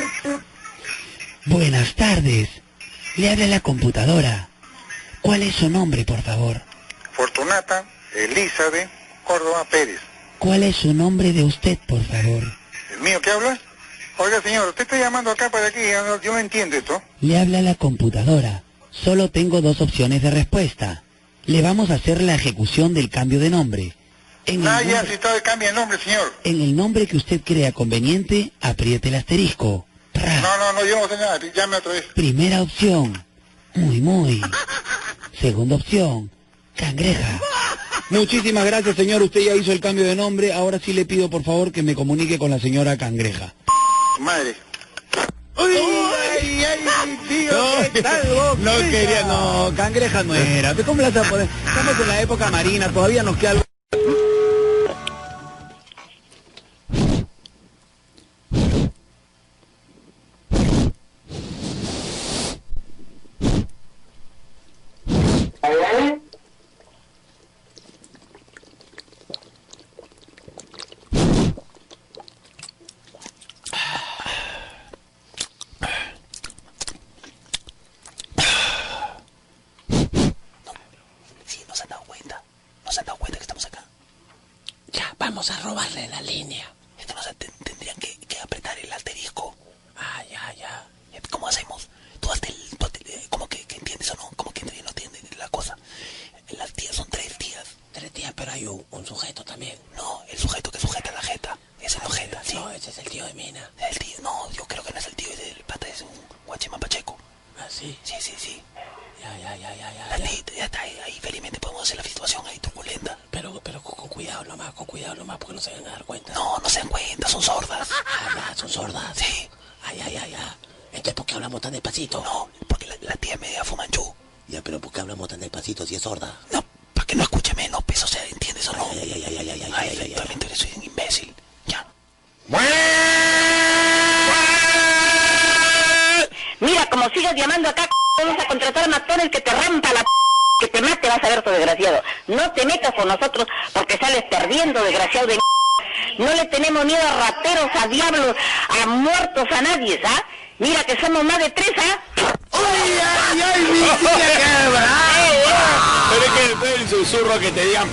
Buenas tardes. Le habla la computadora. ¿Cuál es su nombre, por favor? Fortunata Elizabeth Córdoba Pérez. ¿Cuál es su nombre de usted, por favor? ¿El mío qué habla? Oiga, señor, usted está llamando acá para aquí, yo no, yo no entiendo esto. Le habla la computadora. Solo tengo dos opciones de respuesta. Le vamos a hacer la ejecución del cambio de nombre. En el, Ah, ya, nombre, si está el cambio de nombre, señor. en el nombre que usted crea conveniente, apriete el asterisco. Pra. No, no, no, yo no sé nada, llame otra vez. Primera opción. Muy, muy. Segunda opción. Cangreja. Muchísimas gracias, señor. Usted ya hizo el cambio de nombre. Ahora sí le pido, por favor, que me comunique con la señora Cangreja. Madre. ¡Uy! ¡Ay, ay, tío! No, no quería, no, Cangreja no era. ¿Cómo la vas a poner? Estamos en la época marina, todavía nos queda algo... darle la línea. Entonces ten- tendrían que, que apretar el asterisco. Ah, ya, ya. ¿Cómo hacemos? Tú hazte el... Tú hazte, eh, ¿Cómo que, que entiendes o no? ¿Cómo que nadie no entiende la cosa? Las tías son tres tías. Tres tías, pero hay un, un sujeto también. No, el sujeto que sujeta la jeta. Es el ojeta, sí. No, ese es el tío de Mina. El tío, no, yo creo que no es el tío, es el pata, es un guachimán pacheco. ¿Ah, sí? Sí, sí, sí. Ya, ya, ya, ya, ya. La ya. tía, ya está ahí, ahí, felizmente podemos hacer la situación ahí turbulenta. Pero, pero con, con cuidado nomás, con cuidado nomás, porque no se van a dar cuenta. No, no se dan cuenta, son sordas. Ah, ya, son sordas. Sí. Ay, ay, ay, ya. Entonces, ¿por qué hablamos tan despacito? No, porque la, la tía es media fumanchú. Ya, pero ¿por qué hablamos tan despacito si es sorda? No, para que no escuche menos, pues, o sea, ¿entiendes o no? Ay, ay, ay, ay, ay, ay, ay, Ay, ay, ay, efectivamente, eres un imbécil. Ya. Mira, como sigas llamando acá, vamos a contratar matones que te rampa la p... que te mate, vas a ver tu desgraciado. No te metas con nosotros porque sales perdiendo, desgraciado de m... No le tenemos miedo a rateros, a diablos, a muertos, a nadie, ¿ah? Mira que somos más de tres, ¿ah? ¡Ay, ay, ay, mi tía, qué brava! Pero es que el susurro que te digan...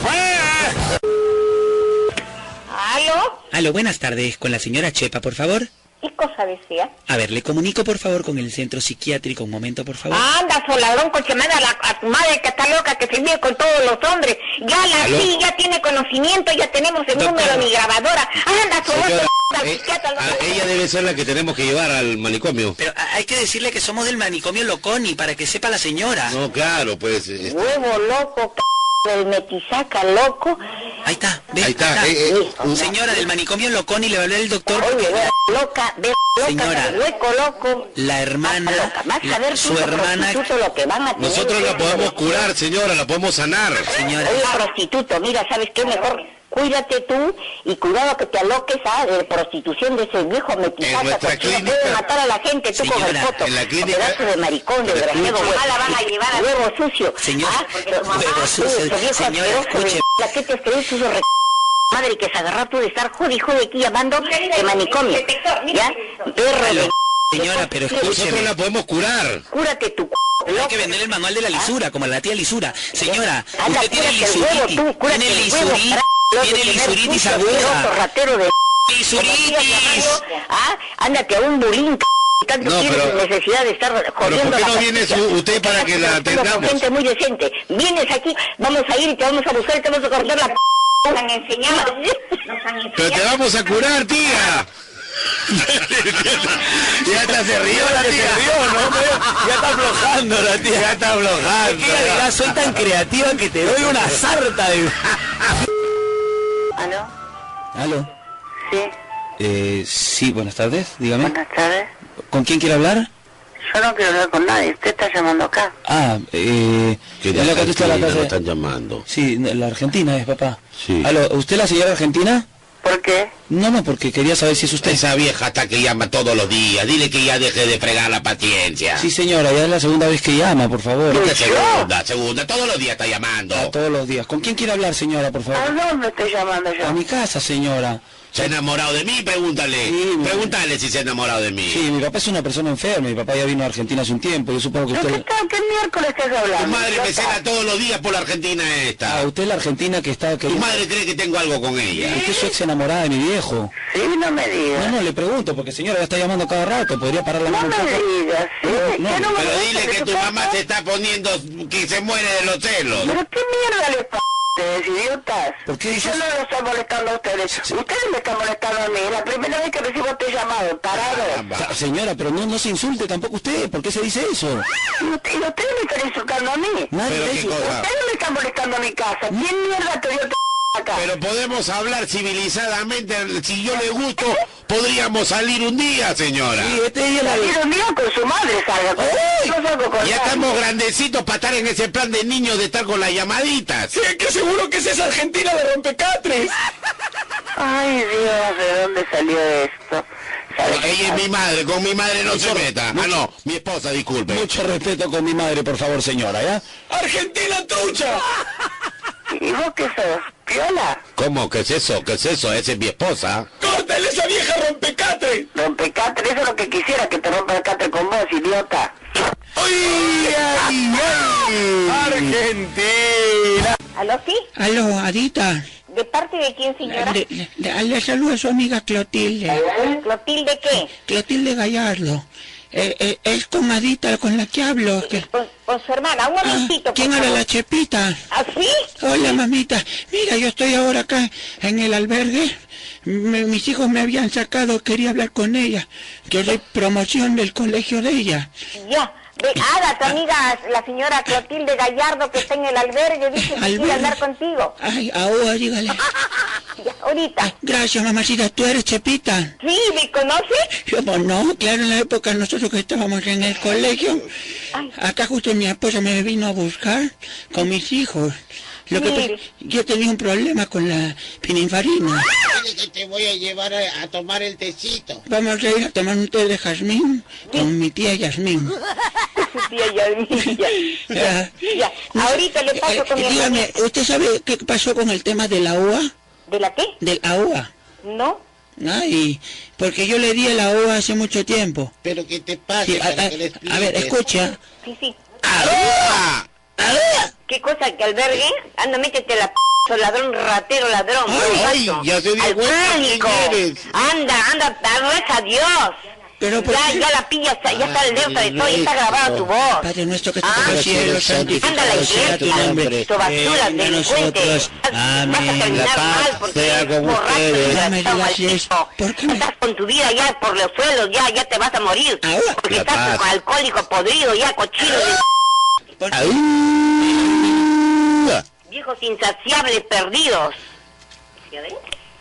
¿Aló? Aló, buenas tardes, con la señora Chepa, por favor. ¿Qué cosa decía? A ver, le comunico por favor con el centro psiquiátrico, un momento por favor. Anda, soladrón, coche, manda a, la, a tu madre que está loca, que se vive con todos los hombres. Ya la ¿Aló? sí, ya tiene conocimiento, ya tenemos el Doctor. número de mi grabadora. Anda, soladrón, Señora, al eh, psiquiatra, al- a- ella debe ser la que tenemos que llevar al manicomio. Pero a- hay que decirle que somos del manicomio Loconi, para que sepa la señora. No, claro, pues... este, Huevo loco, c... del metisaca loco. Ahí está, ve, Ahí está, eh, eh, Sí. Señora, del manicomio Loconi, le va a hablar el doctor. Oye, ve loca, ve loca, Señora. hueco loco. La hermana, Loca, vas a la- ver su tú, hermana... prostituto, lo que van a tener Nosotros la ustedes. podemos curar, señora, la podemos sanar. Señora. Oye, prostituto, mira, ¿sabes qué? Mejor cuídate tú y cuidado que te aloques a de prostitución de ese viejo En metisaca. nuestra Porque clínica- puede matar a la gente, tú con el Señora, foto. en la clínica- Pedazo de maricón, Pero desgraciado, escuche. huevo. La van a llevar a huevo sucio. Señora, ¿Ah? Pero, mamá, huevo tú, sucio, ese viejo señora, asqueroso de escuche. la que te crees, sucio re... Madre, que se agarró tú de estar jodi, jodi aquí llamando de manicomio. ¿Ya? Perro de... Aló, señora, pero Nosotros escúcheme. la podemos curar. Cúrate tu... Hay que vender el manual de la lisura, como la tía lisura. Señora, Anda, usted tiene cúrate el huevo, lisuritis. tú, cúrate Tiene el huevo, lisuritis. carajo, Tiene de tener lisuritis sucio, asqueroso, aguda. ratero de... Lisuritis. Ah, ándate a un bulín, c... tanto No, tienes pero- necesidad de estar Pero jodiendo ¿por qué la no viene pastilla? su- usted para que la Estamos con atendamos? gente muy decente. Vienes aquí, vamos a ir y te vamos a buscar y te vamos a cortar la p... Nos han enseñado. Nos han enseñado. Pero te vamos a curar, tía. Ya hasta se rió la Se tía. rió, ¿no? Ya está aflojando la tía. Ya está aflojando. Es que ella dirá, soy tan creativa que te doy una sarta de... ¿Aló? Aló. Sí, Eh, sí, buenas tardes, dígame. buenas tardes. ¿Con quién quiere hablar? Yo no quiero hablar con nadie, usted está llamando acá. Ah, eh... Que ya de le contesto a la Argentina casa. lo están llamando. Sí, la Argentina es, papá. Sí. Aló, ¿usted la señora Argentina? ¿Por qué? No, no, porque quería saber si es usted. Esa vieja hasta que llama todos los días. Dile que ya deje de fregar la paciencia. Sí, señora, ya es la segunda vez que llama, por favor. La segunda, segunda. Todos los días está llamando. Ah, todos los días. ¿Con quién quiere hablar, señora, por ¿A favor? dónde estoy llamando yo? A mi casa, señora. ¿Se ha enamorado de mí? Pregúntale. Sí, mi- Pregúntale si se ha enamorado de mí. Sí, mi papá es una persona enferma, mi papá ya vino a Argentina hace un tiempo, yo supongo que ¿De qué, usted... tal- qué miércoles estás hablando? Tu madre me idiota? cena todos los días por la Argentina esta. Ah, usted es la Argentina que está... Que... Tu madre cree que tengo algo con ella. Usted es su ex enamorada de mi viejo. Sí, no me digas. No, no, le pregunto, porque señora ya está llamando cada rato, podría parar la No mano un me poco. digas, sí. No, ¿Qué no, me Pero gusta dile de que su tu casa? mamá se está poniendo que se muere de los celos. ¿Pero qué mierda les pasa a ustedes, idiotas? ¿Por qué Yo dices? no los estoy molestando a ustedes. Ustedes me están molestando a mí. Es la primera vez que recibo este llamado. Parado. Sa- Señora, pero no, no se insulte tampoco usted, ¿por qué se dice eso? Y usted- y ustedes me están insultando a mí. Nadie Pero le qué dice- cosa. Ustedes me están molestando a mi casa. ¿Quién mierda te dio t- acá? Pero podemos hablar civilizadamente. Si yo le gusto, podríamos salir un día, señora. Sí, este día la... Salir un día con su madre, salga. Con... ¡Ay! No salgo con Ya nadie. estamos grandecitos para estar en ese plan de niños de estar con las llamaditas. Sí, que seguro que es esa Argentina de rompecatres. Ay, Dios, ¿de dónde salió esto? ¿Sabe qué Ella es pasa? mi madre, con mi madre no se meta. Ah, no, mi esposa, disculpe. Mucho respeto con mi madre, por favor, señora, ¿ya? ¡Argentina trucha! ¿Y vos qué sos? ¿Piola? ¿Cómo? ¿Qué es eso? ¿Qué es eso? Esa es mi esposa. ¡Córtale esa vieja rompecatres! Rompecatre, eso es lo que quisiera, que te rompa el catre con vos, idiota. ¡Ay, ay, ay! ¡Argentina! ¿Aló, sí? Aló, Adita. ¿De parte de quién, señora? Le, le, le, le saluda a su amiga Clotilde. ¿Clotilde qué? Clotilde Gallardo. Eh, eh, es con Adita con la que hablo. Que... Con, con su hermana, un momentito. Ah, ¿quién habla? La Chepita. ¿Ah, sí? Hola, mamita. Mira, yo estoy ahora acá en el albergue. Me, mis hijos me habían sacado, quería hablar con ella. Yo doy promoción del colegio de ella. Ya. Ve, ah, tu amiga, la señora Clotilde Gallardo, que está en el albergue, dice que quiere hablar contigo. Ay, ahora dígale. Ya, ahorita. Ay, gracias, mamacita. ¿Tú eres Chepita? Sí, ¿me conoces? Yo, pues no, claro, en la época nosotros que estábamos en el colegio, Ay. acá justo mi esposa me vino a buscar con mis hijos. Lo que pasa, yo tenía un problema con la pininfarina. Que te voy a llevar a, a tomar el tecito. Vamos a ir a tomar un té de jazmín con mi tía Yasmín. Su tía Yasmín, ya. Ya. Ya, ahorita le paso con mi eh, dígame, hermana. ¿usted sabe qué pasó con el tema de la U A? ¿De la qué? Del A U A. No. Ay, porque yo le di el A U A hace mucho tiempo. Pero ¿qué te pasa? Sí, a, para a, que le expliques? a ver, escucha. Sí, sí. ¡A U A! ¿Qué cosa? ¿Que albergue? Anda, métete la p... ladrón, ratero, ladrón. Ay, ay, ya se dio cuenta quién eres. Anda, anda, reza a Dios. Pero ya, ya la pilla, está, ya está alerta de todo, ya está grabada tu voz. Padre nuestro que estás ah, en los cielos, santificado sea tu nombre. Tu basura, Venga a nosotros. Amén. La paz sea con ustedes. No me digas eso. ¿Por qué me... Estás con tu vida ya por los suelos, ya, ya te vas a morir. Ahora. Porque La estás paz. con alcohólico podrido, ya, cochino de... Ahí. Viejos insaciables perdidos. ¿Ya ven?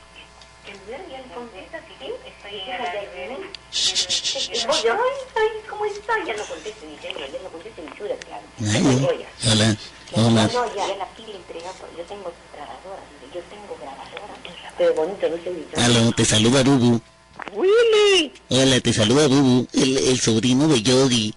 Voy, ay, ay, ¿cómo está? Ya no conteste ni siempre, ya no conteste ni chura, claro. Hola, hola. No, ya, ya la pila entregada, yo tengo grabadora, yo tengo grabadora. Pero bonito, no se dice. Aló, te saluda Bubu. Willy. Hola, te saluda Bubu, el, el sobrino de Yogi.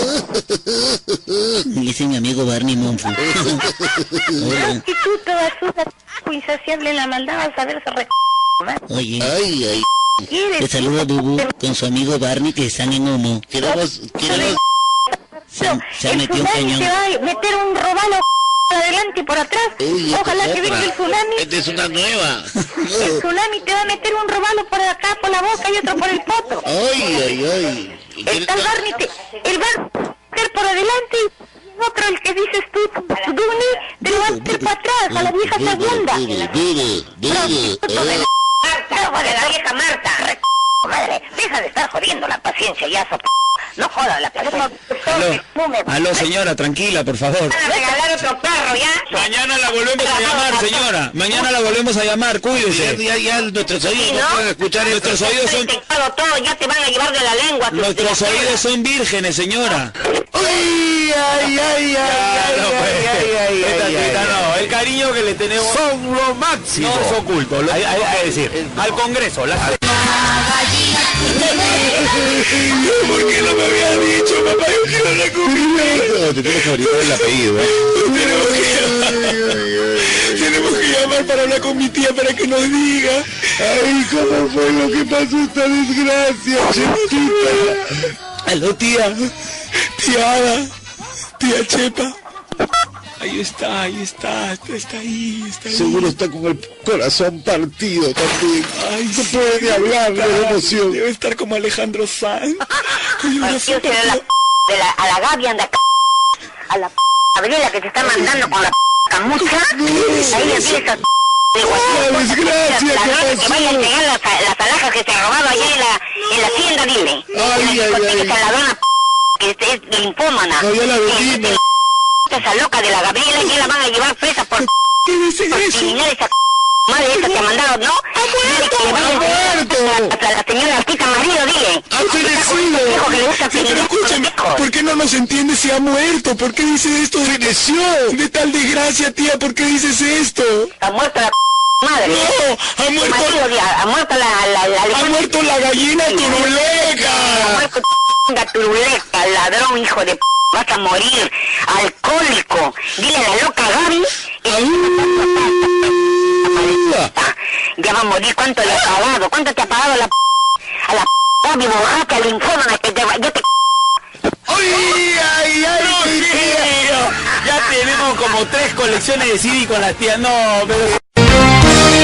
Ese es mi amigo Barney Monfu. Hola. Y tú te basura, insaciable en la maldad, vas a ver esa re... Oye. Ay, ay. ¿Quieres? Te saluda Bubu con su amigo Barney que están en humo. Queremos, queremos... Se, se ha metido un cañón. Se va a meter un robalo por adelante y por atrás. Uy, ojalá que venga el tsunami. Esta es una nueva. El tsunami te va a meter un robalo por acá, por la boca y otro por el poto. Ay, ay, ay. El tal Barney, te, el Barney te va a meter por adelante y otro, el que dices tú, Duni, te lo va a meter para atrás, a la vieja segunda. Dile, dile, dile. Marta, de la vieja Marta. Madre, deja de estar jodiendo la paciencia ya, so... No jodas la paciencia. Aló, aló, señora, tranquila, por favor. Van a regalar otro perro, ¿ya? Mañana la volvemos a llamar, señora. Mañana la volvemos a llamar, cuídese. Ya, ya, ya nuestros oídos ¿Sí, no no? pueden escuchar esto. Nuestros oídos son... Todo, ya te van a llevar de la lengua. Nuestros oídos son vírgenes, señora. Ay, ay, ay, ay, ay, no, pues, ay, ay, ay, esta ay, tita ay, no, el cariño que le tenemos son lo máximo. no es oculto, lo, Hay- hay- hay que decir, al Congreso. La... ¿Por qué no me había dicho, papá? Yo quiero hablar con mi hijo. Te tienes que gritar el apellido, ¿eh? Tenemos que, tenemos que llamar para hablar con mi tía para que nos diga. Ay, ¿cómo fue lo que pasó esta desgracia, chiquita? Aló, tía. Tía Ada. Tía Chepa. Ahí está, ahí está, está ahí, está ahí. Seguro está con el corazón partido también. Ay, no puede ni hablar de la emoción. Debe estar como Alejandro Sanz. Con el corazón Partido será la partido. de la, a la Gaby anda a la Gabriela que te está mandando con la camucha. Ahí le empieza ¡La desgracia que que pasó! vaya a entregar las, las alhajas que se ha robado allá en la, en la tienda, dile. Ay, en la ay, discoteca ay. esa ladrona que es, es linfómana. No, ya la vendimos. Esa loca de la Gabriela ya la van a llevar presa por ¿Qué dice por eso? criminal esa madre esa que ha mandado, ¿no? Dile que le vaya a muerto! a la, la señora Artita Marido, dile. ¡Ha fenecido! Dijo que le gusta Sí, pero escúchame, ¿por qué no nos entiende si ha muerto? ¿Por qué dice esto? ¡Feneció! De tal desgracia, tía, ¿por qué dices esto? Ha muerto la madre. No, ha muerto, Marido, ya, ha muerto la la la ha muerto la gallina Ha turuleca. muerto la turuleca, ladrón, hijo de p. Vas a morir, alcohólico. Dile a la loca Gaby. Ya va a morir. ¿Cuánto le ha pagado? ¿Cuánto te ha pagado la p? A la p. Gaby borracha, linfómana, que te va... Yo te... ¡Ay, ay, ay! No, mi sí, tía! ya tenemos como tres colecciones de C D con las tías. No, pero...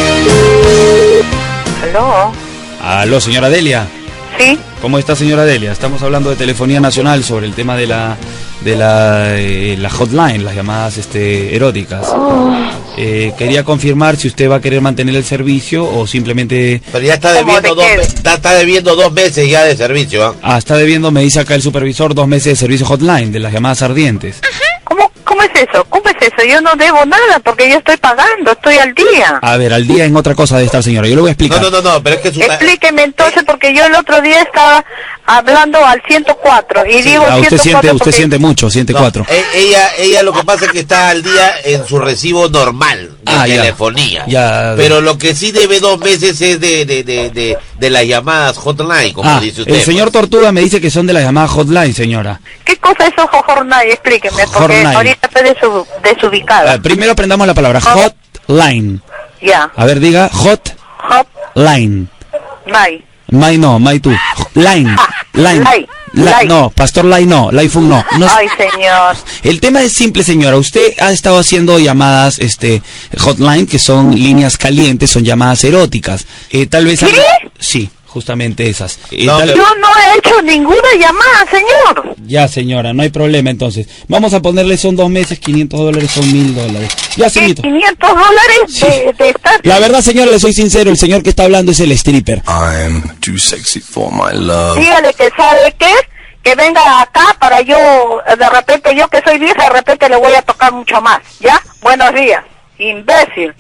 ¿Aló? Aló, señora Delia. Sí. ¿Cómo está, señora Delia? Estamos hablando de Telefonía Nacional sobre el tema de la de la, eh, la hotline, las llamadas este, eróticas. Oh. Eh, quería confirmar si usted va a querer mantener el servicio o simplemente... Pero ya está debiendo, dos, está, está debiendo dos meses ya de servicio. ¿eh? Ah, está debiendo, me dice acá el supervisor, dos meses de servicio hotline, de las llamadas ardientes. ¿Cómo, ¿Cómo es eso? ¿Cómo es eso? Yo no debo nada porque yo estoy pagando, estoy al día. A ver, al día en otra cosa de estar, señora. Yo le voy a explicar. No, no, no, no, pero es que... Su... Explíqueme entonces, porque yo el otro día estaba hablando al ciento cuatro y Sí, digo ah, usted ciento cuatro siente, usted porque... siente mucho, siente No, cuatro. e- ella, ella lo que pasa es que está al día en su recibo normal de Ah, ya. telefonía. Ya. Pero lo que sí debe dos meses es de, de, de, de, de las llamadas hotline, como Ah, dice usted. el señor Tortuga me dice que son de las llamadas hotline, señora. ¿Qué cosa es ojo jornal? Explíqueme, porque Jornal. ahorita estoy desu- desubicada. Ah, primero aprendamos la palabra hotline. Ya. A ver, diga hotline. Bye. My no, my tú. Line. Line. Lai, La- lai. No, Pastor Lai no, Laifun no. no. Ay, señor. El tema es simple, señora. Usted ha estado haciendo llamadas, este, hotline, que son líneas calientes, son llamadas eróticas. Eh, tal vez... ¿Qué? Sí, justamente esas. Eh, No, tal- Yo no he hecho ninguna llamada, señor. Ya, señora, no hay problema entonces. Vamos a ponerle, son dos meses, quinientos dólares, son mil dólares. Ya, ¿Qué, señorito. quinientos dólares de, de estar... La verdad, señora, le soy sincero, el señor que está hablando es el stripper. I'm too sexy for my love. Dígale que sabe qué, que venga acá para yo, de repente, yo que soy vieja, de repente le voy a tocar mucho más, ¿ya? Buenos días, imbécil.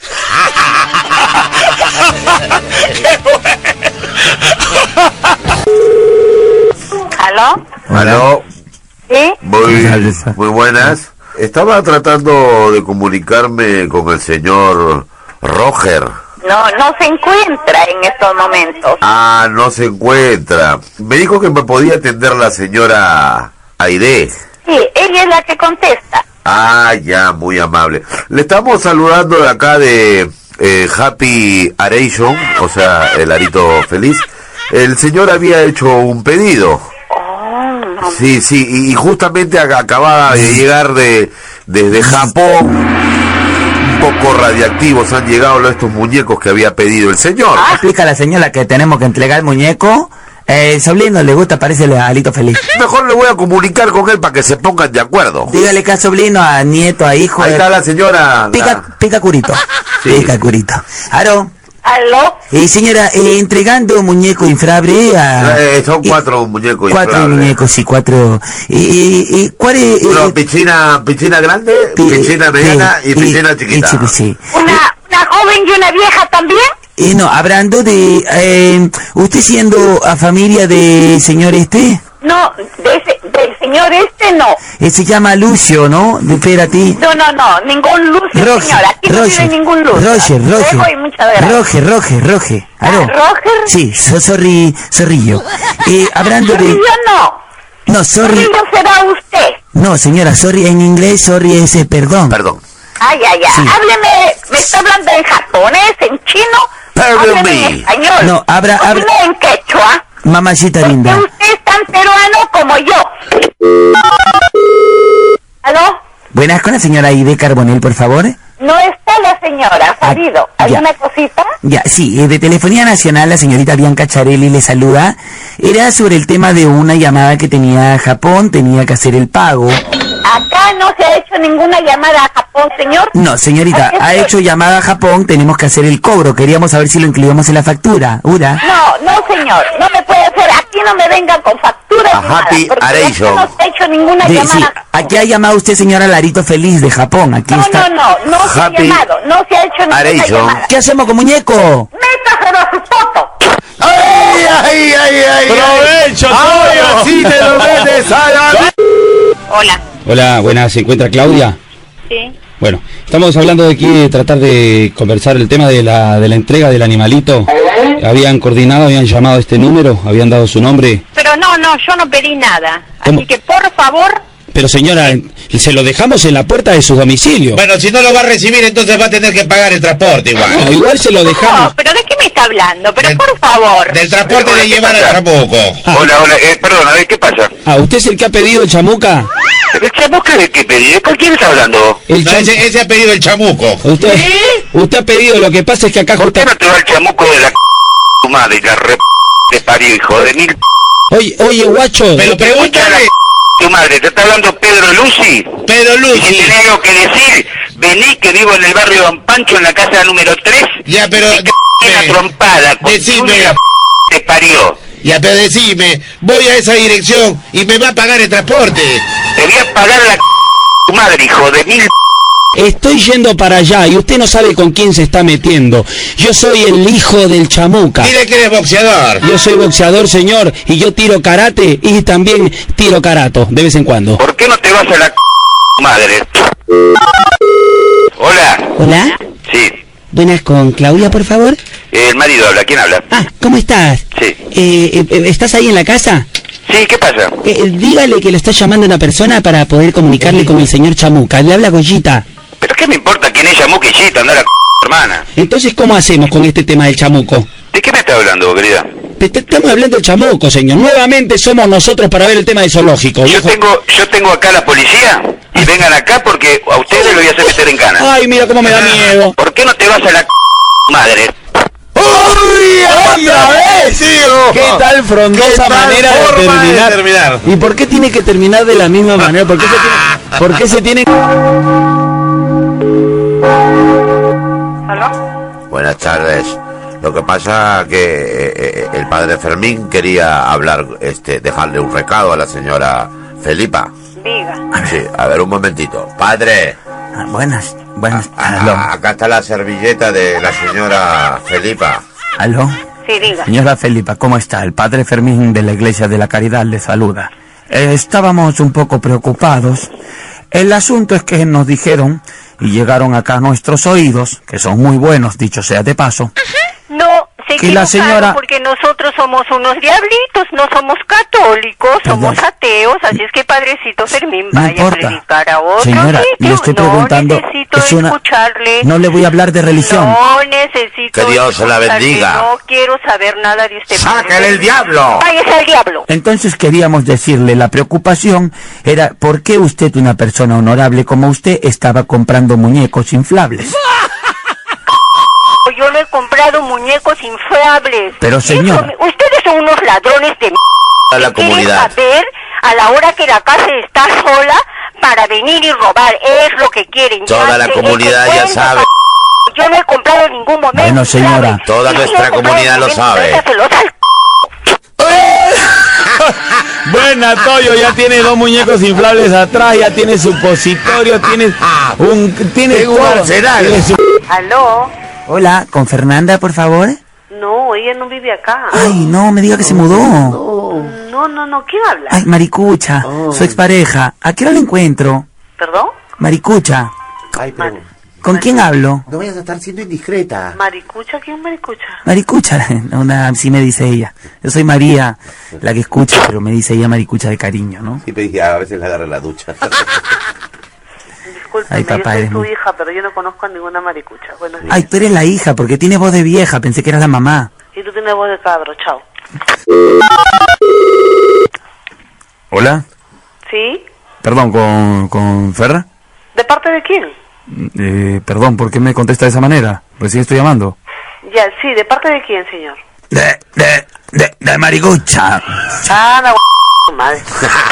¿Aló? Aló, ¿Sí? muy, muy buenas. Estaba tratando de comunicarme con el señor Roger. No, no se encuentra en estos momentos. Ah, no se encuentra. Me dijo que me podía atender la señora Aide. Sí, ella es la que contesta. Ah, ya, muy amable. Le estamos saludando de acá de eh, Happy Aration, o sea, el arito feliz. El señor había hecho un pedido. Sí, sí, y y justamente ac- acababa de llegar de desde Japón. Un poco radiactivos han llegado estos muñecos que había pedido el señor. Explica a la señora que tenemos que entregar el muñeco. Eh, el sobrino le gusta, parece el alito feliz. Mejor le voy a comunicar con él para que se pongan de acuerdo. Dígale que a sobrino, a nieto, a hijo. Ahí eh, está la señora. Pica, pica curito. Pica curito. Aro. ¿Aló? Eh, señora, eh, entregando muñeco infrable a... Eh, son cuatro muñecos Cuatro inflables. muñecos, sí, cuatro. Eh, eh, eh, ¿Cuál es...? eh, Una piscina, piscina grande, piscina mediana eh, y piscina eh, chiquita. eh, chico, sí. ¿Una, una joven y una vieja también? Eh, no, hablando de... Eh, ¿usted siendo a familia de señor este? No, de ese, del señor este no. Eh, se llama Lucio, ¿no? De Espérate. No, no, no, ningún Lucio, Roger, señora. Aquí no Roger, vive ningún Lucio. Roger, Luego y Roger, muchas gracias. Roger, Roger, Roger. ¿Aló? ¿Roger? Sí, so, sorry, zorrillo. Eh, hablando de... Zorrillo no. No, sorry. Zorrillo será usted. No, señora, sorry en inglés, sorry es eh, perdón. Perdón. Ay, ay, ay. Sí. Hábleme, me está hablando en japonés, en chino. Pardon Hábleme me. en español. No, habla- habla- Hábleme en quechua. Mamacita linda. Usted es tan peruano como yo. ¿Aló? Buenas, con la señora Aide Carbonell, por favor. No está la señora, ha salido. ¿Alguna cosita? Ya, sí, eh, de Telefonía Nacional, la señorita Bianca Charelli le saluda. Era sobre el tema de una llamada que tenía a Japón, tenía que hacer el pago. Acá no se ha hecho ninguna llamada a Japón, señor. No, señorita, Aquí ha estoy. hecho llamada a Japón, tenemos que hacer el cobro. Queríamos saber si lo incluíamos en la factura. ¿Ura? No, no, señor. No me puede hacer. Aquí no me vengan con facturas. A ni nada, Happy porque aquí Aration. no se ha hecho ninguna De- sí, llamada. aquí ha llamado usted, señora Larito Feliz de Japón. Aquí No, está. no, no. No se ha Happy llamado. No se ha hecho ninguna Aration. llamada. ¿Qué hacemos con muñeco? Métaselo a su foto. ¡Ay, ay, ay, ay! ¡Provecho, ¡Ahora Toyo! sí te lo metes a la... Hola. Hola, buenas, ¿se encuentra Claudia? Sí. Bueno, estamos hablando de aquí de tratar de conversar el tema de la, de la entrega del animalito. Habían coordinado, habían llamado a este número, habían dado su nombre. Pero no, no, yo no pedí nada. ¿Cómo? Así que, por favor, Pero señora, se lo dejamos en la puerta de su domicilio. Bueno, si no lo va a recibir, entonces va a tener que pagar el transporte igual. No, igual se lo dejamos. no, pero ¿de qué me está hablando? Pero Del- por favor. Del transporte de llevar al trabuco. Hola, hola, eh, perdón, a ver, ¿qué pasa? Ah, ¿usted es el que ha pedido el chamuca? ¿El chamuca de qué pedí? ¿Con quién está hablando? El No, cham- ese, ese ha pedido el chamuco. Usted, usted ha pedido, lo que pasa es que acá ¿Por justo... qué no te va el chamuco de la c... tu madre, la re... te parió, hijo de mil... Oye, oye, guacho. Pero Escucha la pregúntale. c... tu madre, te está hablando Pedro Lucy. Pedro Y si Lucy. tenés algo que decir, vení que vivo en el barrio Don Pancho, en la casa número tres. Ya, pero... Una decime, trompada, con decime. la c... te parió. Ya, pero decime, voy a esa dirección y me va a pagar el transporte. Te voy a pagar la c... tu madre, hijo de mil... Estoy yendo para allá y usted no sabe con quién se está metiendo. Yo soy el hijo del chamuca. Dile que eres boxeador. Yo soy boxeador, señor, y yo tiro karate y también tiro karato, de vez en cuando. ¿Por qué no te vas a la c... tu madre? Hola. Hola, Sí. buenas, con Claudia, por favor. El marido habla. ¿Quién habla? Ah, ¿cómo estás? Sí. Eh, eh, eh, ¿Estás ahí en la casa? Sí, ¿qué pasa? Eh, eh, dígale que lo está llamando una persona para poder comunicarle con el señor Chamuca. Le habla Goyita. ¿Pero qué me importa quién es Chamuquillita? Anda la c... hermana. Entonces, ¿cómo hacemos con este tema del chamuco? ¿De qué me está hablando, vos, querida? Te- te- Estamos hablando del chamuco, señor. Nuevamente somos nosotros para ver el tema del zoológico. Yo viejo. tengo, yo tengo acá a la policía y vengan acá porque a ustedes lo voy a hacer meter en cana. Ay, mira cómo me da miedo. ¿Por qué no te vas a la c... madre? ¡Otra vez! ¿Qué tal frondosa ¿Qué tal manera de forma de terminar? terminar? ¿Y por qué tiene que terminar de la misma manera? ¿Por qué se tiene, por qué se tiene... ¿Aló? Buenas tardes. Lo que pasa que eh, eh, el padre Fermín quería hablar, este, dejarle un recado a la señora Felipa. Diga. Sí, a ver un momentito. Padre, Ah, buenas, buenas. a- Aló, a- acá está la servilleta de la señora Felipa. aló. Sí, diga. Señora Felipa, ¿cómo está? El padre Fermín de la Iglesia de la Caridad le saluda. Eh, estábamos un poco preocupados. El asunto es que nos dijeron y llegaron acá a nuestros oídos, que son muy buenos, dicho sea de paso, No, se Que la equivocaron señora- porque nosotros somos unos diablitos, no somos católicos, somos Perdón. ateos, así es que Padrecito Fermín No vaya importa. a predicar a otro Señora, sitio. le estoy no preguntando, necesito es una- escucharle. no le voy a hablar de religión. No necesito Que Dios se la escucharle, bendiga. No quiero saber nada de usted. ¡Sáquele el diablo! Váyase al diablo. Entonces queríamos decirle, la preocupación era por qué usted, una persona honorable como usted, estaba comprando muñecos inflables. Yo no he comprado muñecos inflables. Pero, Eso señora. me- ustedes son unos ladrones de m***. A la Quieren comunidad. saber a la hora que la casa está sola para venir y robar. Es lo que quieren. Toda Ya la sé, comunidad ese ya cuento, sabe. Yo no he comprado en ningún momento. Bueno, señora. inflable. Toda Y si nuestra he comprado comunidad lo en- sabe. déjaselos al Buena, Toyo, ya tiene dos muñecos inflables atrás, ya tiene supositorio, tiene un... Tiene Tengo un todo. arsenal. Tiene su- ¿Aló? Hola, ¿con Fernanda, por favor? No, ella no vive acá. Ay, no, me diga que se mudó. No, no, no. ¿Quién habla? Ay, Maricucha, su expareja. ¿A qué hora la encuentro? ¿Perdón? Maricucha, Ay, pero ¿con quién hablo? no vayas a estar siendo indiscreta. ¿Maricucha? ¿Quién maricucha? Maricucha, una, así me dice ella. Yo soy María, la que escucha, pero me dice ella Maricucha de cariño, ¿no? Sí, pero a veces la agarra en la ducha. Discúlpeme, Ay, papá, yo soy eres tu muy- hija, pero yo no conozco a ninguna maricucha. Buenos días. Ay, tú eres la hija, porque tiene voz de vieja, pensé que eras la mamá. Y tú tienes voz de cabro, chao. Hola, ¿Sí? perdón, ¿con, con Ferra? ¿De parte de quién? Eh, perdón, ¿por qué me contesta de esa manera? Recién estoy llamando. Ya, sí, ¿de parte de quién, señor? De, de, de, de Maricucha. Ah, la tu madre.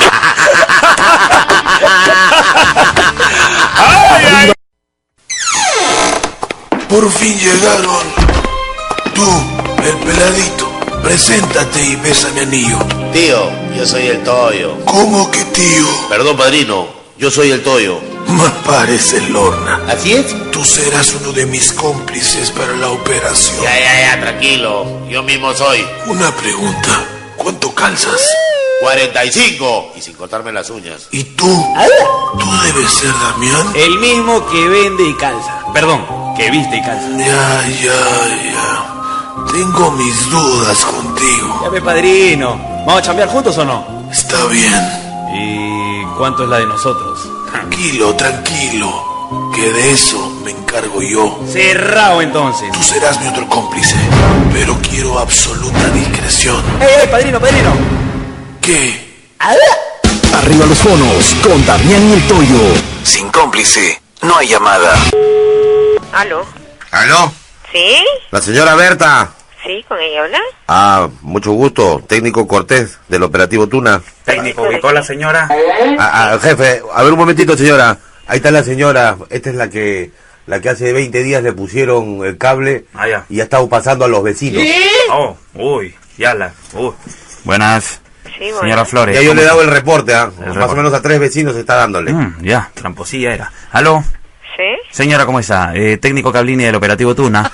Por fin llegaron. Tú, el peladito, preséntate y besa mi anillo. Tío, yo soy el Toyo. ¿Cómo que tío? Perdón, padrino, yo soy el Toyo. Más parece Lorna. ¿Así es? Tú serás uno de mis cómplices para la operación. Ya, ya, ya, tranquilo. Yo mismo soy. Una pregunta. ¿Cuánto calzas? cuarenta y cinco. Y sin cortarme las uñas. ¿Y tú? ¿Tú debes ser Damián? El mismo que vende y calza. Perdón, que viste y calza. Ya, ya, ya. Tengo mis dudas contigo. Ya ve, padrino. ¿Vamos a chambear juntos o no? Está bien. ¿Y cuánto es la de nosotros? Tranquilo, tranquilo. Que de eso me encargo yo. Cerrado entonces. Tú serás mi otro cómplice. Pero quiero absoluta discreción. ¡Ey, ey, padrino, padrino! ¿Qué? Arriba los fonos con Damián y el Toyo. Sin cómplice, no hay llamada. ¿Aló? ¿Aló? ¿Sí? La señora Berta. ¿Sí? ¿Con ella habla? Ah, mucho gusto. Técnico Cortés, del operativo Tuna. Técnico, ubicó la señora. Ah, ah, jefe, a ver un momentito, señora. Ahí está la señora. Esta es la que la que hace veinte días le pusieron el cable ah, ya. y ha estado pasando a los vecinos. ¿Sí? Oh, uy, ya la... Uh. Buenas. Sí, bueno. Señora Flores. Ya yo le he dado el reporte, ¿ah? El Más reporte. o menos a tres vecinos se está dándole. Mm, ya, tramposilla era. ¿Aló? ¿Sí? Señora, ¿cómo está? Eh, técnico Cablini del operativo Tuna.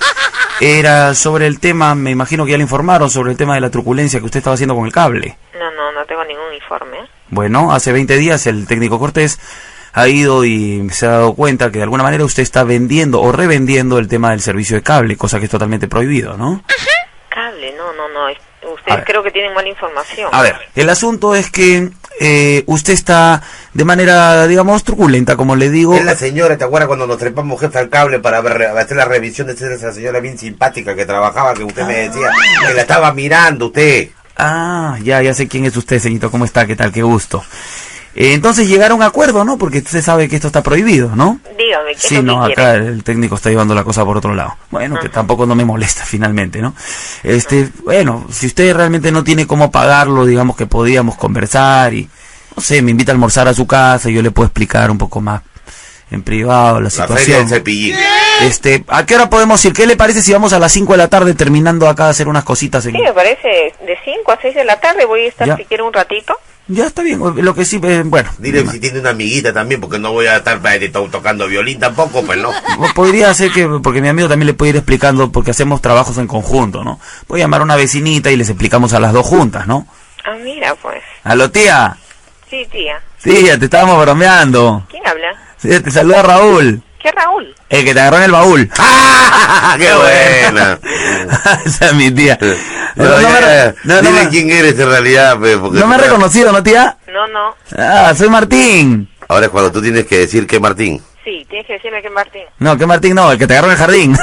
Era sobre el tema, me imagino que ya le informaron sobre el tema de la truculencia que usted estaba haciendo con el cable. No, no, no tengo ningún informe. Bueno, hace veinte días el técnico Cortés ha ido y se ha dado cuenta que de alguna manera usted está vendiendo o revendiendo el tema del servicio de cable, cosa que es totalmente prohibido, ¿no? Cable, no, no, no. Ustedes creo que tienen mala información. A ver, el asunto es que eh, usted está de manera, digamos, truculenta, como le digo. Es la señora, ¿te acuerdas cuando nos trepamos jefe al cable para ver, hacer la revisión de ser esa señora bien simpática que trabajaba, que usted me decía que la estaba mirando usted? Ah, ya, ya sé quién es usted, señorito, ¿cómo está? ¿Qué tal? Qué gusto. Eh, entonces llegaron a un acuerdo, ¿no? Porque usted sabe que esto está prohibido, ¿no? Dígame, ¿qué Sí, es lo no, que acá quiere? el técnico está llevando la cosa por otro lado. Bueno, uh-huh. que tampoco no me molesta finalmente, ¿no? Este, uh-huh. bueno, si usted realmente no tiene cómo pagarlo, digamos que podíamos conversar y, no sé, me invita a almorzar a su casa y yo le puedo explicar un poco más en privado la, la situación. feria del Cepillín. Este, ¿a qué hora podemos ir? ¿Qué le parece si vamos a las cinco de la tarde terminando acá a hacer unas cositas? En... Sí, me parece de cinco a seis de la tarde voy a estar Ya. si quiere un ratito. Ya está bien, lo que sí, eh, bueno. Dile si tiene una amiguita también, porque no voy a estar eh, to- tocando violín tampoco, pues no. Podría ser que, porque mi amigo también le puede ir explicando, porque hacemos trabajos en conjunto, ¿no? Voy a llamar a una vecinita y les explicamos a las dos juntas, ¿no? Ah, mira, pues. Aló, tía. Sí, tía. Tía, te estábamos bromeando. ¿Quién habla? Sí, te saluda Raúl. ¿Qué Raúl? El que te agarró en el baúl. ¡Ah! ¡Qué buena! Esa es mi tía. No, No, no ya, me- ya. no, no Dile me- quién eres en realidad, pe, porque ¿No me ha reconocido, no, tía? No, no. Ah, soy Martín. Ahora es cuando tú tienes que decir que Martín. Sí, tienes que decirme que es Martín. No, que Martín no, el que te agarró en el jardín.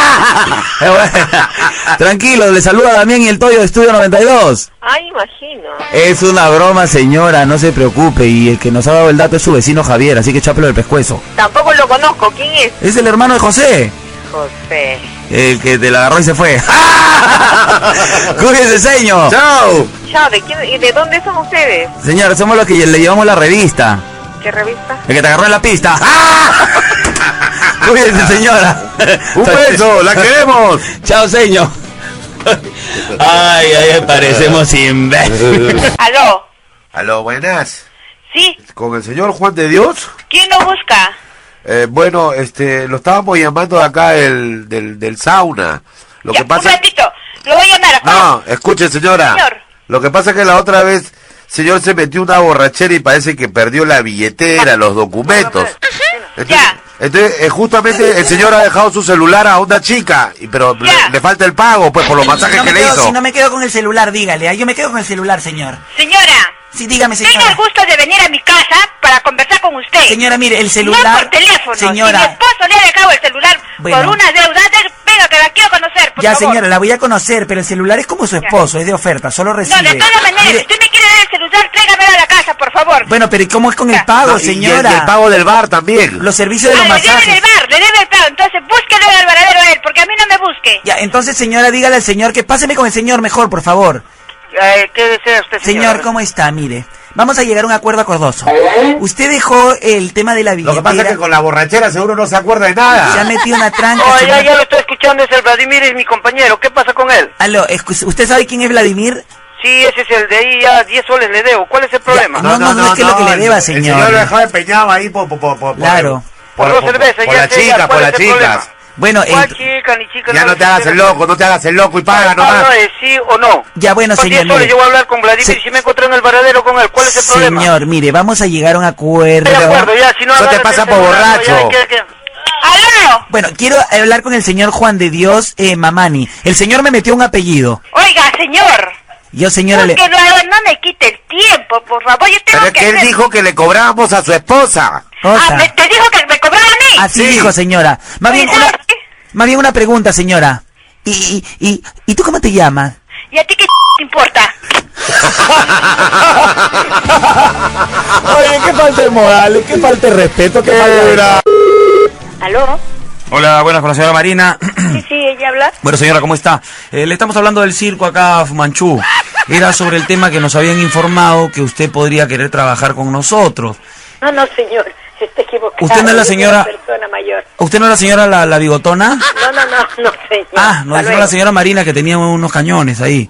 Eh, bueno. Tranquilo, le saluda Damián y el Toyo de Estudio noventa y dos. Ay, imagino. Es una broma, señora, no se preocupe. Y el que nos ha dado el dato es su vecino Javier, así que chápelo del pescuezo. Tampoco lo conozco. ¿Quién es? Es el hermano de José, José. el que te la agarró y se fue. Cuídese, señor. ¡Chao! Chao, ¿de, quién, y ¿de dónde son ustedes? Señor, somos los que le llevamos la revista. ¿Qué revista? El que te agarró en la pista. Cuídese, señora. ¡Un beso! ¡La queremos! Chao, señor. Ay, ay, parecemos imbéciles. ¿Aló? Aló, buenas. ¿Sí? ¿Con el señor Juan de Dios? ¿Quién lo busca? Eh, bueno, este, lo estábamos llamando de acá el, del, del sauna. Lo Ya, que pasa un ratito. Lo voy a llamar acá. No, escuche, señora. Señor. Lo que pasa es que la otra vez, señor, se metió una borrachera y parece que perdió la billetera, los documentos. Entonces, Ya. entonces eh, justamente el señor ha dejado su celular a una chica, y pero le, le falta el pago, pues, por los masajes No que me le quedo- hizo. Si no me quedo con el celular, dígale. ¿ah? Yo me quedo con el celular, señor. Señora. Sí, dígame, Tengo señora. el gusto de venir a mi casa para conversar con usted. Señora, mire, el No celular... por teléfono. Señora. Si mi esposo le ha dejado el celular Bueno. por una deuda, de- venga, que la quiero conocer, por Ya, favor. señora, la voy a conocer, pero el celular es como su esposo, es de oferta, solo recibe. No, de todas maneras, Mire, si usted me quiere dar el celular, tráigamelo a la casa, por favor. bueno, pero ¿y cómo es con el pago, No, y- y el- señora? y el pago del bar también. Los servicios de Ah, los le debe masajes. el bar, le debe el pago. Entonces, búsquelo al varadero a él, porque a mí no me busque. Ya, entonces, señora, dígale al señor que páseme con el señor mejor, por favor. Eh, ¿Qué desea usted, señor? Señor, ¿cómo está? Mire, vamos a llegar a un acuerdo acordoso. Usted dejó el tema de la Lo billetera. que pasa es que con la borrachera seguro no se acuerda de nada. Se ha metido una tranca. Oh, se ya, me- ya lo estoy escuchando, es el Vladimir, es mi compañero. ¿Qué pasa con él? Aló, escu- ¿usted sabe quién es Vladimir? Sí, ese es el de ahí, ya diez soles le debo. ¿Cuál es el problema? no, no, no, es que lo que le deba, el- señor. El señor lo dejaba empeñado ahí por, por, por, por, Claro. por, Por dos cervezas, por ya las sé, ya, chicas, ¿cuál por es las el problema? chicas. Bueno, ¿Cuál ent- chica ni chica? Ya no te hagas el loco, no te hagas el loco y paga nomás. Hablo de sí o no. Ya, bueno, Son señor, diez soles, mire. yo voy a hablar con Vladimir. Se- Si me encontré en el varadero con él, ¿cuál es el problema? Señor, mire, vamos a llegar a un acuerdo. Estoy de acuerdo, ya, si no Eso te agarras pasa el por celular, borracho. ya, ¿qué- qué? ¡Aló! Bueno, quiero hablar con el señor Juan de Dios eh, Mamani. El señor me metió un apellido. Oiga, señor. Yo, señora, le... Que no, no me quite el tiempo, por favor. Yo tengo Pero es que que él hacer- dijo que le cobrábamos a su esposa. Cosa. Ah, me- te dijo que me cobrara a mí. Así Sí. dijo, señora. Más bien, Oye, una, ¿sabes qué? más bien una pregunta, señora. ¿Y, y, y, ¿y tú cómo te llamas? ¿Y a ti qué te importa? Oye, qué falta de moral, qué falta de respeto, qué falta de... ¿Aló? Hola, buenas, con la señora Marina. Sí, sí, ella habla. Bueno, señora, ¿cómo está? Eh, le estamos hablando del circo acá, Fumanchú. Era sobre el tema que nos habían informado que usted podría querer trabajar con nosotros. No, no, señor, se está equivocado. ¿Usted no es la señora- Yo soy una persona mayor. ¿Usted no es la señora la, la bigotona? No, no, no, no, señor. Ah, no, Hasta es la señora Marina que tenía unos cañones ahí.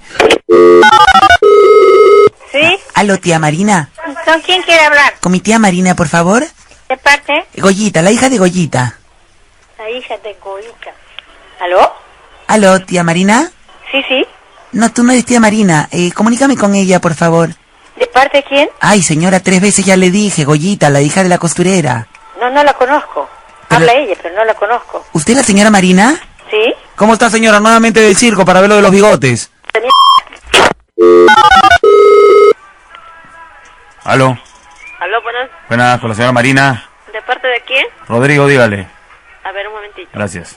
¿Sí? Aló, tía Marina. ¿Con quién quiere hablar? Con mi tía Marina, por favor. ¿De parte? Goyita, la hija de Goyita. La hija de Goica. ¿Aló? Aló, tía Marina. Sí, sí. No, tú no eres tía Marina. Eh, comunícame con ella, por favor. ¿De parte de quién? Ay, señora, tres veces ya le dije, Goyita, la hija de la costurera. No, no la conozco. Habla ella, pero no la conozco. ¿Usted es la señora Marina? ¿Sí? ¿Cómo está, señora? Nuevamente del circo para ver lo de los bigotes. Aló. ¿Aló, buenas? Buenas, con la señora Marina. ¿De parte de quién? Rodrigo, dígale. A ver, un momentito. Gracias.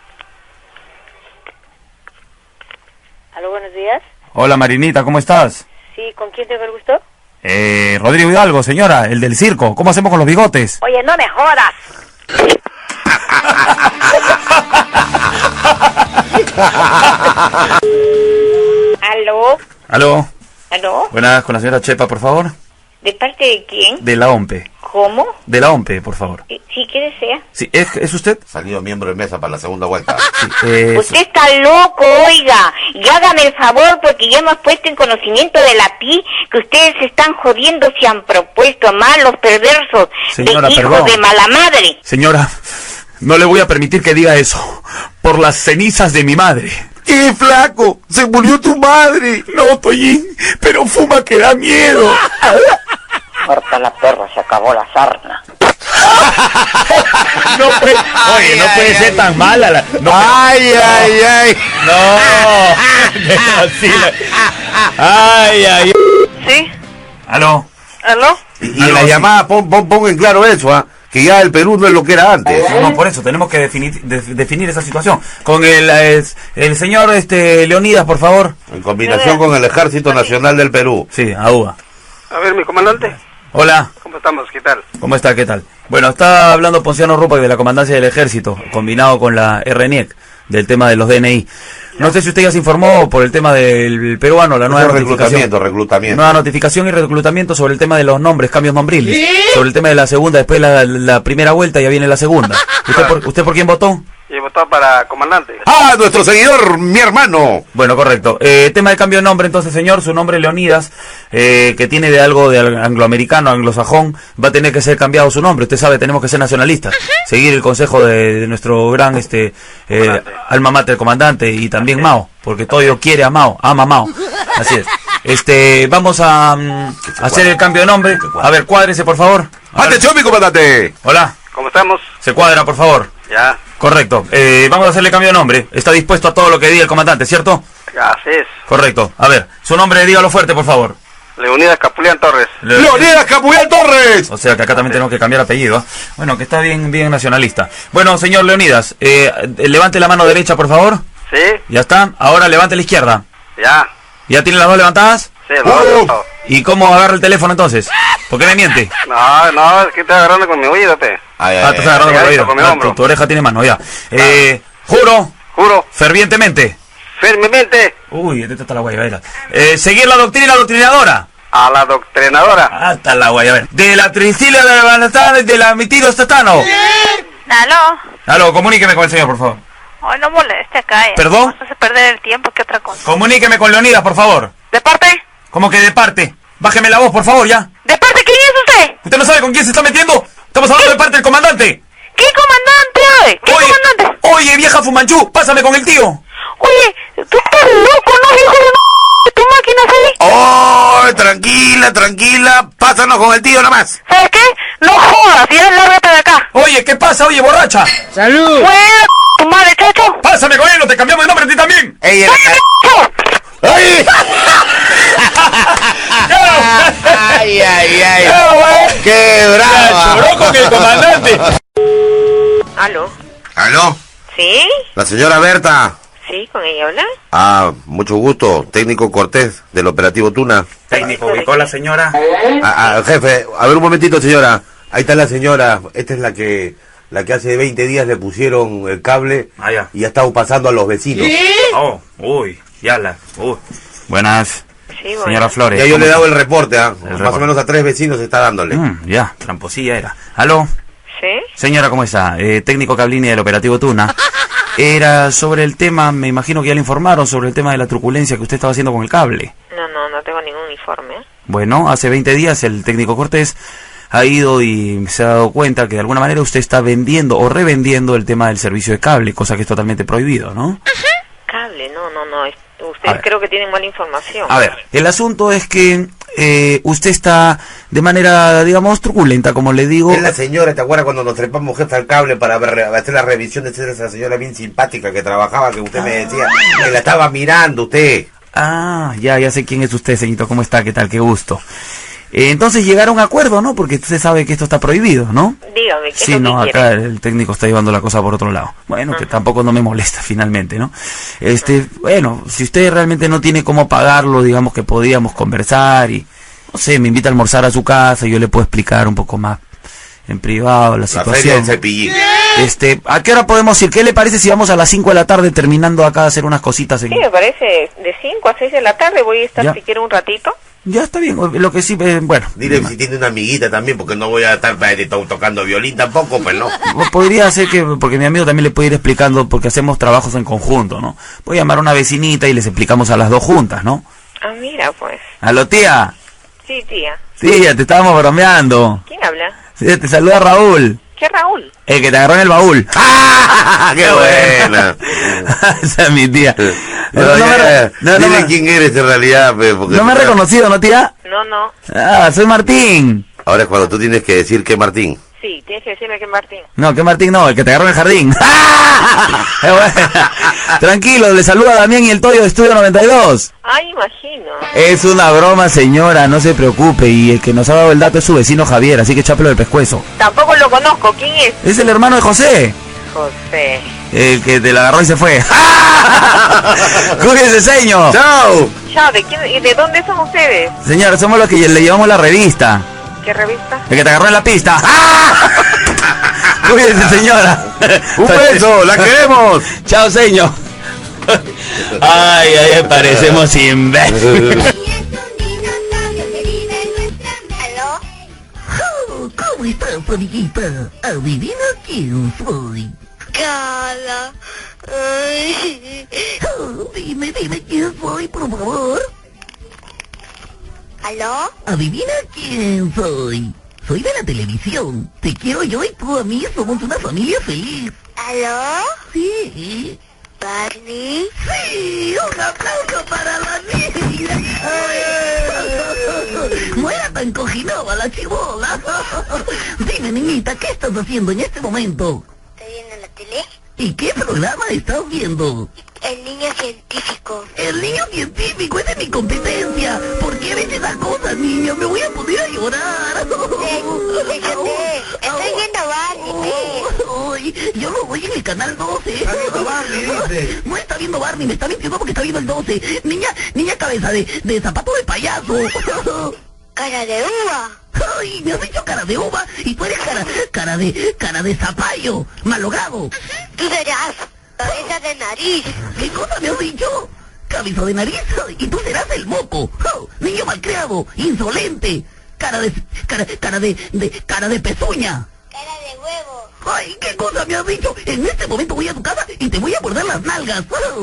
¿Aló, buenos días? Hola, Marinita, ¿cómo estás? Sí, ¿con quién tengo el gusto? Eh, Rodrigo Hidalgo, señora, el del circo. ¿Cómo hacemos con los bigotes? Oye, no me jodas. ¿Aló? Aló. ¿Aló? Buenas, con la señora Chepa, por favor. ¿De parte de quién? De la OMPE. ¿Cómo? De la OMPE, por favor. Eh, Sí, ¿qué desea? Sí, ¿es, ¿es usted? Salido miembro de mesa para la segunda vuelta. Sí, eh, Usted está loco, oiga. Y hágame el favor, porque ya hemos puesto en conocimiento de la P I que ustedes se están jodiendo, se han propuesto malos, perversos, Señora, de hijos perdón. de mala madre. Señora, no le voy a permitir que diga eso. Por las cenizas de mi madre. ¡Qué flaco! ¡Se murió tu madre! No, Toyín, pero fuma que da miedo. Corta la perra, se acabó la sarna. No puede, oye, no puede ser tan mala la... No, ay, ay, ay. No. Así la- Ay, ay. ¿Sí? Aló. ¿Aló? Y, y en la llamada pon, pon, pon en claro eso, ¿ah? Que ya el Perú no es lo que era antes. No, no, por eso tenemos que definir, de- definir esa situación. Con el, el, el señor este Leonidas, por favor. En combinación con el Ejército Nacional del Perú. Sí, AUA. A ver, mi comandante. Hola. ¿Cómo estamos? ¿Qué tal? ¿Cómo está? ¿Qué tal? Bueno, está hablando Ponciano Rupa de la Comandancia del Ejército, combinado con la R N I E C, del tema de los D N I. No sé si usted ya se informó por el tema del peruano, la nueva Eso es notificación. reclutamiento, reclutamiento. Nueva notificación y reclutamiento sobre el tema de los nombres, cambios nombriles. Sobre el tema de la segunda, después la, la primera vuelta, ya viene la segunda. ¿Usted por, ¿Usted por quién votó? Y he votado para comandante. ¡Ah, nuestro seguidor, mi hermano! Bueno, correcto. Eh, tema de cambio de nombre, entonces, señor, su nombre Leonidas, eh, que tiene de algo de angloamericano, anglosajón, va a tener que ser cambiado su nombre. Usted sabe, tenemos que ser nacionalistas. Seguir el consejo de, de nuestro gran este eh, alma mater comandante y también Mao, porque todo quiere a Mao, ama a Mao. Así es. Este, vamos a mm, hacer el cambio de nombre. A ver, cuádrese, por favor. ¡Atención, mi comandante! Hola. ¿Cómo estamos? Se cuadra, por favor. Ya. Correcto. Eh, vamos a hacerle cambio de nombre. Está dispuesto a todo lo que diga el comandante, ¿cierto? Así es. Correcto. A ver, su nombre, dígalo fuerte, por favor. Leonidas Capulián Torres. Le- ¡Leonidas Capulián Torres! O sea que acá también tenemos que cambiar apellido. ¿eh? Bueno, que está bien, bien nacionalista. Bueno, señor Leonidas, eh, eh, levante la mano derecha, por favor. ¿Sí? Ya está. Ahora levante la izquierda. Ya. ¿Ya tiene las dos levantadas? Sí, lo otro. ¿Y cómo agarra el teléfono entonces? ¿Por qué me miente? No, no, es que estoy agarrando con mi oído, pe. Ay, Ah, ay, estás agarrando ya, por el oído. con mi Ah, hombro. tu, tu oreja tiene mano, ya. Eh, juro, Juro, fervientemente. firmemente, Uy, esta está la guayabera. Eh, seguir la doctrina y la doctrinadora. a la doctrinadora. Hasta la guayabera. De la Tricilia de la de la mitido estatano. ¿Aló? Aló, comuníqueme con el señor, por favor. Ay, no moleste acá, eh. ¿Perdón? Nos hace perder el tiempo, ¿qué otra cosa? Comuníqueme con Leonidas, por favor. ¿De parte? ¿Cómo que de parte? Bájeme la voz, por favor, ya. ¿De parte quién es usted? ¿Usted no sabe con quién se está metiendo? Estamos hablando de parte del comandante. ¿Qué comandante, oye? ¿Qué Oye, comandante? oye, vieja Fumanchú, pásame con el tío. Oye, tú estás loco, ¿no, hijo de m... tu máquina ahí? ¡Oh, tranquila, tranquila! Pásanos con el tío nomás. ¿Sabes qué? No jodas, ya lárgate de acá. Oye, ¿qué pasa? Oye, borracha. ¡Salud! ¡Fuera, tu madre, chocho! Pásame con él, no te cambiamos de nombre a ti también. ¡Ey, el... ¡Ay! ¡Ay, ay, ay! ¡Qué bravo! Lloró con el comandante. ¿Aló? ¿Aló? ¿Sí? La señora Berta. Sí, con ella habla. Ah, mucho gusto. Técnico Cortés, del operativo Tuna. Técnico, ¿ubicó la señora? Ah, ah, jefe, a ver un momentito, señora. Ahí está la señora. Esta es la que la que hace veinte días le pusieron el cable ah, ya. y ha estado pasando a los vecinos. ¿Sí? Oh, uy, ya la... Uy. Buenas. Sí, bueno. Señora Flores. Ya yo le he dado el reporte, ¿ah? El Más reporte. o menos a tres vecinos está dándole. Mm, ya, tramposilla era. ¿Aló? ¿Sí? Señora, ¿cómo está? Eh, técnico Cablini del operativo Tuna. Era sobre el tema, me imagino que ya le informaron sobre el tema de la truculencia que usted estaba haciendo con el cable. No, no, no tengo ningún informe. Bueno, hace veinte días el técnico Cortés ha ido y se ha dado cuenta que de alguna manera usted está vendiendo o revendiendo el tema del servicio de cable, cosa que es totalmente prohibido, ¿no? Cable, no, no, no. es- Ustedes creo que tienen mala información. A ver, el asunto es que eh, usted está de manera, digamos, truculenta, como le digo. Es la señora, ¿te acuerdas cuando nos trepamos jefe al cable para ver- hacer la revisión de ser esa señora bien simpática que trabajaba, que usted me decía que la estaba mirando usted? Ah, ya, ya sé quién es usted, señorito, ¿cómo está? ¿Qué tal? Qué gusto. Eh, entonces llegaron a un acuerdo, ¿no? Porque usted sabe que esto está prohibido, ¿no? Dígame, ¿qué Sí, es lo no, que acá quiere? el técnico está llevando la cosa por otro lado. Bueno, que tampoco no me molesta finalmente, ¿no? Este, bueno, si usted realmente no tiene cómo pagarlo, digamos que podíamos conversar y, no sé, me invita a almorzar a su casa y yo le puedo explicar un poco más en privado la situación. feria del Cepillín. Este, ¿a qué hora podemos ir? ¿Qué le parece si vamos a las cinco de la tarde terminando acá a hacer unas cositas en... Sí, me parece de cinco a seis de la tarde. Voy a estar Ya. si quiere un ratito. Ya está bien, lo que sí, eh, bueno. Dile si tiene una amiguita también, porque no voy a estar eh, to- tocando violín tampoco, pues no. Podría ser que, porque mi amigo también le puede ir explicando, porque hacemos trabajos en conjunto, ¿no? Voy a llamar a una vecinita y les explicamos a las dos juntas, ¿no? Ah, mira, pues. Aló, tía. Sí, tía. Tía, te estábamos bromeando. ¿Quién habla? Sí, te saluda Raúl, ¿Qué Raúl? el que te agarró en el baúl. ¡Qué buena! Esa es mi tía. No, No, no ya, me re- ya. no, no Dile me- quién eres en realidad, pe, porque... No me ha reconocido, ¿no, tía? No, no. Ah, soy Martín. Ahora es cuando tú tienes que decir que Martín. Sí, tienes que decirme que es Martín. No, que Martín no, el que te agarró en el jardín. Eh, bueno. Tranquilo, le saluda Damián y el Toyo de Estudio noventa y dos. Ay, imagino. Es una broma, señora, no se preocupe. Y el que nos ha dado el dato es su vecino Javier, así que chápelo del pescuezo. Tampoco lo conozco. ¿Quién es? Es el hermano de José, José. el que te la agarró y se fue. Cuídese, señor. ¡Chao! Chao, ¿de, quién, ¿de dónde son ustedes? Señor, somos los que le llevamos la revista. ¿Qué revista? El que te agarró en la pista. Cuídese, señora. ¡Un beso! ¡La queremos! Chao, señor. Ay, ay, parecemos imbéciles. ¿Aló? Oh, ¿cómo estás, amiguita? Adivina quién soy. Carla. Ay. Oh, dime, dime quién soy, por favor. ¿Aló? Adivina quién soy. Soy de la televisión. Te quiero yo y tú a mí. Somos una familia feliz. ¿Aló? Sí. ¿Barney? Sí, un aplauso para la niña. Muera tan cojinova la chibola. Dime, niñita, ¿qué estás haciendo en este momento? ¿Estoy viendo la tele? ¿Y qué programa estás viendo? El niño científico. El niño científico es de mi competencia. ¿Por qué ves esas cosas, niño? Me voy a poner a llorar. Déjate. Estoy viendo Barney. Ay, yo lo voy en el canal doce. Está viendo Barney, dice. No está viendo Barney, me está mintiendo porque está viendo el doce. Niña, niña cabeza de, de zapato de payaso. Cara de uva. Ay, me has dicho cara de uva y tú eres cara, cara de, cara de zapallo, malogrado. Tú serás cabeza de nariz. ¿Qué cosa me has dicho? Cabeza de nariz y tú serás el moco. Oh, niño malcriado, insolente. Cara de, cara, cara de, de, cara de pezuña. Cara de huevo. Ay, ¿qué cosa me has dicho? En este momento voy a tu casa y te voy a morder las nalgas. Oh.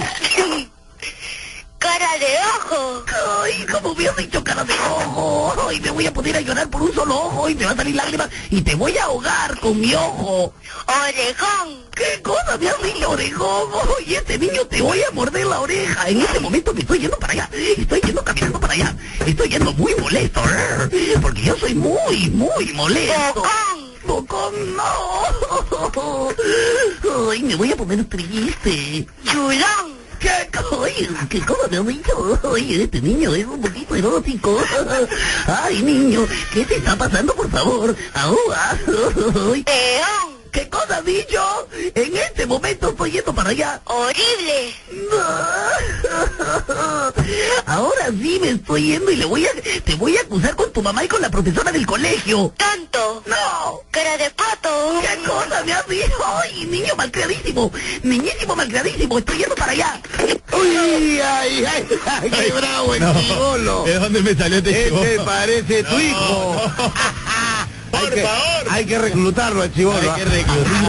Cara de ojo. Ay, ¿cómo me has dicho cara de ojo? Ay, me voy a poner a llorar por un solo ojo y me va a salir lágrimas y te voy a ahogar con mi ojo. Orejón. ¿Qué cosa me has dicho, orejón? Oye, este niño te voy a morder la oreja. En este momento me estoy yendo para allá. Estoy yendo caminando para allá. Estoy yendo muy molesto. Porque yo soy muy, muy molesto. ¡Bocón, no! Ay, me voy a poner triste. Chulón. ¿Qué, oye, ¿qué cosa me has dicho? Oye, este niño es un poquito erótico. Ay, niño, ¿qué te está pasando, por favor? Ahora. Peón. ¿Qué cosa has dicho? En este momento estoy yendo para allá. Horrible. Ahora sí me estoy yendo y le voy a... Te voy a acusar con tu mamá y con la profesora del colegio. ¿Tanto? ¡No! ¡Cara de pato! ¿Qué cosa me has dicho? ¡Ay, niño malcriadísimo! Niñísimo malcriadísimo, estoy yendo para allá. ¡Uy, ay, ay, ay! ¡Qué bravo el No, chibolo! ¿de dónde me salió este chibolo? Este parece tu hijo. Hay que, hay que reclutarlo al chibolo. Hay que reclutarlo.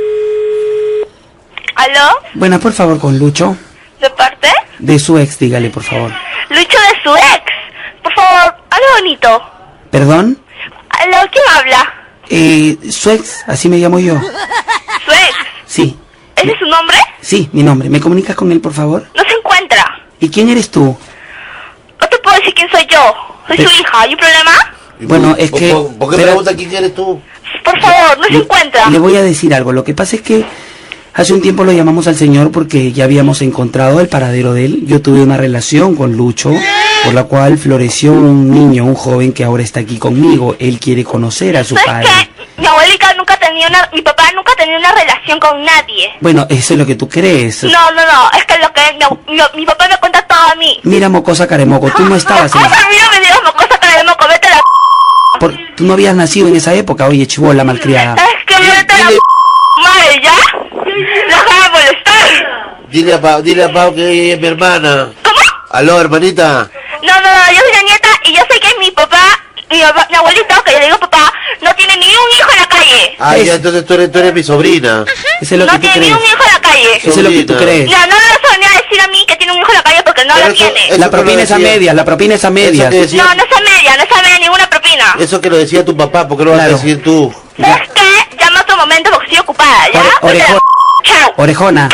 ¿Aló? Buenas, por favor, con Lucho. ¿De parte? De su ex, dígale, por favor. Lucho de su ex. Por favor, habla bonito. ¿Perdón? ¿Aló? ¿Quién habla? Eh, su ex, así me llamo yo. ¿Su ex? Sí. ¿Ese es su nombre? Sí, mi nombre. ¿Me comunicas con él, por favor? No se encuentra. ¿Y quién eres tú? No te puedo decir quién soy yo. Soy Pe- su hija. ¿Hay un problema? Bueno, es que... ¿Por, por qué pero- pregunta quién eres tú? Por favor, no se le, encuentra. le voy a decir algo. Lo que pasa es que hace un tiempo lo llamamos al señor porque ya habíamos encontrado el paradero de él. Yo tuve una relación con Lucho, por la cual floreció un niño, un joven que ahora está aquí conmigo. Él quiere conocer a su padre. Mi abuelita nunca tenía una... Mi papá nunca tenía una relación con nadie. Bueno, eso es lo que tú crees. No, no, no. Es que lo que... Mi, mi, mi papá me cuenta todo a mí. Mira, mocosa caremoco, tú no estabas en... Cosa, mira, me digas mocosa cara de moco. Vete a la... por- Tú no habías nacido en esa época, oye, chibola malcriada. Es que vete a la... Madre, ¿ya? Deja de molestar. Dile a Pau, dile a Pau que ella es mi hermana. ¿Cómo? Aló, hermanita. No, no, no. Yo soy la nieta y yo sé que mi papá... Mi, papá- mi abuelito, que yo le digo papá, no tiene ni un hijo en la calle. Ah, ya, entonces tú eres, tú eres mi sobrina. Eso es lo No que tú tiene ni crees. un hijo en la calle. Eso es lo que tú crees. No, no me vas a venir a decir a mí que tiene un hijo en la calle porque no Pero la eso- tiene. eso La que propina lo es a decía- medias, la propina es a medias. que decía- No, no es a media, no es a media ninguna propina. Eso que lo decía tu papá, ¿por qué lo vas a Claro. decir tú? ¿Sabes qué? Llama a otro momento porque estoy ocupada, ¿ya? Ore- Vete a la- orejo- Chao. Orejona.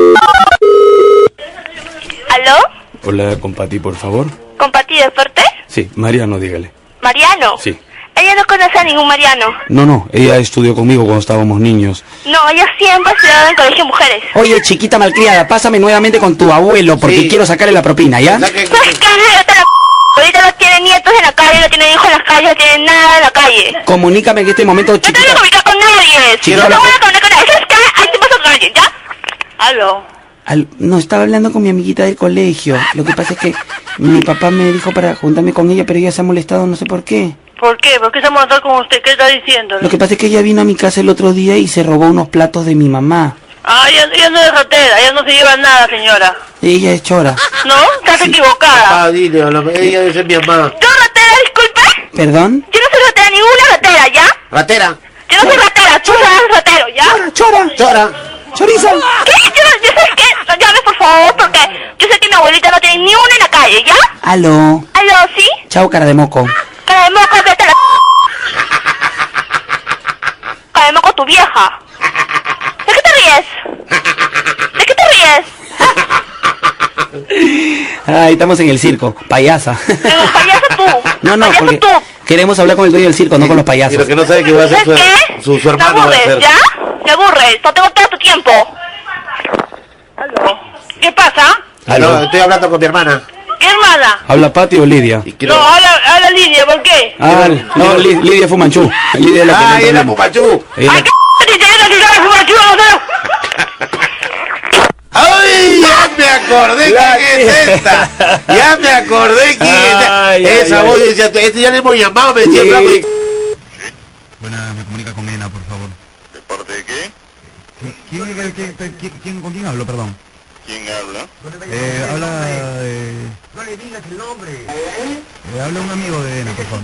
¿Aló? Hola, compatí, por favor. ¿Compartí de parte? Sí, Mariano, dígale. ¿Mariano? Sí. Ella no conoce a ningún Mariano. No, no, ella estudió conmigo cuando estábamos niños. No, ella siempre ha estudiado en colegio de mujeres. Oye, chiquita malcriada, pásame nuevamente con tu abuelo porque Sí. quiero sacarle la propina, ¿ya? La que- ¿Sabes qué? Vete a la... Ahorita no tiene nietos en la calle, no tiene hijos en la calle, no tiene nada en la calle. Comunícame en este momento, No te voy chiquita. a comunicar con nadie. Chiquita, No te la- voy a comunicar con nadie. ¿Sabes qué? Ahí te paso con alguien, ¿ya? ¿Aló? Al- no, estaba hablando con mi amiguita del colegio. Lo que pasa es que mi papá me dijo para juntarme con ella, pero ella se ha molestado, no sé por qué. ¿Por qué? ¿Por qué se ha montado con usted? ¿Qué está diciendo? Lo que pasa es que ella vino a mi casa el otro día y se robó unos platos de mi mamá. Ah, ella, ella no es ratera, ella no se lleva nada, señora. Ella es chora. ¿No? Estás equivocada. Ah, dile, a la- ella debe ser mi mamá. ¿Yo ratera, disculpe? ¿Perdón? Yo no soy ratera, ninguna ratera, ¿ya? Ratera. Yo no soy ratera, tú eres ratero, ¿ya? Chora, Chora. chorizo. ¿Qué? Yo, no- yo sé que... No llames, por favor, porque yo sé que mi abuelita no tiene ni una en la calle, ¿ya? Aló. ¿Aló, sí? Chao, cara de moco. Cara de moco, vete a la... Cara de moco, tu vieja. ¿De qué te ríes? ¿De qué te ríes? Ay, estamos en el circo. Payasa. Eh, payaso tú. No, no, Payaso porque tú. queremos hablar con el dueño del circo, no con los Y lo payasos. que no sabe que va a ser su, ¿Sabes qué? su, su Te hermano va a aburres, ser. ¿ya? Te aburres, no tengo todo tu tiempo. ¿Aló? ¿Qué pasa? Aló, estoy hablando con mi hermana. ¿Qué hermana? ¿Habla Pati o Lidia? Y quiero... No, habla, habla Lidia, ¿por qué? Ah, no, Li- Lidia Fumanchú. Lidia es la que Ah, no ella es la entendemos. Pupachú. Ella- ¡Ay, qué te interesa que yo la fuma chiva, no sé! ¡Ay! Ya me acordé La quién es esta. Ya me acordé quién es esta. Ay, ay, Esa ay. voz decía, este ya le hemos llamado, me decía Sí. el flaco y- Buena, me comunica con Ena, por favor. ¿De parte de qué? ¿Quién, quién, quién, quién- quién- con quién hablo, perdón? ¿Quién habla? Eh, habla... Eh, No le digas el nombre. eh, habla un amigo de Ena, por favor.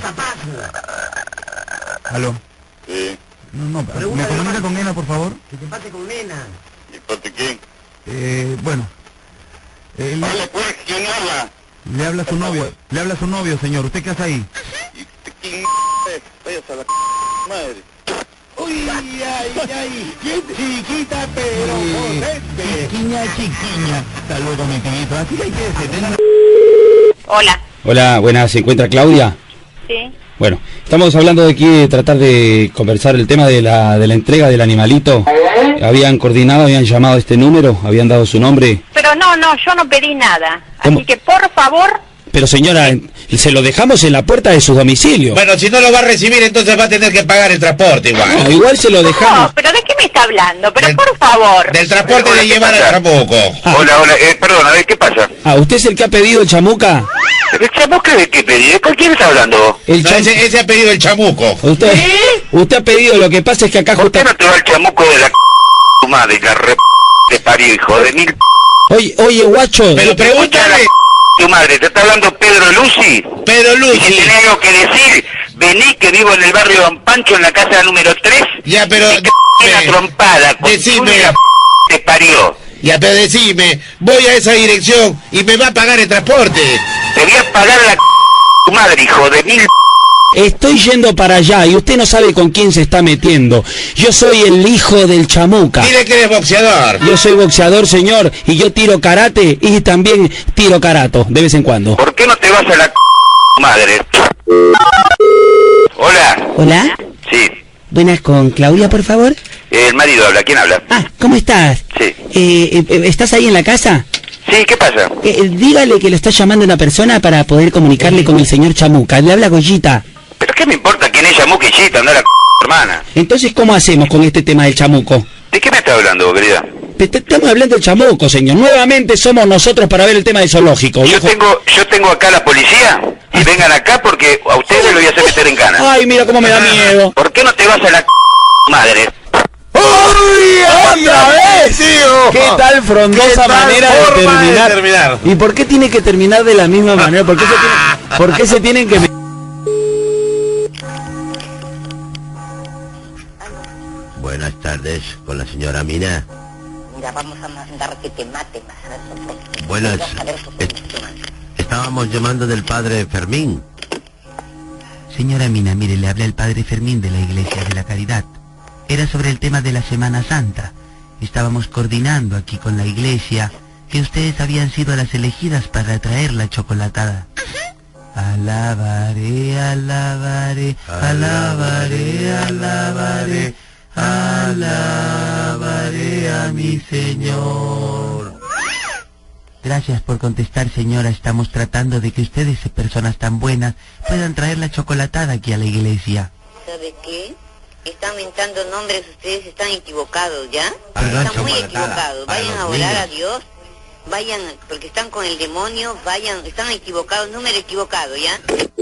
Aló. Sí. No, no, ¿me comunica con Ena, por favor? Que te pase con nena. ¿De parte de quién? Eh, bueno. Eh, le, Habla pues, ¿quién habla? le habla su novio, le habla su novio, señor. ¿Usted qué hace ahí? ¿Quién es? Vayas a la madre. Uy, ay, ay, qué chiquita pero potente. Chiquiña, chiquiña. Saludos, mi amiguito. Así hay que se tenga... Hola. Hola, buenas, ¿se encuentra Claudia? Sí. Bueno, estamos hablando de aquí de tratar de conversar el tema de la, de la entrega del animalito. Habían coordinado, habían llamado a este número, habían dado su nombre. Pero no, no, yo no pedí nada. ¿Cómo? Así que por favor, Pero señora, se lo dejamos en la puerta de su domicilio. Bueno, si no lo va a recibir, entonces va a tener que pagar el transporte igual. No, igual se lo dejamos. No, pero ¿de qué me está hablando? Pero por favor. Del transporte de llevar al chamuco. Ah. Hola, hola, eh, perdón, a ver, ¿qué pasa? Ah, ¿usted es el que ha pedido el chamuca? ¿El chamuca de qué pedí? ¿Con quién está hablando? El No, cham- ese, ese ha pedido el chamuco. Usted, usted ha pedido, lo que pasa es que acá ¿Por justo... qué no te va el chamuco de la c... tu madre, la re... te parió, hijo de mil... Oye, oye, guacho. Pero Escucha la pregúntale. c... tu madre, te está hablando Pedro Lucy. Pedro Y Lucy. si tenés algo que decir, vení que vivo en el barrio Don Pancho, en la casa número tres. Ya, pero... Y que la trompada, con Decime. la c... te parió. Ya, pero decime, voy a esa dirección y me va a pagar el transporte. Te voy a pagar la c... tu madre, hijo de mil... Estoy yendo para allá y usted no sabe con quién se está metiendo. Yo soy el hijo del chamuca. Dile que eres boxeador. Yo soy boxeador, señor, y yo tiro karate y también tiro karato, de vez en cuando. ¿Por qué no te vas a la c... tu madre? Hola. Hola, Sí, buenas, con Claudia, por favor. el marido habla, ¿quién habla? Ah, ¿cómo estás? Sí. Eh, eh, eh, ¿Estás ahí en la casa? Sí, ¿qué pasa? Eh, eh, dígale que lo está llamando una persona para poder comunicarle con el señor Chamuca. Le habla Goyita. ¿Pero qué me importa quién es Chamuquillita? Anda la c... hermana. Entonces, ¿cómo hacemos con este tema del chamuco? ¿De qué me está hablando, querida? Te- te- Estamos hablando del chamuco, señor. Nuevamente somos nosotros para ver el tema del zoológico. Yo viejo. tengo, yo tengo acá a la policía y vengan acá porque a ustedes lo voy a hacer meter en cana. Ay, mira cómo me da miedo. ¿Por qué no te vas a la c... madre? ¡Otra vez, tío! ¿Qué tal frondosa ¿Qué tal manera de forma de terminar? terminar? ¿Y por qué tiene que terminar de la misma manera? ¿Por qué se, tiene- por qué se tienen que... Buenas tardes, con la señora Mina. Mira, vamos a mandar que te maten, vas a ver soporte. Buenas. Vas a ver soporte. Estábamos llamando del padre Fermín. Señora Mina, mire, le habla el padre Fermín de la Iglesia de la Caridad. Era sobre el tema de la Semana Santa. Estábamos coordinando aquí con la iglesia que ustedes habían sido las elegidas para traer la chocolatada. Alabaré, alabaré, alabaré, alabaré, alabaré a mi Señor. Gracias por contestar, señora. Estamos tratando de que ustedes, personas tan buenas, puedan traer la chocolatada aquí a la iglesia. ¿Sabe qué? Están inventando nombres, ustedes están equivocados, ¿ya? Perdón, Están muy chocolatada, equivocados. para Vayan los a orar niños. a Dios. Vayan, porque están con el demonio, vayan, están equivocados, número equivocado, ¿ya?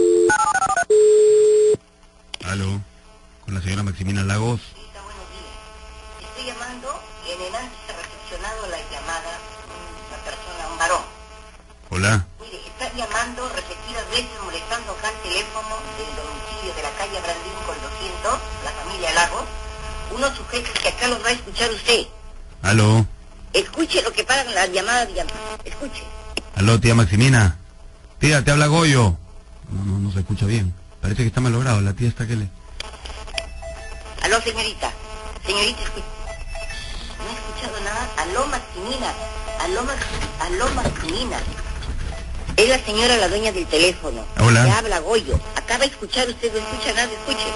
Aló, con la señora Maximina Lagos. Estoy llamando y en el antes ha recepcionado la llamada una persona, un varón. Hola. Mire, está llamando repetidas veces, molestando acá el teléfono del domicilio de la calle Brandín con doscientos, la familia Lagos. Unos sujetos que acá los va a escuchar usted. Aló. Escuche lo que pagan las llamadas de llamada. Escuche. Aló, tía Maximina. Tía, te habla Goyo. No, no, no se escucha bien. Parece que está malogrado. La tía está que le... Aló, señorita. Señorita, escuche. No he escuchado nada. Aló, Maximina. Aló, Max... Aló, Maximina. Es la señora, la dueña del teléfono. Hola. Le habla Goyo. Acaba de escuchar, usted no escucha nada, escuche.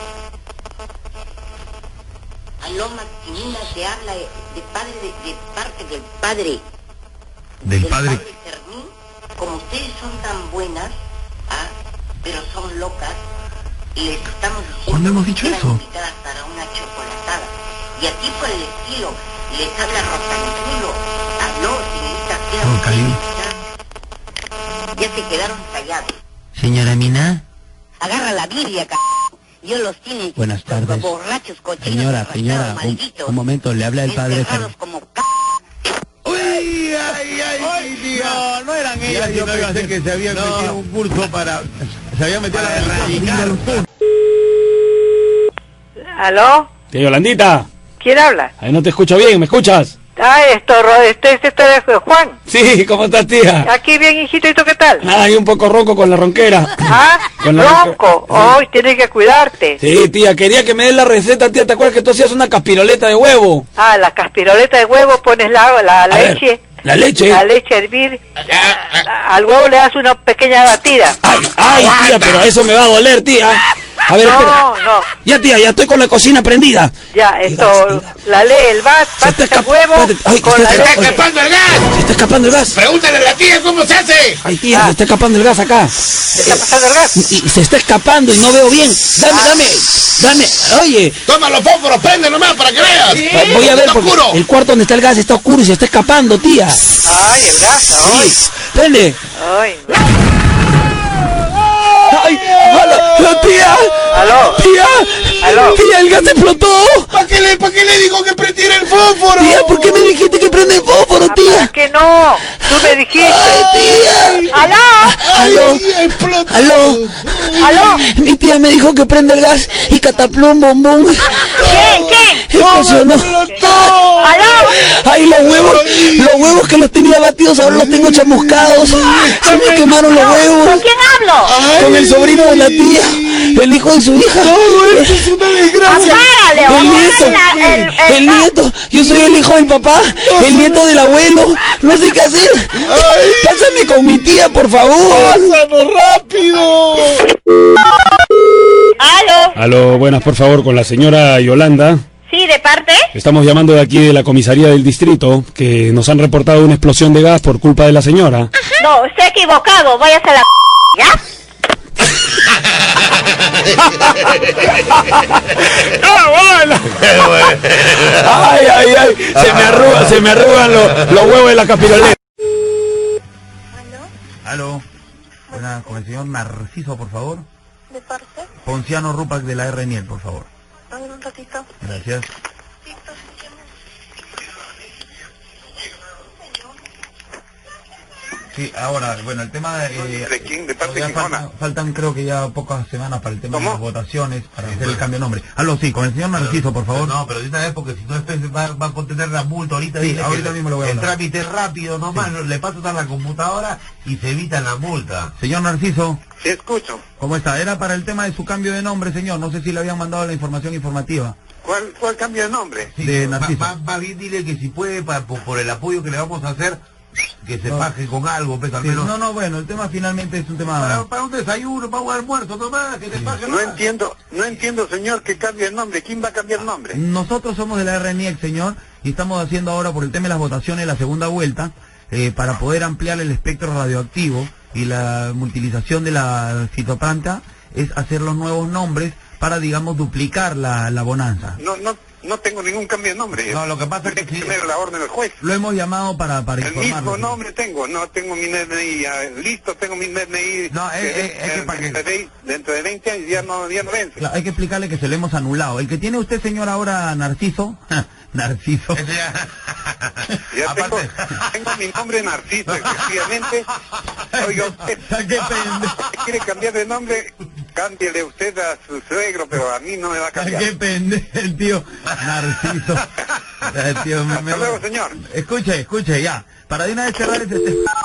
Aló, Maximina, se habla de, de padre, de, de parte del padre. Del padre... Fermín. Como ustedes son tan buenas, ¿ah? Pero son locas, les estamos diciendo ¿Cuándo hemos que dicho quedan eso? invitadas para una chocolatada. Y aquí por el estilo, les habla Rosanzulo. Aló, señorita, quedan Oh, cariño. ustedes, ya se quedaron callados. Señora Mina. Agarra la Biblia, c***. Yo los tiene Buenas tardes. borrachos, cochinos, Señora, arrastrados, señora, un, malditos, un momento, le habla el padre encerrados Fermín. como c***. ¡Uy, ay, ay, tío! No, no eran Ya ellas. yo sino iba a pensé ser- que se habían No. metido en un curso para... Se había metido para a la erradicar. ¿Aló? Tía Yolandita, ¿Quién habla? ahí no te escucho bien, ¿me escuchas? Ah, esto, Ro- este, este, este es Juan. Sí, ¿cómo estás, tía? Aquí bien, hijito, ¿y tú qué tal? Ay, un poco ronco con la ronquera. ¿Ah? Con la Ronco. Hoy tienes que cuidarte. Sí, tía, quería que me des la receta, tía. ¿Te acuerdas que tú hacías una caspiroleta de huevo? Ah, la caspiroleta de huevo, pones la, la A ver, leche. la leche. La leche a hervir. A- Al huevo le das una pequeña batida. Ay, tía, pero eso me va a doler, tía. A ver, no, espera. no. Ya, tía, ya estoy con la cocina prendida. Ya, esto, la ley, el gas, pasa el huevo, Ay, con se la está leche. escapando el gas. Se está escapando el gas. Pregúntale a la tía cómo se hace. Ay, tía, se está escapando el gas acá. ¿Se está pasando el gas? Y, y se está escapando y no veo bien. Dame, dame, dame. Oye. Toma los fósforos, prende nomás para que veas. Voy a ver Está porque oscuro. el cuarto donde está el gas está oscuro y se está escapando, tía. Ay, el gas, ay. Sí. Prende. Ay. ¡Ay! ¡Aló! ¡Tía! ¿Aló? ¡Tía! ¿Aló? ¡Tía, el gas explotó! ¿Para qué le, para qué le dijo que prendiera el fósforo? Tía, ¿por qué me dijiste que prende el fósforo, Ah, tía? ¿para qué no? Tú me dijiste. ¡Ay, tía! ¿Aló? ¡Aló! explotó. ¡Aló! ¿Aló? Mi tía me dijo que prende el gas y cataplum, bom, bom. ¿Quién? ¿Quién? Explosionó. ¿Aló? ¡Ay, los huevos! Los huevos que los tenía batidos ahora los tengo chamuscados. Se me quemaron los huevos. ¿Con quién hablo? Con el sobrino de la tía, el hijo de su hija. No, esto es una desgracia. Apárale, El vamos nieto, a la- el, el, el nieto, yo soy el hijo del papá, el nieto del abuelo, no sé qué hacer. Pásame con mi tía, por favor. ¡Pásanos rápido! ¿Aló? Aló, buenas, por favor, con la señora Yolanda. ¿Sí, de parte? Estamos llamando de aquí de la comisaría del distrito, que nos han reportado una explosión de gas por culpa de la señora. No, está equivocado, váyase a la... ¿Ya? Ay, ay, ay, se me arrugan, se me arrugan los, los huevos de la capirolera. Aló. Buena, con el señor Narciso, por favor. ¿De parte? Ponciano Rupac de la R N I E L, por favor. Dame un ratito. Gracias. Sí, ahora, bueno, el tema de... Eh, ¿De quién? ¿De parte de todavía quién? faltan, faltan creo que ya pocas semanas para el tema ¿Cómo? de las votaciones, para hacer el cambio de nombre. Aló, sí, con el señor Narciso, por favor. No, pero de una vez porque si no después va, va a contener la multa ahorita. Sí, dile ahorita que mismo lo voy a el hablar. trámite es rápido nomás, le paso a la computadora y se evita la multa. Señor Narciso, Sí, escucho. ¿cómo está? Era para el tema de su cambio de nombre, señor. No sé si le habían mandado la información informativa. ¿Cuál, cuál cambio de nombre? Sí, de ma- Narciso. ma- más bien dile que si puede, pa- por, por el apoyo que le vamos a hacer, que se No. paje con algo, pues al Sí, menos. no, no, bueno, el tema finalmente es un Para, tema... para un desayuno, para un almuerzo nomás, que se paje No nomás. entiendo, no entiendo, señor, que cambie el nombre. ¿Quién va a cambiar el nombre? Nosotros somos de la R N I E L, señor, y estamos haciendo ahora por el tema de las votaciones la segunda vuelta, eh, para poder ampliar el espectro radioactivo y la multilización de la fitoplanta, es hacer los nuevos nombres para, digamos, duplicar la, la bonanza. No, no, no tengo ningún cambio de nombre. No, lo que pasa es que Tiene sí. tener la orden del juez. Lo hemos llamado para, para El informarlo. mismo señor. nombre tengo, no tengo mi N D I, ya, listo, tengo mi N D I. No, es- que es- es que para que- dentro, de, dentro de veinte años ya no, ya no vence. Claro, hay que explicarle que se lo hemos anulado. El que tiene usted, señor, ahora, Narciso, Narciso, Ese ya- Ya tengo, Aparte- tengo mi nombre Narciso, efectivamente. Oiga, usted, qué pendejo. si quiere cambiar de nombre, cámbiele usted a su suegro, pero a mí no me va a cambiar. qué pendejo el tío Narciso. El tío, me- me- Hasta luego, señor. Escuche, escuche, ya. Para de una vez cerrar ese...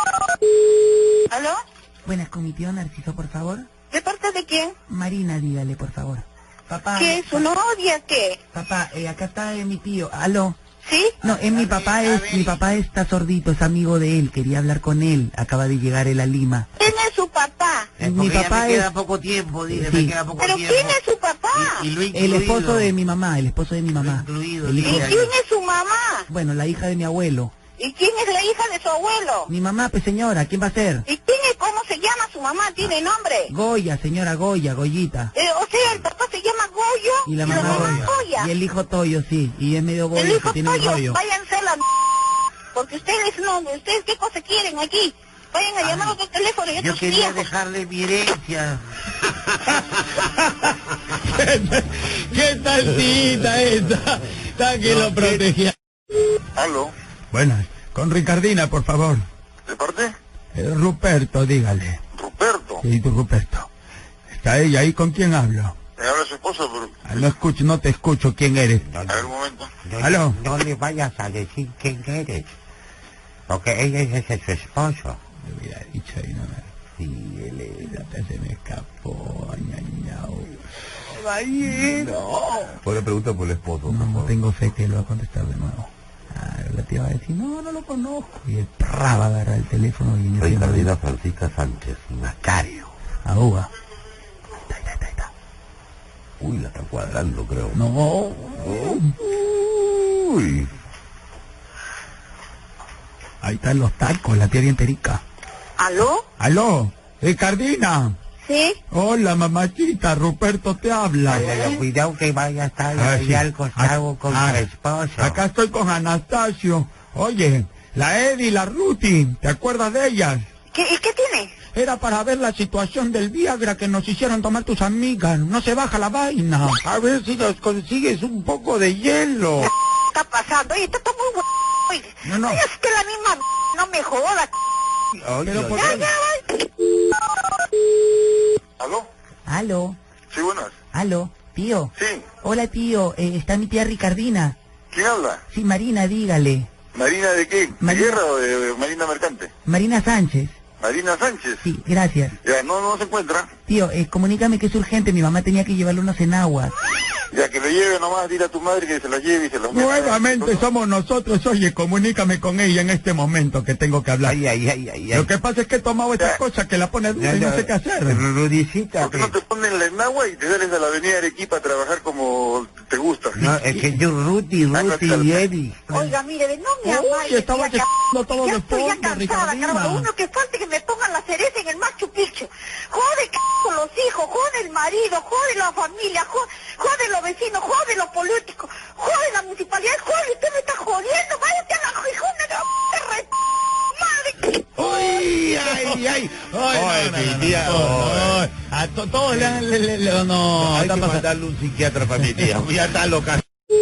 ¿Aló? Buenas, con mi tío Narciso, por favor. ¿De parte de quién? Marina, dígale, por favor. Papá, ¿Qué? ¿Su novia? ¿Qué? papá, eh, acá está eh, mi tío. ¿Aló? ¿Sí? No, es mi papá, es, mi papá está sordito, es amigo de él, quería hablar con él. Acaba de llegar él a Lima. ¿Quién es su papá? Eh, Mi porque ya papá me queda es- poco tiempo, dile, Sí. me queda poco ¿Pero tiempo. quién es su papá? Y, y lo El incluido. esposo de mi mamá, el esposo de mi mamá. incluido, El ¿Y hijo, sí, quién es su mamá? bueno, la hija de mi abuelo. ¿Y quién es la hija de su abuelo? Mi mamá, pues señora, ¿quién va a ser? ¿Y quién es, cómo se llama su mamá? ¿Tiene nombre? Goya, señora Goya, Goyita. Eh, o sea, el papá se llama Goyo Y la mamá Goya. Goya. Y el hijo Toyo, sí. Y es medio El Goyo, que hijo tiene un Toyo, rollo. váyanse a la... Porque ustedes no, ustedes qué cosa quieren aquí. Vayan a llamar a otro teléfono y Yo otros quería viejos. dejarle mi herencia. ¿Qué tal cita esa? Está que lo protegía. ¿Aló? Buenas, con Ricardina, por favor. ¿De parte? Eh, Ruperto, dígale. Ruperto. Sí, tú, Ruperto. ¿Está ella ahí? ¿Con quién hablo? Me habla su esposa, pero... Ah, no escucho, no te escucho. ¿Quién eres? A ver, un momento. ¿Aló? No le vayas a decir quién eres, porque ella es ese su esposo. Me hubiera dicho ahí, no me... Sí, él es, se me escapó, ñañao. No. Ahora pregunta por el esposo. No, no tengo fe que lo va a contestar de nuevo. Ah, la tía va a decir, no, no lo conozco. Y el prra va a agarrar el teléfono y... Ricardina Francisca Sánchez, Macario. Ah, uva. Uy, la están cuadrando, creo. No. Uy. Ahí están los tacos, la tía bien perica. ¿Aló? ¿Aló? Ricardina. ¿Sí? Hola, mamachita, Ruperto te habla. Ay, ay, cuidado que vaya a estar Ah, ahí sí. al costado Ah, con ah, su esposo. Acá estoy con Anastasio. Oye, la Edi y la Ruti, ¿te acuerdas de ellas? ¿Qué, ¿Y qué tiene? Era para ver la situación del Viagra que nos hicieron tomar tus amigas. No se baja la vaina. A ver si nos consigues un poco de hielo. ¿Qué está pasando? Oye, esto está muy bueno. Oye, No, no. Oye, es que la misma no me joda. Ay, Pero ay, por Ya, qué? ya, ay. ¿Aló? Aló, Sí, buenas. aló, tío. Sí. Hola, tío, eh, está mi tía Ricardina. ¿Quién habla? Sí, Marina, dígale. ¿Marina de qué? ¿De Marina- guerra o de, de Marina Mercante? Marina Sánchez. Marina Sánchez. Sí, gracias. Ya, no, no se encuentra. Tío, eh, comunícame que es urgente, mi mamá tenía que llevarle unos enaguas. Ya, que lo lleve nomás, dile a tu madre que se las lleve y se las meta. Nuevamente somos nosotros. Oye, comunícame con ella en este momento que tengo que hablar. Ay, ay, ay, ay, Lo ay. que pasa es que he tomado esta cosa que la pone dura y no sé qué hacer. Rudicita, ¿Por qué no te ponen la enagua y te sales a la avenida Arequipa a trabajar como te gusta? no, es que yo, Ruti, Ruti y Eddie. Oiga, mire, no me Uy, amague, estaba tía, checando todo ya de estoy ya fondo, cansada, Ricardina. carajo. Lo único que falta es que me pongan la cereza en el Machu Picchu. Jode c con los hijos, jode el marido, jode la familia, jode, jode los vecinos, jode los políticos, jode la municipalidad, jode, usted me está jodiendo, váyate a la hijona de la p*** madre. Uy, ay, ay. Ay, no, no, mi no, tía, no, no, ay, a to- todos le han... le- le- le- no, Hay está que pasando. mandarle un psiquiatra para mi tía. Ya está loca.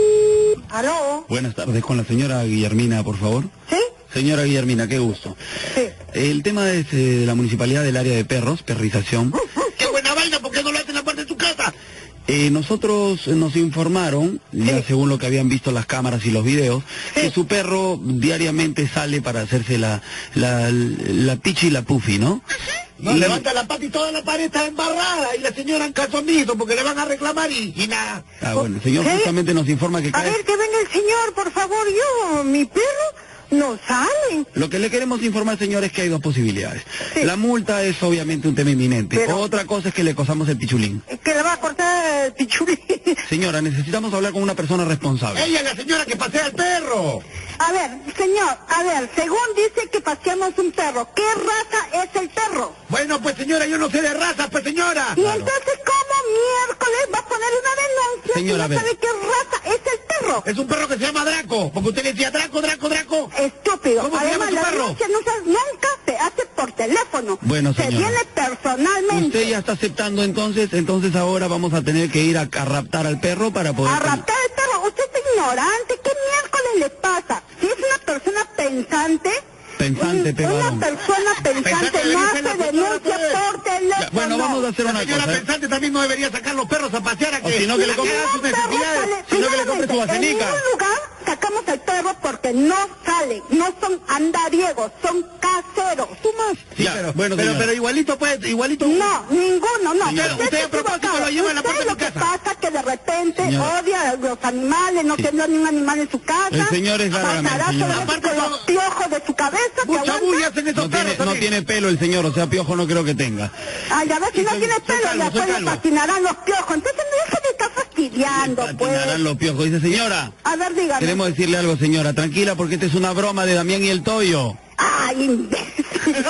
¿Aló? Buenas tardes, con la señora Guillermina, por favor. ¿Sí? Señora Guillermina, qué gusto. Sí. El tema es eh, de la municipalidad del área de perros, perrización. ¡Qué buena vaina! ¿Por qué no lo hacen en la parte de tu casa? Eh, nosotros nos informaron, ya según lo que habían visto las cámaras y los videos, que su perro diariamente sale para hacerse la, la, la pichi y la puffy, ¿no? No, Y- levanta la pata y toda la pared está embarrada y la señora en caso omiso porque le van a reclamar y, y nada. Ah, bueno, el señor justamente nos informa que A cae... ver, que venga el señor, por favor, yo, mi perro no sale. Lo que le queremos informar, señor, es que hay dos posibilidades. La multa es obviamente un tema inminente. Pero- Otra cosa es que le cosamos el pichulín. Que le va a cortar el pichulín. Señora, necesitamos hablar con una persona responsable. Ella es la señora que pasea al perro. A ver, señor, a ver, según dice que paseamos un perro, ¿qué raza es el perro? Bueno, pues señora, yo no sé de razas, pues señora. Y entonces, ¿cómo miércoles va a poner una denuncia Señora, a si ver. no sabe qué raza es el perro? Es un perro que se llama Draco, porque usted le decía Draco, Draco, Draco. Estúpido. ¿Cómo se Además, llama la tu perro? denuncia no se- nunca se hace por teléfono. Bueno, se señora. viene personalmente. Usted ya está aceptando entonces, entonces ahora vamos a tener que ir a, a raptar al perro para poder... A raptar el perro. Usted es ignorante. ¿Qué miércoles le pasa? Si es una persona pensante... Pensante, pero Una varón. persona pensante Pensante le no dice la hace señora, denuncia pues. por teléfono. Bueno, vamos a hacer La una señora cosa. ¿eh? pensante también no debería sacar los perros a pasear a O que... si no, que le compre haga sus Un perro necesidades, sale- sino que le compre su primeramente, vasenica. En ningún lugar sacamos el perro porque no sale, no son andariegos, son caseros. ¿Tú más? Sí, pero, bueno, pero, señora. pero igualito, pues, igualito... No, ninguno, no. Señora, Usted usted a está propósito equivocado. lo lleva en la puerta de Usted mi lo que casa. pasa que de repente Señora. odia a los animales, no Sí. quiere ni un animal en su casa. El señor es Gargamel, Pasará señora. solamente Aparte con todo- los piojos de su cabeza que Mucha aguanta. bulla hacen esos No perros tiene, no también. tiene pelo el señor, o sea, piojo no creo que tenga. Ay, a ver, si no soy- tiene soy pelo, calvo, ya soy después le calvo. patinarán los piojos. Entonces no deje de estar fastidiando, pues. Patinarán los piojos. Dice, señora, A ver, dígame. queremos decirle algo, señora. Tranquila, porque esta es una broma de Damián y el Toyo. Ay, imbécil.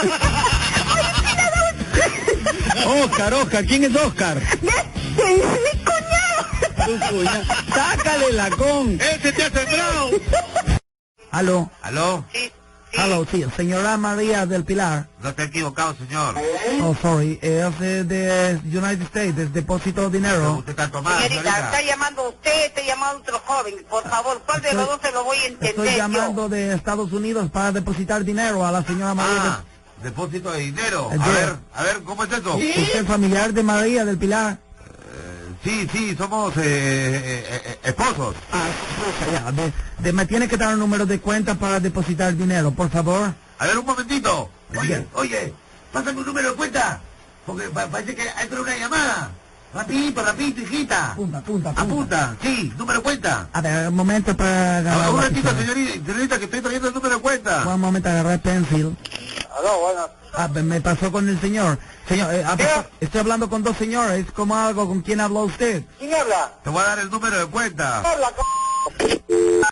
Oscar, Oscar, ¿quién es Oscar? Este es mi cuñado. Tu cuña. Sácale la con. ¡Ese te ha sembrado! Aló, ¿Aló? aló, sí, señora María del Pilar. No está equivocado, señor. Oh, sorry, es de, de United States, es depósito de dinero. Usted está tomando, Señorita, está llamando usted, está llamando otro joven. Por favor, ¿cuál de los dos se lo voy a entender Estoy llamando de Estados Unidos para depositar dinero a la señora María Ah, depósito de dinero. El A de- ver, a ver, ¿cómo es eso? del ¿Usted es familiar de María del Pilar? Sí, sí, somos eh, eh, eh, esposos. Ah, ya, de, de- me tiene que dar un número de cuenta para depositar dinero, por favor. A ver, un momentito. Oye, oye, pásame un número de cuenta. Porque pa- parece que entra una llamada. Rapidito, rapidito, hijita. Apunta, apunta, apunta. Apunta, sí, número de cuenta. A ver, un momento para agarrar Ah, un lápiz, ratito, a ver. señorita, señorita, que estoy trayendo el número de cuenta. Un momento agarrar pencil. Aló, buenas. ah, me pasó con el señor. Señor, eh, ah, estoy hablando con dos señores. ¿Cómo algo? ¿Con quién habló usted? ¿Quién habla? Te voy a dar el número de cuenta. Habla, c...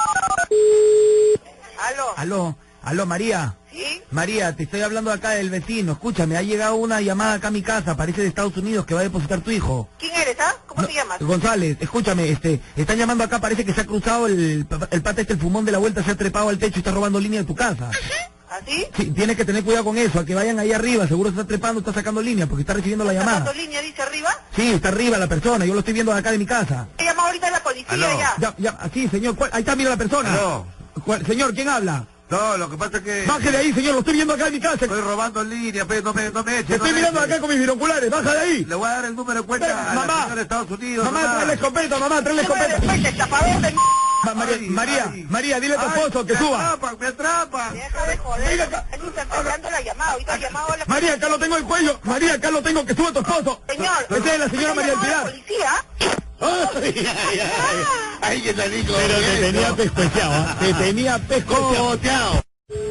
Aló. Aló, aló, María. ¿Sí? María, te estoy hablando acá del vecino. Escúchame, ha llegado una llamada acá a mi casa, parece de Estados Unidos, que va a depositar tu hijo. ¿Quién eres, ah? ¿Cómo No, te llamas? González, escúchame, este, están llamando acá, parece que se ha cruzado el, el pata este, el fumón de la vuelta, se ha trepado al techo y está robando línea de tu casa. ¿Así? Sí, tienes que tener cuidado con eso, a que vayan ahí arriba, seguro se está trepando, está sacando línea, porque está recibiendo la llamada. ¿Sacando línea, dice arriba? Sí, está arriba la persona, yo lo estoy viendo de acá de mi casa. He llamado ahorita a la policía ya. Ya, ya, sí, señor, ¿cuál? Ahí está, mira la persona. Aló. ¿Cuál? Señor, ¿quién habla? No, lo que pasa es que... Baje de ahí, señor, lo estoy viendo acá en mi casa. Estoy robando en línea, pe, no me, no me eches. Te estoy no me mirando eches. acá con mis binoculares, baja de ahí. Le voy a dar el número de cuenta Pero, a mamá, la señora de Estados Unidos. Mamá, trae la escopeta, mamá, trae la escopeta. Respeta, estafador de... Ma- María, Ay, María, ay. María, dile a tu Ay, esposo que me suba. atrapan, me atrapan. Deja de joder. Alguien está esperando la llamada. Ahorita ha llamado a la... María, acá lo tengo el cuello. María, acá lo tengo, que suba tu esposo. Señor. Esa es la señora María del ¿Ha llamado a Pilar. la policía? Ay, ay, ay. Ay, que salí con Pero te eso. tenía pescueteado, ¿ah? Te tenía pescueteado.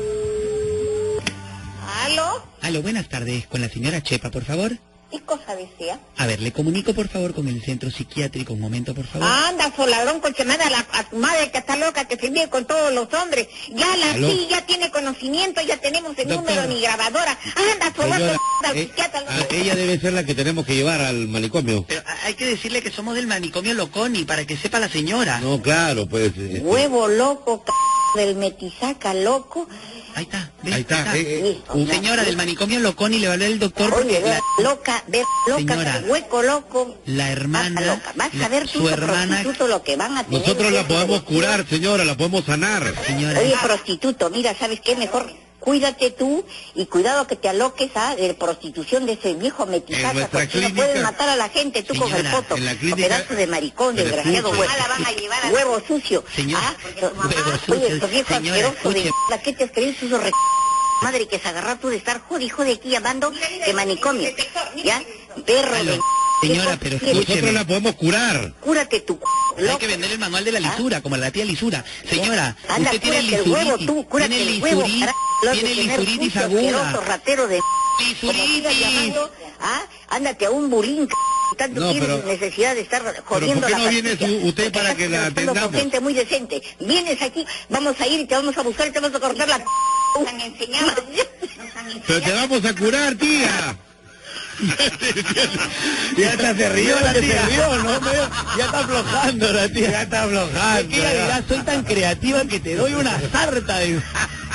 ¿Aló? Aló, buenas tardes. Con la señora Chepa, por favor. ¿Qué cosa desea? A ver, le comunico, por favor, con el centro psiquiátrico. Un momento, por favor. Anda, soladrón, coche madre, a, la, a tu madre que está loca, que se vive con todos los hombres. Ya la ¿Aló? sí, ya tiene conocimiento, ya tenemos el Doctora. número ni grabadora. Anda, soladrón, Señora, al eh, psiquiatra. ah, ella debe ser la que tenemos que llevar al manicomio. Pero a- hay que decirle que somos del manicomio Loconi, para que sepa la señora. No, claro, pues... eh, Huevo loco, c... del metisaca loco. Ahí está, ve, Ahí está, eh, eh, Listo, un- ya. Señora, del manicomio Loconi le va a hablar el doctor Oye, porque ve, la, loca, ve, loca, Señora. hueco loco. la hermana, Vas a loca. Vas la- a ver tú, su hermana, prostituto, lo que van a tener. Nosotros la ustedes podemos que decir. curar, señora, la podemos sanar. señora, Oye, prostituto, mira, ¿sabes qué? Mejor cuídate tú y cuidado que te aloques a de prostitución de ese viejo En metisaca, nuestra porque no clínica- puedes matar a la gente tú con el Señora, poto. en la O clínica- pedazo de maricón, Pero desgraciado, escuche. huevo. Ah, la van a llevar a... Huevo sucio. Señora, Ah, huevo sucio. Oye, estos viejos Señora, asquerosos de escuche. mierda, ¿qué te has creído, sucio re... Madre, que se agarra tú de estar jodido, hijo de aquí llamando de manicomio, ¿ya? Perro Aló. de... Señora, ¿Qué pero quieres? escúcheme. Nosotros la podemos curar. Cúrate tu... Hay loco. que vender el manual de la lisura, como la tía lisura. Señora, Anda, usted tiene cúrate el huevo, lisuritis, tú, cúrate tiene el huevo, lisuritis, carajo, lo has de tiene tener lisuritis sucio, asqueroso, aguda. ratero de... Como sigas Lisuritis. llamando, ¿ah? Ándate a un bulín, c... tanto No, tienes pero- necesidad de estar ¿por jodiendo qué la no viene pastilla? su- usted Porque para estás que la tratando con atendamos? gente muy decente. Vienes aquí, vamos a ir y te vamos a buscar y te vamos a cortar la... Nos han enseñado, nos han enseñado. Pero te vamos a curar, tía. Ya hasta se rió la tía. Se rió, ¿no? Medio- Ya está aflojando la tía. Ya está aflojando. Es que ella dirá, soy tan creativa que te doy una sarta de...